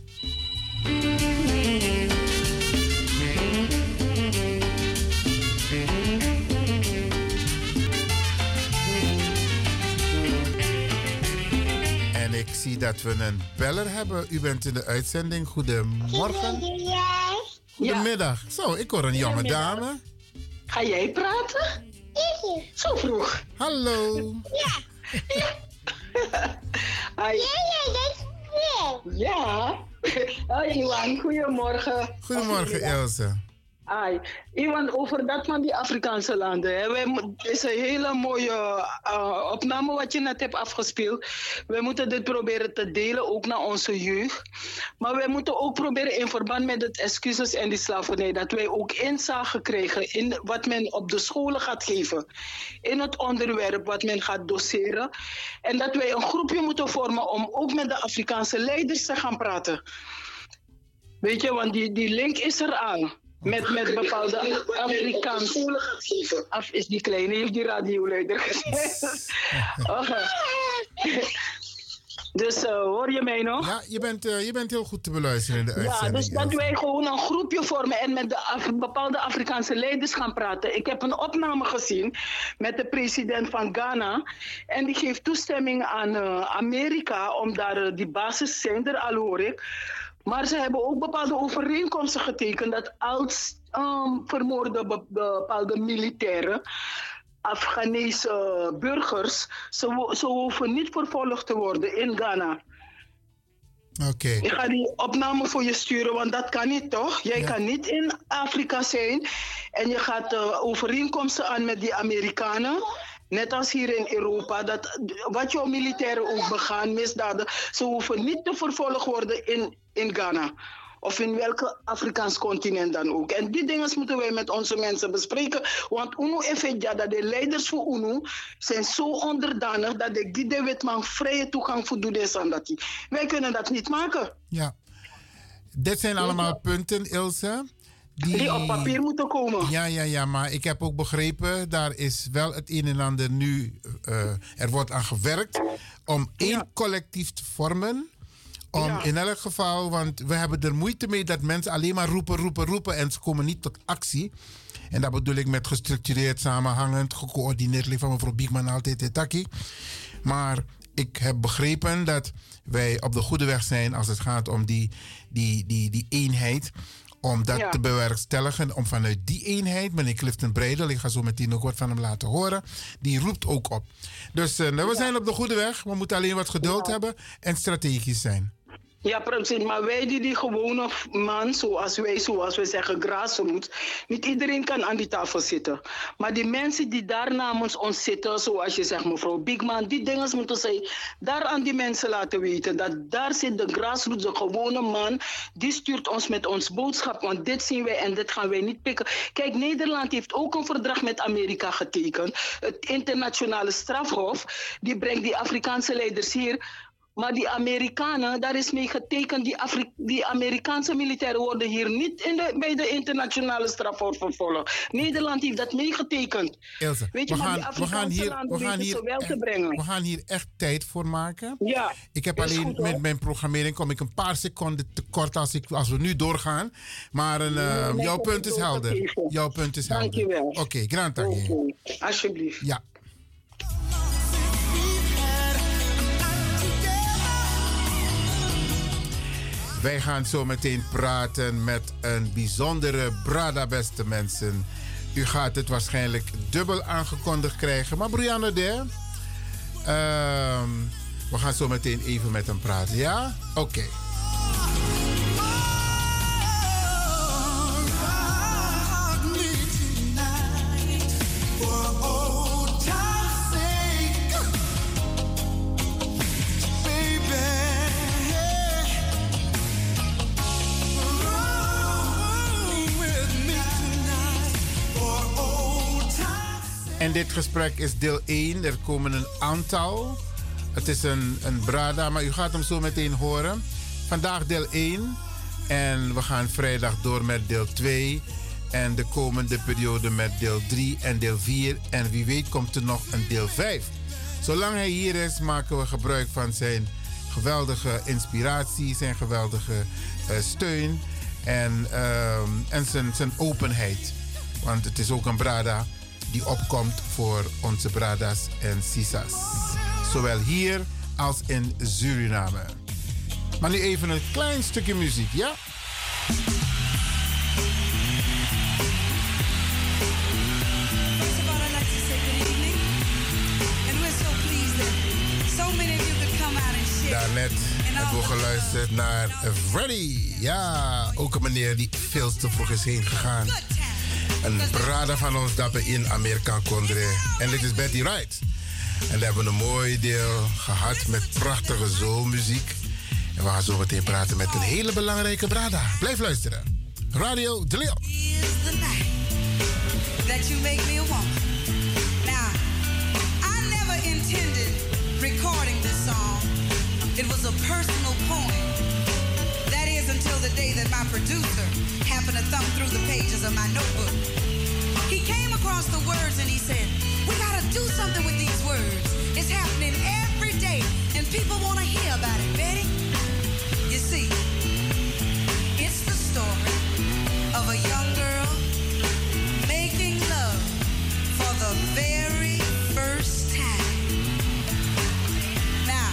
En ik zie dat we een beller hebben. U bent in de uitzending. Goedemorgen. Goedemiddag. Zo, ik hoor een jonge dame. Ga jij praten? Zo vroeg. Hallo. Ja. Ja. Hi. Ja, ja, dat is goed. Ja. Hoi Iwan, goedemorgen. Goedemorgen Ilse. Ai, Iwan, over dat van die Afrikaanse landen. Hè. Wij, het is een hele mooie uh, opname wat je net hebt afgespeeld. Wij moeten dit proberen te delen, ook naar onze jeugd. Maar wij moeten ook proberen in verband met het excuses en die slavernij, dat wij ook inzage krijgen in wat men op de scholen gaat geven. In het onderwerp wat men gaat doseren. En dat wij een groepje moeten vormen om ook met de Afrikaanse leiders te gaan praten. Weet je, want die, die link is er aan. Met, met bepaalde Afrikaanse... Af is die kleine, heeft die radioleider gezegd. Okay. Dus uh, hoor je mij nog? Ja, je bent, uh, je bent heel goed te beluisteren in de uitzending. Ja, dus dat wij gewoon een groepje vormen en met de Af- bepaalde Afrikaanse leiders gaan praten. Ik heb een opname gezien met de president van Ghana. En die geeft toestemming aan uh, Amerika om daar uh, die basiszender, al hoor ik. Maar ze hebben ook bepaalde overeenkomsten getekend dat als um, vermoorde be- bepaalde militairen, Afghaanse burgers, ze, ze hoeven niet vervolgd te worden in Ghana. Oké. Okay. Ik ga die opname voor je sturen, want dat kan niet toch? Jij ja. kan niet in Afrika zijn en je gaat uh, overeenkomsten aan met die Amerikanen. Net als hier in Europa, dat wat jouw militairen ook begaan, misdaden, ze hoeven niet te vervolgd worden in, in Ghana. Of in welke Afrikaans continent dan ook. En die dingen moeten wij met onze mensen bespreken. Want UNO Efedja, dat de leiders van UNO zijn zo onderdanig dat de Guy de Witman vrije toegang voor doet aan dat. Wij kunnen dat niet maken. Ja. Dit zijn allemaal ja. punten, Ilse. Die... die op papier moeten komen. Ja, ja, ja, maar ik heb ook begrepen, daar is wel het een en ander nu, uh, er wordt aan gewerkt om één ja. collectief te vormen. Om ja. in elk geval, want we hebben er moeite mee dat mensen alleen maar roepen, roepen, roepen en ze komen niet tot actie. En dat bedoel ik met gestructureerd, samenhangend, gecoördineerd, van mevrouw Biekman altijd in Taki. Maar ik heb begrepen dat wij op de goede weg zijn als het gaat om die, die, die, die eenheid. Om dat ja. te bewerkstelligen, om vanuit die eenheid, meneer Clifton Breidel, ik ga zo meteen ook wat van hem laten horen, die roept ook op. Dus uh, we zijn op de goede weg, we moeten alleen wat geduld ja. hebben en strategisch zijn. Ja, precies. Maar wij die die gewone man, zoals wij, zoals we zeggen, grassroots, niet iedereen kan aan die tafel zitten. Maar die mensen die daar namens ons zitten, zoals je zegt, mevrouw Bigman, die dingen moeten zij daar aan die mensen laten weten. Dat daar zit de grassroots, de gewone man, die stuurt ons met ons boodschap. Want dit zien wij en dit gaan wij niet pikken. Kijk, Nederland heeft ook een verdrag met Amerika getekend. Het internationale strafhof, die brengt die Afrikaanse leiders hier. Maar die Amerikanen, daar is mee getekend, die, Afri- die Amerikaanse militairen worden hier niet in de, bij de internationale strafhof vervolgd. Nederland heeft dat meegetekend. Ilse, weet je, we, gaan, die we, gaan hier, we, gaan hier wel echt, te brengen. we gaan hier echt tijd voor maken. Ja, ik heb alleen goed, met mijn programmering kom ik een paar seconden tekort als, ik, als we nu doorgaan. Maar een, uh, nee, jouw punt is helder. Jouw punt is helder. Dank je wel. Oké, okay, grand dank je. Okay. Alsjeblieft. Ja. Wij gaan zo meteen praten met een bijzondere brada, beste mensen. U gaat het waarschijnlijk dubbel aangekondigd krijgen. Maar Brianna de, uh, we gaan zo meteen even met hem praten, ja? Oké. Okay. En dit gesprek is deel één. Er komen een aantal. Het is een, een brada, maar u gaat hem zo meteen horen. Vandaag deel één. En we gaan vrijdag door met deel twee. En de komende periode met deel drie en deel vier. En wie weet komt er nog een deel vijf. Zolang hij hier is, maken we gebruik van zijn geweldige inspiratie, zijn geweldige uh, steun en, uh, en zijn, zijn openheid. Want het is ook een brada die opkomt voor onze bradas en sisas. Zowel hier als in Suriname. Maar nu even een klein stukje muziek, ja? Daarnet hebben we geluisterd naar Freddy. Ja, ook een meneer die veel te vroeg is heen gegaan. Een brada van ons dappen in Amerika Kondre. En dit is Betty Wright. En we hebben een mooi deel gehad met prachtige soulmuziek. En we gaan zo meteen praten met een hele belangrijke brada. Blijf luisteren. Radio De Leon. That you make me a woman. Now, I never intended recording this song. It was a personal poem. That is until the day that my producer happened to thumb through the pages of my notebook. He came across the words and he said, we gotta do something with these words. It's happening every day and people want to hear about it, Betty. You see, it's the story of a young girl making love for the very first time. Now,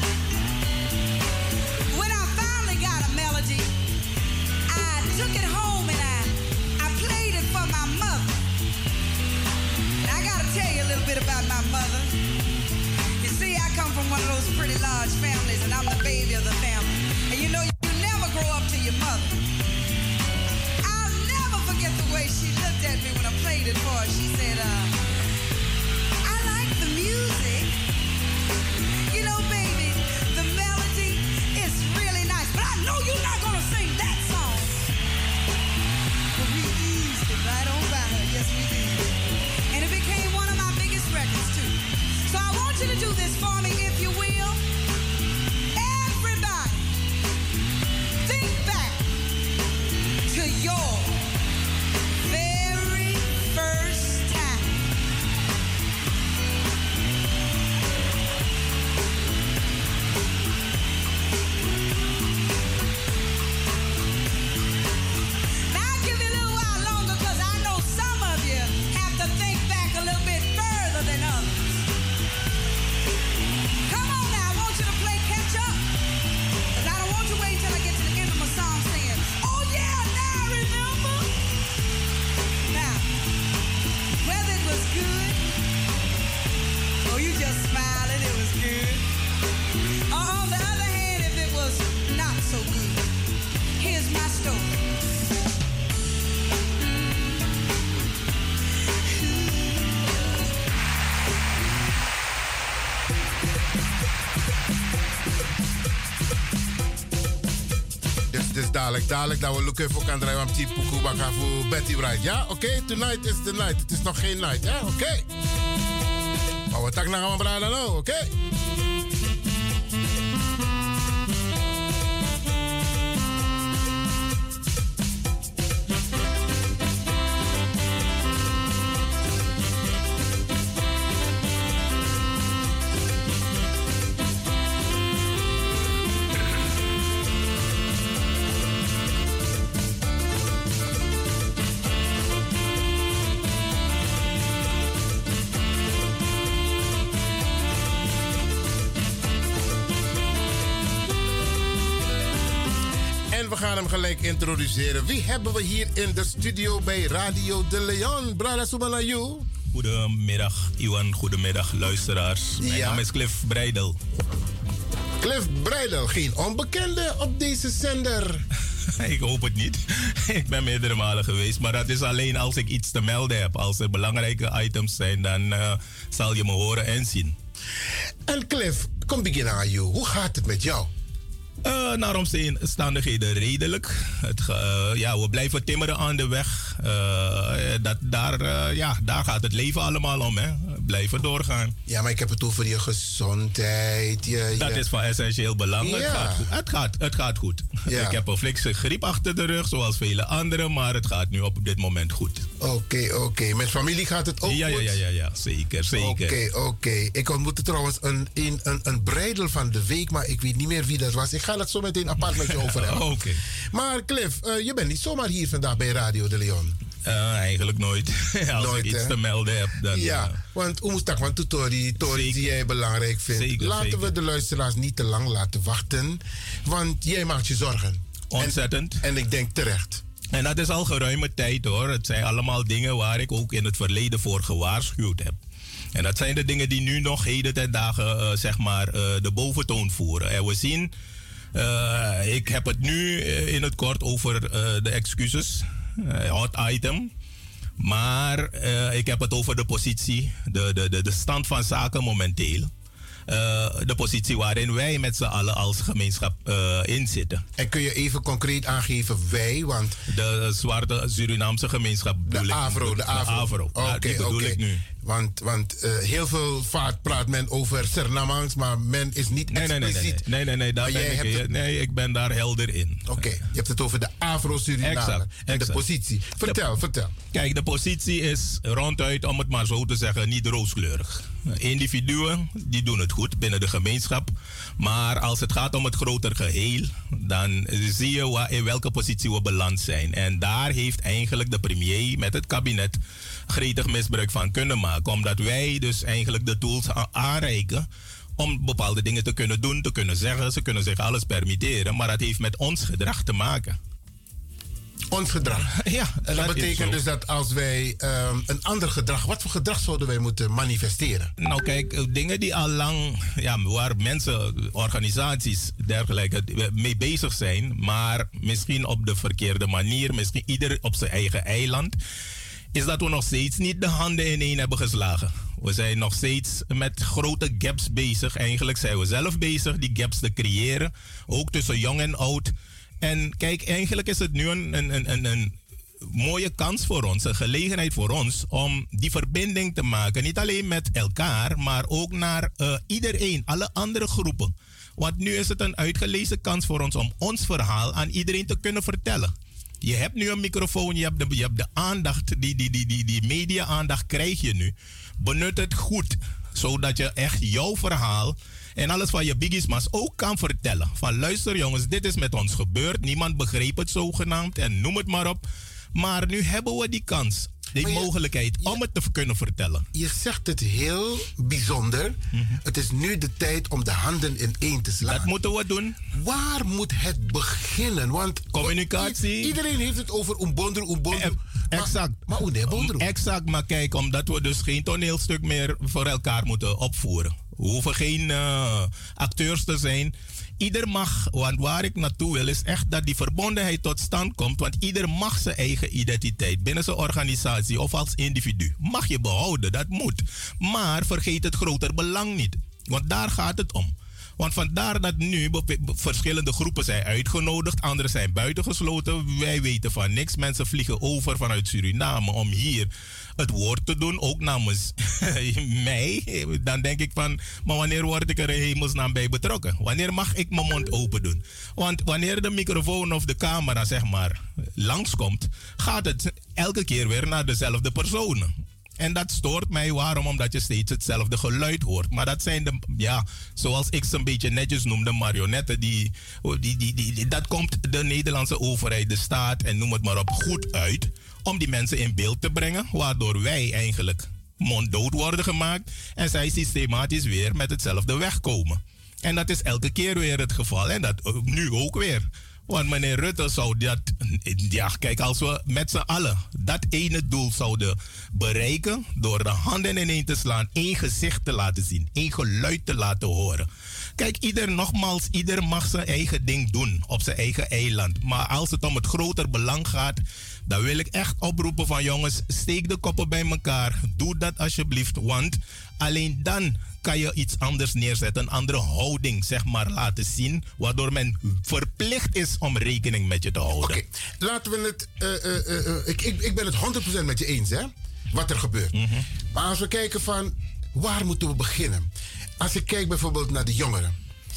when I finally got a melody, I took it home and I, I played it for my mother. Now, I gotta tell you a little bit about my mother. You see, I come from one of those pretty large families and I'm the baby of the family. And you know, you never grow up to your mother. I'll never forget the way she looked at me when I played it for her. She said, uh, I like the music. You know, baby, the melody is really nice. But I know you're not going to sing that song. But we eased it right on by her. Yes, we did. And it became one of my biggest records, too. So I want you to do this for me, if you will. Everybody, think back to your very first time. Now I'll give you a little while longer because I know some of you have to think back a little bit further than others. Come on now, I want you to play catch up. Because I don't want you to wait until I get to the end of my song saying, oh yeah, now I remember. Now, whether it was good, or you just smiling, it was good. Or on the other hand, if it was not so good, here's my story. Dus, dus dadelijk, dadelijk dat we lukken voor kan draaien op die Pukubaka voor Betty Wright. Ja, oké, okay? Tonight is the night. Het is nog geen night, ja, oké. Okay. Maar we tak naar gaan brada nou, oké. Okay? We gaan hem gelijk introduceren. Wie hebben we hier in de studio bij Radio De Leon? Brada Subanayu. Goedemiddag, Iwan. Goedemiddag, luisteraars. Mijn ja. naam is Cliff Breidel. Cliff Breidel, geen onbekende op deze zender. Ik hoop het niet. Ik ben meerdere malen geweest, maar dat is alleen als ik iets te melden heb. Als er belangrijke items zijn, dan uh, zal je me horen en zien. En Cliff, kom beginnen aan jou. Hoe gaat het met jou? Uh, naar omstandigheden redelijk. Het, uh, ja, we blijven timmeren aan de weg. Uh, dat, daar, uh, ja, daar gaat het leven allemaal om. Hè. blijven doorgaan. Ja, maar ik heb het over je gezondheid. Je, dat je... is van essentieel belang. Ja. Het gaat goed. Het gaat, het gaat goed. Ja. Ik heb een flikse griep achter de rug, zoals vele anderen, maar het gaat nu op dit moment goed. Oké, okay, oké. Okay. Met familie gaat het ook ja, goed? Ja, ja, ja, ja, zeker, zeker. Oké, okay, oké. Okay. Ik ontmoette trouwens een, een, een, een breidel van de week, maar ik weet niet meer wie dat was. Ik ga het zo meteen apart met je over hebben. Oké. Okay. Maar Cliff, uh, je bent niet zomaar hier vandaag bij Radio de Leon. Uh, eigenlijk nooit. Als nooit, ik iets hè? te melden heb, dan... Ja, uh, want hoe moest dat, want tutori, tori die jij belangrijk vindt. Zeker, laten zeker. we de luisteraars niet te lang laten wachten, want jij maakt je zorgen. Ontzettend. En, en ik denk terecht. En dat is al geruime tijd hoor. Het zijn allemaal dingen waar ik ook in het verleden voor gewaarschuwd heb. En dat zijn de dingen die nu nog heden ten dagen uh, zeg maar uh, de boventoon voeren. En we zien, uh, ik heb het nu uh, in het kort over uh, de excuses, uh, hot item. Maar uh, ik heb het over de positie, de, de, de, de stand van zaken momenteel. Uh, de positie waarin wij met z'n allen als gemeenschap uh, in zitten. En kun je even concreet aangeven wij, want... De zwarte Surinaamse gemeenschap bedoel de ik. Avro, de Avro. De Avro, Oké, ja, die bedoel okay. ik nu. Want, want uh, heel veel vaart praat men over Sernamangs, maar men is niet nee, expliciet. Nee, nee, nee, nee, nee, nee, daar ben ik, het... nee ik ben daar helder in. Oké, okay, je hebt het over de Afro-Surinamer en exact. de positie. Vertel, de, vertel. Kijk, de positie is ronduit, om het maar zo te zeggen, niet rooskleurig. Individuen, die doen het goed binnen de gemeenschap. Maar als het gaat om het groter geheel, dan zie je waar, in welke positie we beland zijn. En daar heeft eigenlijk de premier met het kabinet gretig misbruik van kunnen maken. Omdat wij dus eigenlijk de tools aanreiken om bepaalde dingen te kunnen doen, te kunnen zeggen. Ze kunnen zich alles permitteren, maar dat heeft met ons gedrag te maken. Ons gedrag? Ja. En dat, dat betekent dus dat als wij um, een ander gedrag... Wat voor gedrag zouden wij moeten manifesteren? Nou kijk, dingen die al lang... Ja, waar mensen, organisaties, dergelijke mee bezig zijn... maar misschien op de verkeerde manier, misschien ieder op zijn eigen eiland... is dat we nog steeds niet de handen ineen hebben geslagen. We zijn nog steeds met grote gaps bezig. Eigenlijk zijn we zelf bezig die gaps te creëren. Ook tussen jong en oud. En kijk, eigenlijk is het nu een, een, een, een mooie kans voor ons, een gelegenheid voor ons om die verbinding te maken. Niet alleen met elkaar, maar ook naar uh, iedereen, alle andere groepen. Want nu is het een uitgelezen kans voor ons om ons verhaal aan iedereen te kunnen vertellen. Je hebt nu een microfoon, je hebt de, je hebt de aandacht, die, die, die, die, die media-aandacht krijg je nu. Benut het goed, zodat je echt jouw verhaal en alles van je biggies mas ook kan vertellen. Van luister jongens, dit is met ons gebeurd. Niemand begreep het zogenaamd en noem het maar op. Maar nu hebben we die kans, die je, mogelijkheid je, om het te kunnen vertellen. Je zegt het heel bijzonder. Mm-hmm. Het is nu de tijd om de handen ineen te slaan. Dat moeten we doen. Waar moet het beginnen? Want communicatie. Iedereen heeft het over umbondru, umbondru. E- exact. Maar hoe umbondru? Exact, maar kijk, omdat we dus geen toneelstuk meer voor elkaar moeten opvoeren. We hoeven geen uh, acteurs te zijn. Ieder mag, want waar ik naartoe wil is echt dat die verbondenheid tot stand komt. Want ieder mag zijn eigen identiteit binnen zijn organisatie of als individu. Mag je behouden, dat moet. Maar vergeet het groter belang niet. Want daar gaat het om. Want vandaar dat nu be- be- verschillende groepen zijn uitgenodigd. Anderen zijn buitengesloten. Wij weten van niks. Mensen vliegen over vanuit Suriname om hier het woord te doen. Ook namens mij. Dan denk ik van, maar wanneer word ik er in hemelsnaam bij betrokken? Wanneer mag ik mijn mond open doen? Want wanneer de microfoon of de camera zeg maar langskomt, gaat het elke keer weer naar dezelfde personen. En dat stoort mij. Waarom? Omdat je steeds hetzelfde geluid hoort. Maar dat zijn de, ja, zoals ik ze een beetje netjes noem, de marionetten. Die, die, die, die, die, dat komt de Nederlandse overheid, de staat en noem het maar op, goed uit. Om die mensen in beeld te brengen. Waardoor wij eigenlijk monddood worden gemaakt. En zij systematisch weer met hetzelfde wegkomen. En dat is elke keer weer het geval. En dat nu ook weer. Want meneer Rutte zou dat, ja kijk, als we met z'n allen dat ene doel zouden bereiken, door de handen ineen te slaan, één gezicht te laten zien, één geluid te laten horen. Kijk, ieder, nogmaals, ieder mag zijn eigen ding doen op zijn eigen eiland. Maar als het om het groter belang gaat, dan wil ik echt oproepen van jongens, steek de koppen bij elkaar. Doe dat alsjeblieft, want alleen dan kan je iets anders neerzetten, een andere houding zeg maar laten zien, waardoor men verplicht is om rekening met je te houden. Oké, okay. Laten we het, uh, uh, uh, ik, ik, ik ben het honderd procent met je eens hè, wat er gebeurt. Mm-hmm. Maar als we kijken van, waar moeten we beginnen? Als ik kijk bijvoorbeeld naar de jongeren.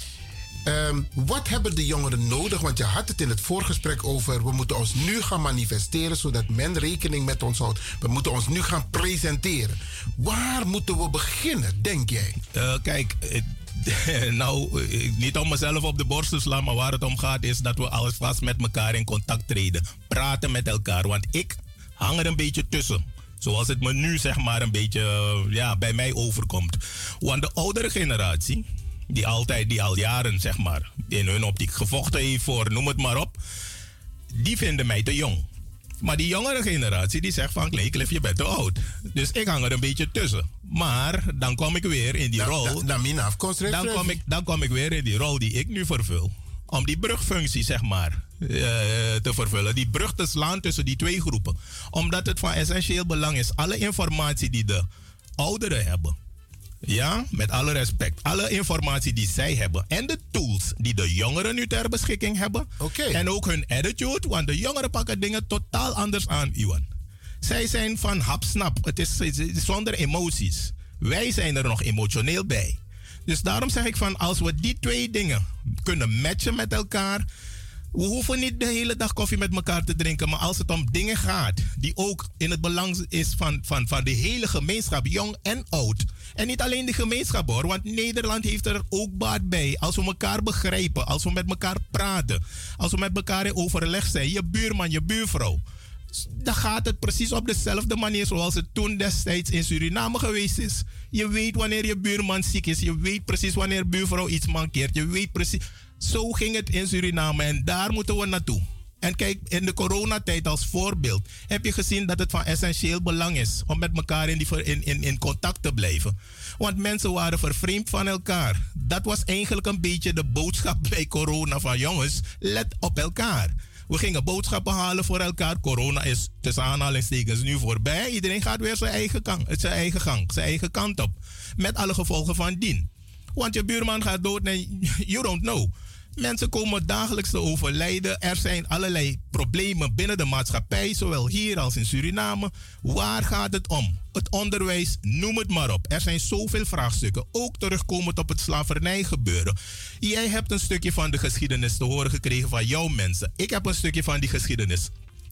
Um, wat hebben de jongeren nodig? Want je had het in het voorgesprek over... we moeten ons nu gaan manifesteren... zodat men rekening met ons houdt. We moeten ons nu gaan presenteren. Waar moeten we beginnen, denk jij? Uh, kijk... Uh, nou, uh, niet om mezelf op de borst te slaan... maar waar het om gaat is dat we alvast met elkaar in contact treden. Praten met elkaar. Want ik hang er een beetje tussen. Zoals het me nu zeg maar een beetje uh, ja, bij mij overkomt. Want de oudere generatie... die altijd, die al jaren, zeg maar, in hun optiek gevochten heeft voor, noem het maar op, die vinden mij te jong. Maar die jongere generatie, die zegt van, Kleeklif, je bent te oud. Dus ik hang er een beetje tussen. Maar dan kom ik weer in die da, rol. Da, da, dan, kom ik, dan kom ik weer in die rol die ik nu vervul. Om die brugfunctie, zeg maar, uh, te vervullen. Die brug te slaan tussen die twee groepen. Omdat het van essentieel belang is, alle informatie die de ouderen hebben, ja, met alle respect. Alle informatie die zij hebben. En de tools die de jongeren nu ter beschikking hebben. Okay. En ook hun attitude. Want de jongeren pakken dingen totaal anders aan, Iwan. Zij zijn van hapsnap. Het is, het is zonder emoties. Wij zijn er nog emotioneel bij. Dus daarom zeg ik van, als we die twee dingen kunnen matchen met elkaar. We hoeven niet de hele dag koffie met elkaar te drinken. Maar als het om dingen gaat die ook in het belang is van, van, van de hele gemeenschap, jong en oud. En niet alleen de gemeenschap hoor, want Nederland heeft er ook baat bij. Als we elkaar begrijpen, als we met elkaar praten, als we met elkaar in overleg zijn, je buurman, je buurvrouw. Dan gaat het precies op dezelfde manier zoals het toen destijds in Suriname geweest is. Je weet wanneer je buurman ziek is, je weet precies wanneer buurvrouw iets mankeert, je weet precies. Zo ging het in Suriname en daar moeten we naartoe. En kijk, in de coronatijd als voorbeeld heb je gezien dat het van essentieel belang is om met elkaar in, die, in, in, in contact te blijven. Want mensen waren vervreemd van elkaar. Dat was eigenlijk een beetje de boodschap bij corona van jongens, let op elkaar. We gingen boodschappen halen voor elkaar. Corona is tussen aanhalingstekens nu voorbij. Iedereen gaat weer zijn eigen, gang, zijn eigen gang, zijn eigen kant op. Met alle gevolgen van dien. Want je buurman gaat dood en you don't know. Mensen komen dagelijks te overlijden. Er zijn allerlei problemen binnen de maatschappij, zowel hier als in Suriname. Waar gaat het om? Het onderwijs, noem het maar op. Er zijn zoveel vraagstukken. Ook terugkomend op het slavernijgebeuren. Jij hebt een stukje van de geschiedenis te horen gekregen van jouw mensen. Ik heb een stukje van die geschiedenis.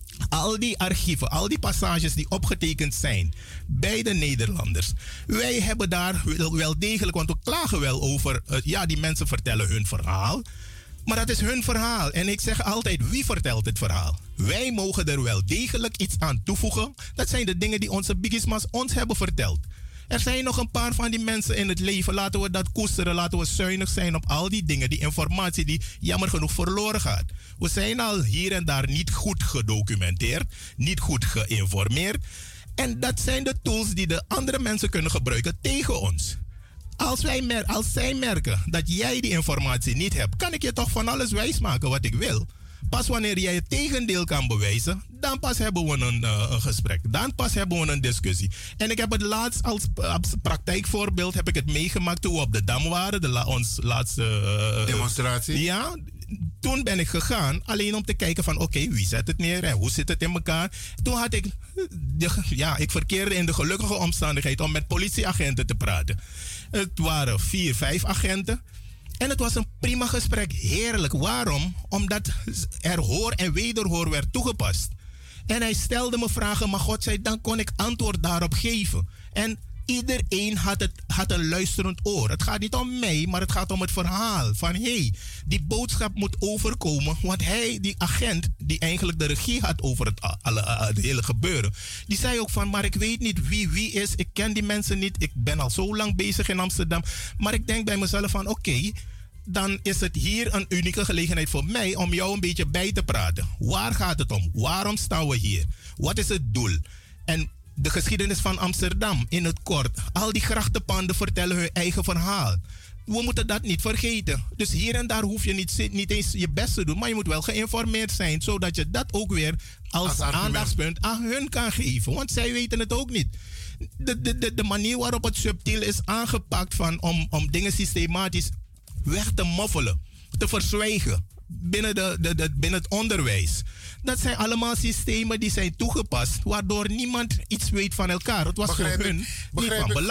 Al die archieven, al die passages die opgetekend zijn bij de Nederlanders. Wij hebben daar wel degelijk, want we klagen wel over, uh, ja, die mensen vertellen hun verhaal. Maar dat is hun verhaal. En ik zeg altijd, wie vertelt het verhaal? Wij mogen er wel degelijk iets aan toevoegen. Dat zijn de dingen die onze bigismas ons hebben verteld. Er zijn nog een paar van die mensen in het leven. Laten we dat koesteren. Laten we zuinig zijn op al die dingen. Die informatie die jammer genoeg verloren gaat. We zijn al hier en daar niet goed gedocumenteerd. Niet goed geïnformeerd. En dat zijn de tools die de andere mensen kunnen gebruiken tegen ons. Als, wij mer- als zij merken dat jij die informatie niet hebt, kan ik je toch van alles wijsmaken wat ik wil. Pas wanneer jij het tegendeel kan bewijzen, dan pas hebben we een, uh, een gesprek. Dan pas hebben we een discussie. En ik heb het laatst als, als praktijkvoorbeeld heb ik het meegemaakt toen we op de Dam waren. De la- ons laatste uh, demonstratie. Ja, toen ben ik gegaan alleen om te kijken van oké, okay, wie zet het neer en hoe zit het in elkaar. Toen had ik, de, ja, ik verkeerde in de gelukkige omstandigheid om met politieagenten te praten. Het waren vier, vijf agenten. En het was een prima gesprek. Heerlijk. Waarom? Omdat er hoor en wederhoor werd toegepast. En hij stelde me vragen, maar godzijdank kon ik antwoord daarop geven. En iedereen had, het, had een luisterend oor. Het gaat niet om mij, maar het gaat om het verhaal. Van hé, hey, die boodschap moet overkomen. Want hij, die agent, die eigenlijk de regie had over het, alle, het hele gebeuren. Die zei ook van, maar ik weet niet wie wie is. Ik ken die mensen niet. Ik ben al zo lang bezig in Amsterdam. Maar ik denk bij mezelf van, oké, okay, dan is het hier een unieke gelegenheid voor mij om jou een beetje bij te praten. Waar gaat het om? Waarom staan we hier? Wat is het doel? En de geschiedenis van Amsterdam, in het kort. Al die grachtenpanden vertellen hun eigen verhaal. We moeten dat niet vergeten. Dus hier en daar hoef je niet, niet eens je best te doen, maar je moet wel geïnformeerd zijn, zodat je dat ook weer als, als aandachtspunt aan hun kan geven. Want zij weten het ook niet. De, de, de, de manier waarop het subtiel is aangepakt van, om, om dingen systematisch weg te moffelen, te verzwijgen binnen, de, de, de, binnen het onderwijs. Dat zijn allemaal systemen die zijn toegepast, waardoor niemand iets weet van elkaar. Het was begrijp voor hun ik, niet van belang. Goed.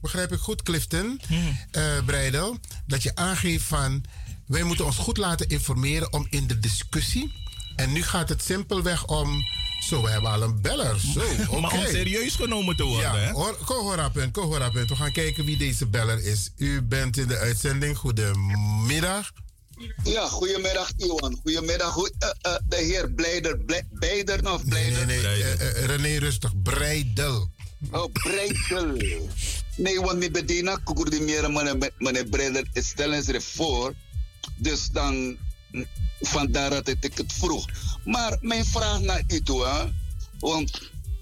begrijp ik goed, Clifton, mm. uh, Breidel, dat je aangeeft van wij moeten ons goed laten informeren om in de discussie. En nu gaat het simpelweg om. Zo, we hebben al een beller. Zo, okay. Maar om serieus genomen te worden. Ja, hè? Hoor, Kohorapent, Kohorapent. We gaan kijken wie deze beller is. U bent in de uitzending. Goedemiddag. Ja, goedemiddag Iwan. Goedemiddag. Goed, uh, uh, de heer Bleider. Bleider of Bleider? Nee, nee, nee. Uh, uh, René Rustig. Breidel. Oh, Breidel. Nee, want mijn bediening, Kukurdimeer, meneer Breider, stellen ze voor. Dus dan, vandaar dat ik het vroeg. Maar mijn vraag naar u toe, hè? Want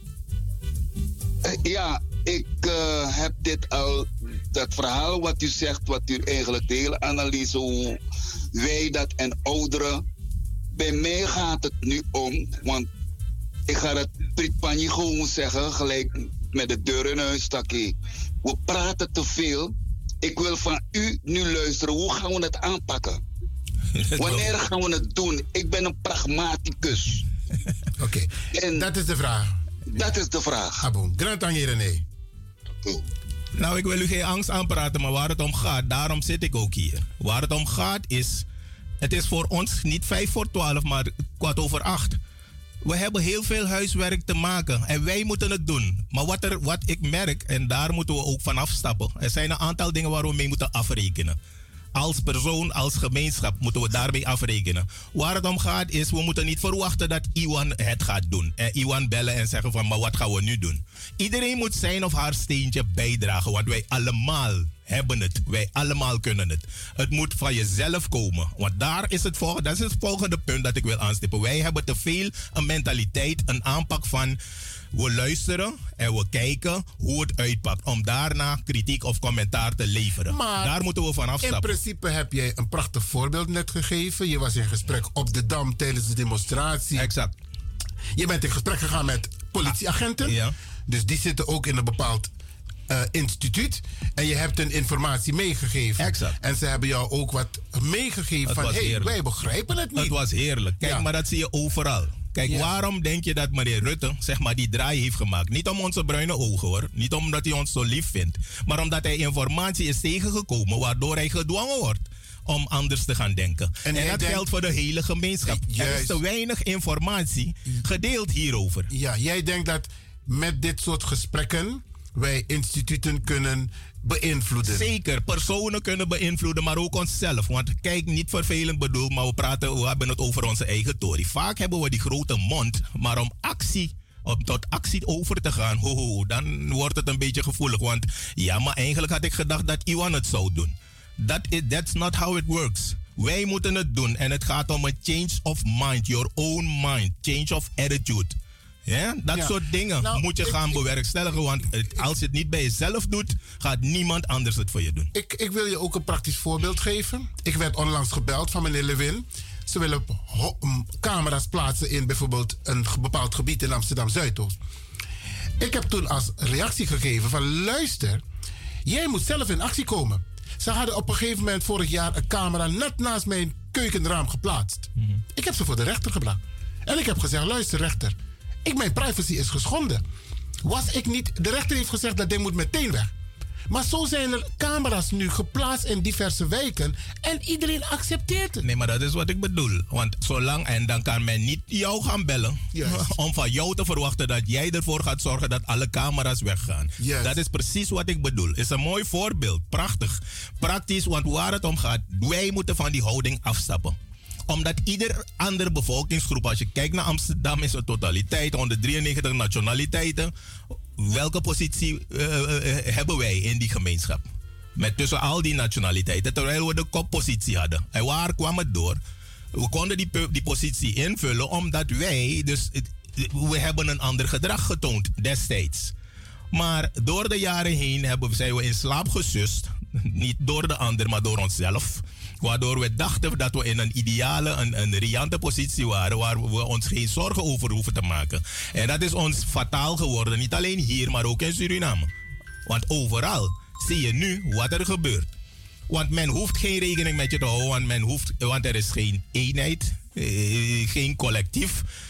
uh, ja, ik uh, heb dit al, dat verhaal wat u zegt, wat u eigenlijk de hele analyse, hoe wij dat en ouderen. Bij mij gaat het nu om, want ik ga het Pritpanje gewoon zeggen, gelijk met de deur in huis stakkie. We praten te veel. Ik wil van u nu luisteren, hoe gaan we het aanpakken? Wanneer gaan we het doen? Ik ben een pragmaticus. Oké, okay. Dat is de vraag. Dat is de vraag. Aboom. Grand Tangier René. Nou, ik wil u geen angst aanpraten, maar waar het om gaat, daarom zit ik ook hier. Waar het om gaat is, het is voor ons niet vijf voor twaalf, maar kwart over acht. We hebben heel veel huiswerk te maken en wij moeten het doen. Maar wat, er, wat ik merk, en daar moeten we ook van afstappen. Er zijn een aantal dingen waar we mee moeten afrekenen. Als persoon, als gemeenschap moeten we daarmee afrekenen. Waar het om gaat is, we moeten niet verwachten dat Iwan het gaat doen. En Iwan bellen en zeggen van, maar wat gaan we nu doen? Iedereen moet zijn of haar steentje bijdragen, want wij allemaal hebben het. Wij allemaal kunnen het. Het moet van jezelf komen. Want daar is het volgende, dat is het volgende punt dat ik wil aanstippen. Wij hebben te veel een mentaliteit, een aanpak van we luisteren en we kijken hoe het uitpakt. Om daarna kritiek of commentaar te leveren. Maar daar moeten we van afstappen. In principe heb jij een prachtig voorbeeld net gegeven. Je was in gesprek op de Dam tijdens de demonstratie. Exact. Je bent in gesprek gegaan met politieagenten. Ja. Dus die zitten ook in een bepaald Uh, instituut. En je hebt een informatie meegegeven. Exact. En ze hebben jou ook wat meegegeven het van, hé, hey, wij begrijpen het niet. Het was heerlijk. Kijk, ja. Maar dat zie je overal. Kijk, ja. Waarom denk je dat meneer Rutte, zeg maar, die draai heeft gemaakt? Niet om onze bruine ogen, hoor. Niet omdat hij ons zo lief vindt. Maar omdat hij informatie is tegengekomen, waardoor hij gedwongen wordt om anders te gaan denken. En, en dat denkt, geldt voor de hele gemeenschap. Juist. Er is te weinig informatie gedeeld hierover. Ja, jij denkt dat met dit soort gesprekken wij instituten kunnen beïnvloeden. Zeker, personen kunnen beïnvloeden, maar ook onszelf. Want kijk, niet vervelend bedoeld, maar we praten, we hebben het over onze eigen tory. Vaak hebben we die grote mond, maar om actie, om tot actie over te gaan, ho, ho, dan wordt het een beetje gevoelig. Want ja, maar eigenlijk had ik gedacht dat Iwan het zou doen. That is, that's not how it works. Wij moeten het doen en het gaat om een change of mind, your own mind, change of attitude. Ja, dat ja. soort dingen nou, moet je ik, gaan ik, bewerkstelligen. Want het, als je het niet bij jezelf doet, gaat niemand anders het voor je doen. Ik, ik wil je ook een praktisch voorbeeld geven. Ik werd onlangs gebeld van meneer Lewin. Ze willen ho- camera's plaatsen in bijvoorbeeld een bepaald gebied in Amsterdam-Zuidoost. Ik heb toen als reactie gegeven van luister, jij moet zelf in actie komen. Ze hadden op een gegeven moment vorig jaar een camera net naast mijn keukenraam geplaatst. Mm-hmm. Ik heb ze voor de rechter gebracht. En ik heb gezegd, luister rechter, ik, mijn privacy is geschonden. Was ik niet... De rechter heeft gezegd dat ding moet meteen weg. Maar zo zijn er camera's nu geplaatst in diverse wijken. En iedereen accepteert het. Nee, maar dat is wat ik bedoel. Want zolang... En dan kan men niet jou gaan bellen. Juist. Om van jou te verwachten dat jij ervoor gaat zorgen dat alle camera's weggaan. Juist. Dat is precies wat ik bedoel. Is een mooi voorbeeld. Prachtig. Praktisch, want waar het om gaat... Wij moeten van die houding afstappen. Omdat ieder andere bevolkingsgroep, als je kijkt naar Amsterdam in zijn totaliteit, honderddrieënnegentig nationaliteiten, welke positie uh, uh, hebben wij in die gemeenschap? Met tussen al die nationaliteiten, terwijl we de koppositie hadden. En waar kwam het door? We konden die, die positie invullen omdat wij, dus we hebben een ander gedrag getoond destijds. Maar door de jaren heen hebben, zijn we in slaap gesust. Niet door de ander, maar door onszelf. Waardoor we dachten dat we in een ideale, een, een riante positie waren. Waar we ons geen zorgen over hoeven te maken. En dat is ons fataal geworden. Niet alleen hier, maar ook in Suriname. Want overal zie je nu wat er gebeurt. Want men hoeft geen rekening met je te houden. Want, men hoeft, want er is geen eenheid. Eh, geen collectief.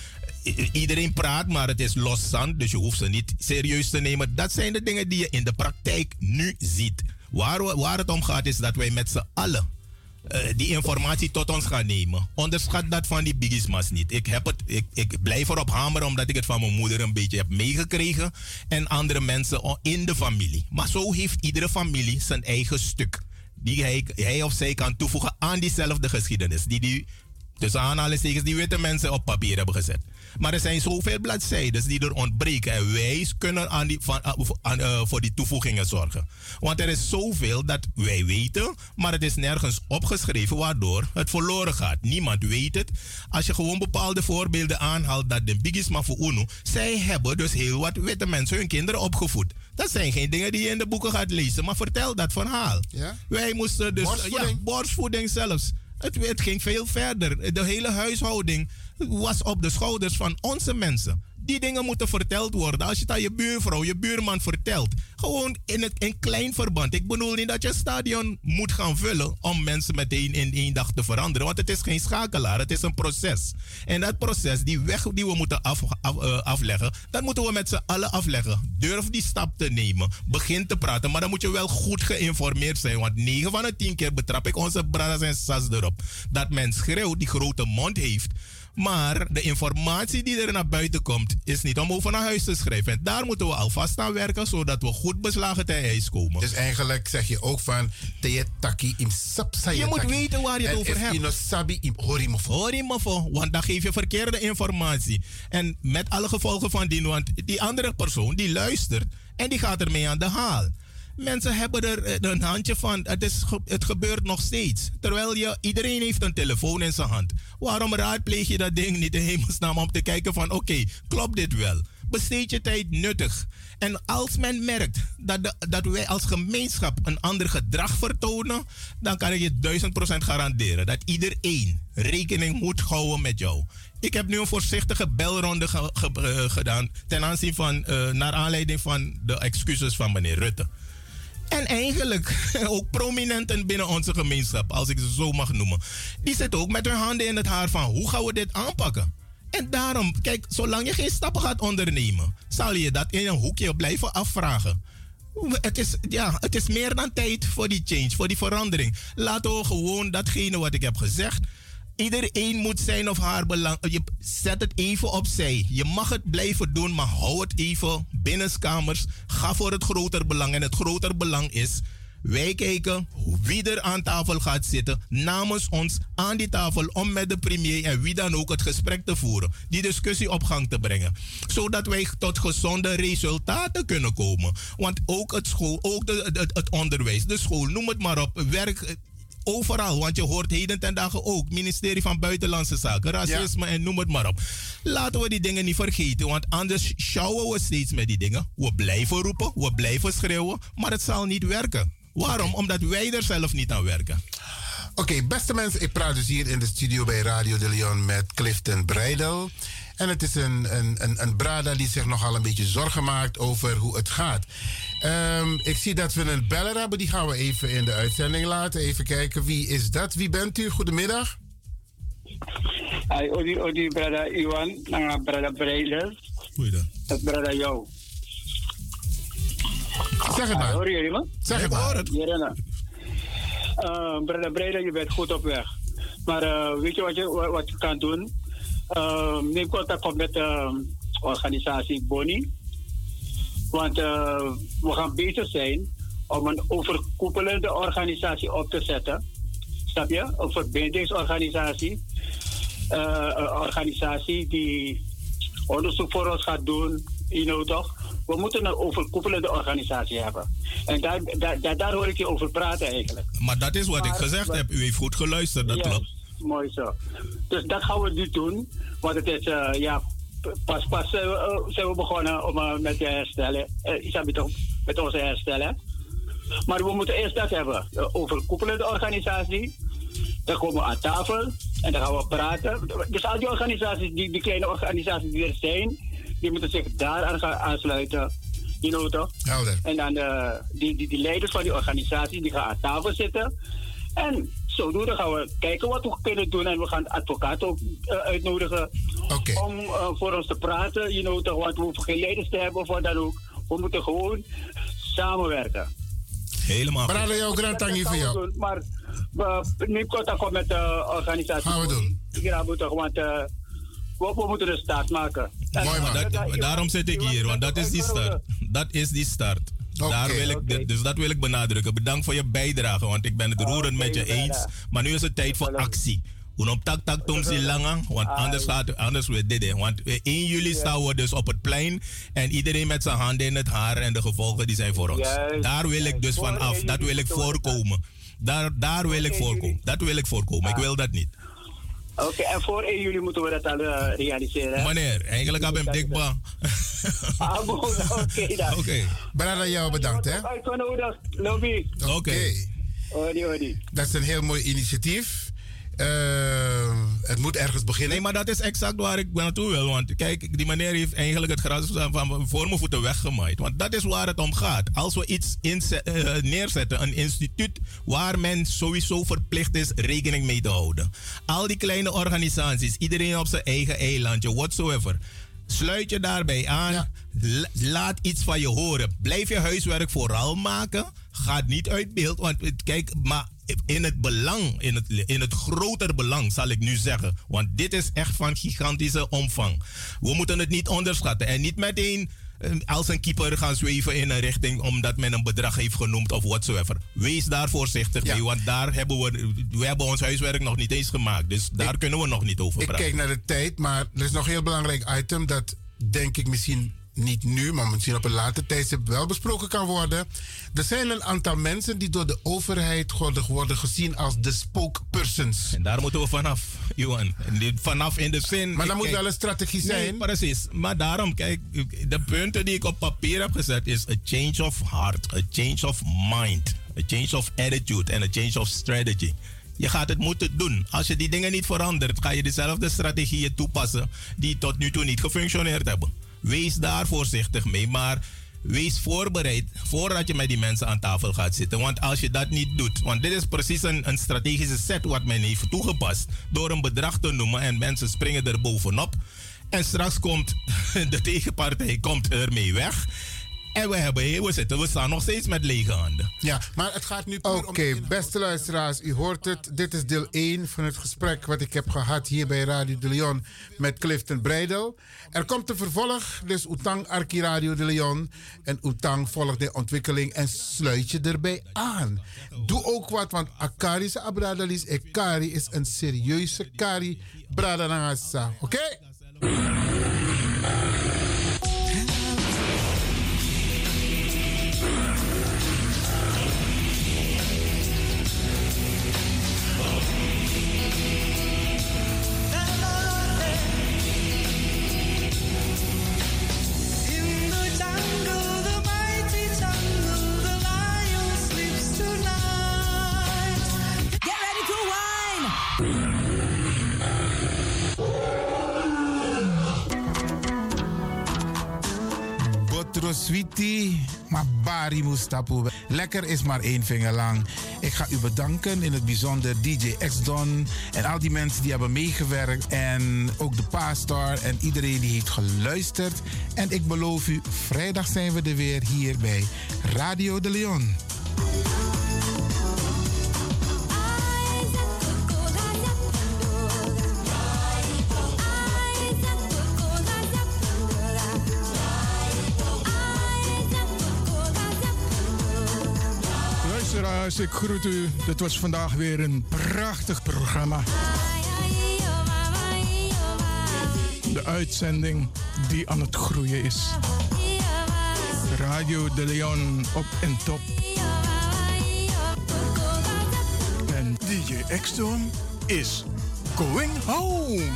I- iedereen praat, maar het is loszand, dus je hoeft ze niet serieus te nemen. Dat zijn de dingen die je in de praktijk nu ziet. Waar, we- waar het om gaat is dat wij met z'n allen uh, die informatie tot ons gaan nemen. Onderschat dat van die bigismas niet. Ik, heb het, ik, ik blijf erop hameren omdat ik het van mijn moeder een beetje heb meegekregen. En andere mensen in de familie. Maar zo heeft iedere familie zijn eigen stuk. Die hij, hij of zij kan toevoegen aan diezelfde geschiedenis. Die die, tussen aanhalingstekens, die witte mensen op papier hebben gezet. Maar er zijn zoveel bladzijden die er ontbreken. En wij kunnen aan die, van, aan, uh, voor die toevoegingen zorgen. Want er is zoveel dat wij weten, maar het is nergens opgeschreven, waardoor het verloren gaat. Niemand weet het. Als je gewoon bepaalde voorbeelden aanhaalt dat de Bigisma voor UNO, zij hebben dus heel wat witte mensen hun kinderen opgevoed. Dat zijn geen dingen die je in de boeken gaat lezen, maar vertel dat verhaal. Ja? Wij moesten dus... Borstvoeding. Ja, borstvoeding zelfs. Het, het ging veel verder. De hele huishouding was op de schouders van onze mensen. Die dingen moeten verteld worden. Als je het aan je buurvrouw, je buurman vertelt. Gewoon in het in klein verband. Ik bedoel niet dat je een stadion moet gaan vullen om mensen meteen in één dag te veranderen. Want het is geen schakelaar, het is een proces. En dat proces, die weg die we moeten af, af, uh, afleggen, dat moeten we met z'n allen afleggen. Durf die stap te nemen. Begin te praten, maar dan moet je wel goed geïnformeerd zijn. Want negen van de tien keer betrap ik onze brothers en sas erop. Dat men schreeuwt, die grote mond heeft. Maar de informatie die er naar buiten komt, is niet om over naar huis te schrijven. En daar moeten we alvast aan werken, zodat we goed beslagen ten ijs komen. Dus eigenlijk zeg je ook van, te taki im sapsa je moet weten waar je het en over hebt. En no sabi im horimofo. Horimofo, want dan geef je verkeerde informatie. En met alle gevolgen van die, want die andere persoon die luistert en die gaat ermee aan de haal. Mensen hebben er een handje van. Het, is, het gebeurt nog steeds. Terwijl je, iedereen heeft een telefoon in zijn hand. Waarom raadpleeg je dat ding niet in hemelsnaam om te kijken van oké, okay, klopt dit wel? Besteed je tijd nuttig. En als men merkt dat, de, dat wij als gemeenschap een ander gedrag vertonen, dan kan ik je duizend procent garanderen dat iedereen rekening moet houden met jou. Ik heb nu een voorzichtige belronde ge, ge, uh, gedaan ten aanzien van, uh, naar aanleiding van de excuses van meneer Rutte. En eigenlijk ook prominenten binnen onze gemeenschap, als ik ze zo mag noemen. Die zitten ook met hun handen in het haar van hoe gaan we dit aanpakken? En daarom, kijk, zolang je geen stappen gaat ondernemen, zal je dat in een hoekje blijven afvragen. Het is, ja, het is meer dan tijd voor die change, voor die verandering. Laten we gewoon datgene wat ik heb gezegd. Iedereen moet zijn of haar belang. Je zet het even opzij. Je mag het blijven doen, maar hou het even binnenskamers. Ga voor het groter belang. En het groter belang is, wij kijken wie er aan tafel gaat zitten namens ons aan die tafel om met de premier en wie dan ook het gesprek te voeren. Die discussie op gang te brengen. Zodat wij tot gezonde resultaten kunnen komen. Want ook het school, ook de, het, het onderwijs, de school, noem het maar op, werk. Overal, want je hoort heden ten dagen ook ministerie van Buitenlandse Zaken, racisme ja. en noem het maar op. Laten we die dingen niet vergeten, want anders sjouwen we steeds met die dingen. We blijven roepen, we blijven schreeuwen, maar het zal niet werken. Waarom? Okay. Omdat wij er zelf niet aan werken. Oké, okay, beste mensen, ik praat dus hier in de studio bij Radio de Leon met Clifton Breidel. En het is een, een, een, een brada die zich nogal een beetje zorgen maakt over hoe het gaat. Um, ik zie dat we een beller hebben, die gaan we even in de uitzending laten. Even kijken, wie is dat? Wie bent u? Goedemiddag. Hi, odi, odi, brada Iwan, nanga brada Breidel. Goeiedag. Dat brada jou. Zeg het maar. Hoor jullie me? Zeg het maar. Ja, uh, brada Breidel, je bent goed op weg. Maar uh, weet je wat je, wat je kan doen? Uh, neem contact op met de uh, organisatie Boni. Want uh, we gaan bezig zijn om een overkoepelende organisatie op te zetten. Snap je? Een verbindingsorganisatie. Uh, een organisatie die onderzoek voor ons gaat doen. You know toch? We moeten een overkoepelende organisatie hebben. En daar, daar, daar, daar hoor ik je over praten eigenlijk. Maar dat is wat maar, ik gezegd maar, heb. U heeft goed geluisterd, dat yes, klopt. Mooi zo. Dus dat gaan we nu doen. Want het is, uh, ja, pas pas uh, zijn we begonnen om uh, met te herstellen. Uh, Isabi toch, met onze herstellen. Maar we moeten eerst dat hebben. Een overkoepelende organisatie. Dan komen we aan tafel. En dan gaan we praten. Dus al die organisaties, die, die kleine organisaties die er zijn, die moeten zich daaraan gaan aansluiten. You know toch? Helder. En dan uh, die, die, die leiders van die organisatie, die gaan aan tafel zitten. En zodoende gaan we kijken wat we kunnen doen. En we gaan de advocaat ook uh, uitnodigen okay. om uh, voor ons te praten. You know, toch, want we hoeven geen leiders te hebben of wat dan ook. We moeten gewoon samenwerken. Helemaal. Brada, jouw grand tangie voor jou. Doen, maar we nemen contact op met de organisatie. Gaan we doen. Ja, we toch, want uh, we, we moeten een start maken. Mooi man. Dat, dat, daarom zit ik hier, want dat is die start. Dat is die start. Okay, Daar wil ik, okay. Dus dat wil ik benadrukken. Bedankt voor je bijdrage, want ik ben het roerend oh, okay, met je eens. Maar nu is het tijd voor actie. Unom tak tak tom si langang, want anders gaat anders we dit. Want één juli staan we dus op het plein en iedereen met zijn handen in het haar en de gevolgen die zijn voor ons. Daar wil ik dus van af. Dat wil ik voorkomen. Daar, daar wil ik voorkomen. Dat wil ik voorkomen. Ik wil dat niet. Oké, okay, en voor één juli moeten we dat al uh, realiseren. Meneer, eigenlijk heb ik dik bang. Ah, oké okay, dan. Oké. Okay. Brada, jou bedankt, hè? Uitgenodigd, lobby. Oké. Okay. Odi, odi. Dat is een heel mooi initiatief. Uh, het moet ergens beginnen. Nee, maar dat is exact waar ik naartoe wil. Want kijk, die meneer heeft eigenlijk het gras van voor mijn voeten weggemaaid. Want dat is waar het om gaat. Als we iets inzet, uh, neerzetten, een instituut waar men sowieso verplicht is rekening mee te houden. Al die kleine organisaties, iedereen op zijn eigen eilandje, whatsoever. Sluit je daarbij aan. Ja. Laat iets van je horen. Blijf je huiswerk vooral maken. Ga niet uit beeld. Want kijk, maar in het belang, in het, in het groter belang zal ik nu zeggen. Want dit is echt van gigantische omvang. We moeten het niet onderschatten. En niet meteen als een keeper gaan zweven in een richting omdat men een bedrag heeft genoemd of whatsoever. Wees daar voorzichtig ja. mee, want daar hebben we, we hebben ons huiswerk nog niet eens gemaakt. Dus daar ik, kunnen we nog niet over praten. Ik kijk naar de tijd, maar er is nog een heel belangrijk item dat denk ik misschien niet nu, maar misschien op een later tijdstip wel besproken kan worden. Er zijn een aantal mensen die door de overheid worden gezien als de spokespersons. En daar moeten we vanaf, Johan. Vanaf in de zin... Maar dan moet wel een strategie zijn. Nee, precies. Maar daarom, kijk, de punten die ik op papier heb gezet is a change of heart, a change of mind, a change of attitude en a change of strategy. Je gaat het moeten doen. Als je die dingen niet verandert, ga je dezelfde strategieën toepassen die tot nu toe niet gefunctioneerd hebben. Wees daar voorzichtig mee, maar wees voorbereid voordat je met die mensen aan tafel gaat zitten. Want als je dat niet doet, want dit is precies een, een strategische set wat men heeft toegepast door een bedrag te noemen en mensen springen er bovenop. En straks komt de tegenpartij komt ermee weg. En we, hebben, we, zitten, we staan nog steeds met lege handen. Ja, maar het gaat nu puur Oké, okay, beste luisteraars, u hoort het. Dit is deel één van het gesprek wat ik heb gehad hier bij Radio de Leon met Clifton Breidel. Er komt een vervolg, dus Oetang Arki Radio de Leon. En Oetang volgt de ontwikkeling en sluit je erbij aan. Doe ook wat, want Akari is Abradalis. Ekari is een serieuze Kari Bradanangasa. Oké? Okay? Sweetie, maar Bari Mustapu. Lekker is maar één vinger lang. Ik ga u bedanken, in het bijzonder D J X-Don en al die mensen die hebben meegewerkt. En ook de pastor en iedereen die heeft geluisterd. En ik beloof u, vrijdag zijn we er weer hier bij Radio de Leon. Ik groet u. Dit was vandaag weer een prachtig programma. De uitzending die aan het groeien is. Radio de Leon op en top. En D J X-Don is going home.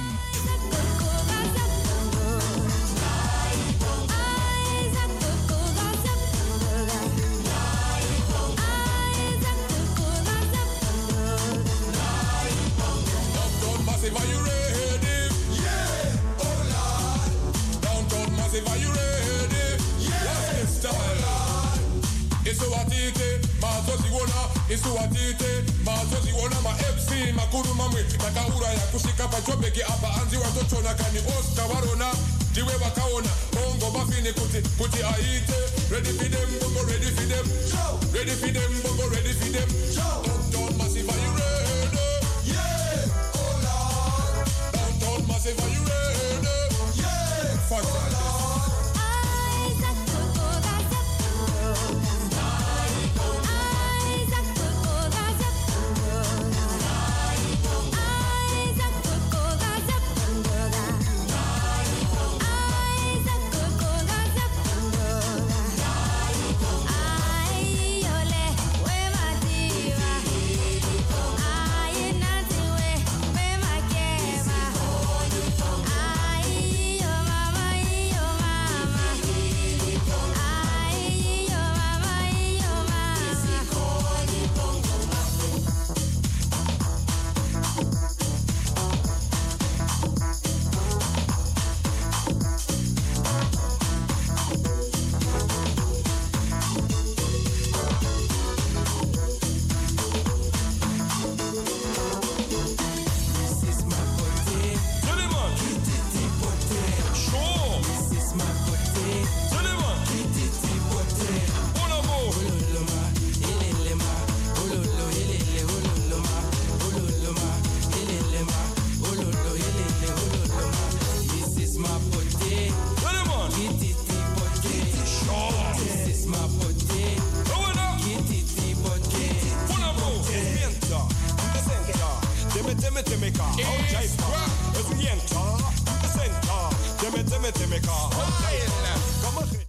Are you ready? Yeah! Oh Lord! Downtown Massive, are you ready? Yeah! What's the style? Oh Lord! It's so atite, ma tosi wona, it's so atite, Mazozi ona ma F C makuru mamwe takaura ya kusika pachobeki apa anzi watochona kani Oscar warona diwe wakaona bongo bafini kuti kuti aite ready for them bongo ready for them ready for them bongo ready for them Downtown Massive are you ready? Yeah, oh Lord. Downtown Massive are you ready? Yeah, fuck that. Timmy Timmy car, oh jive car, as we enter the center. Timmy Timmy Timmy car, oh jive. Come on.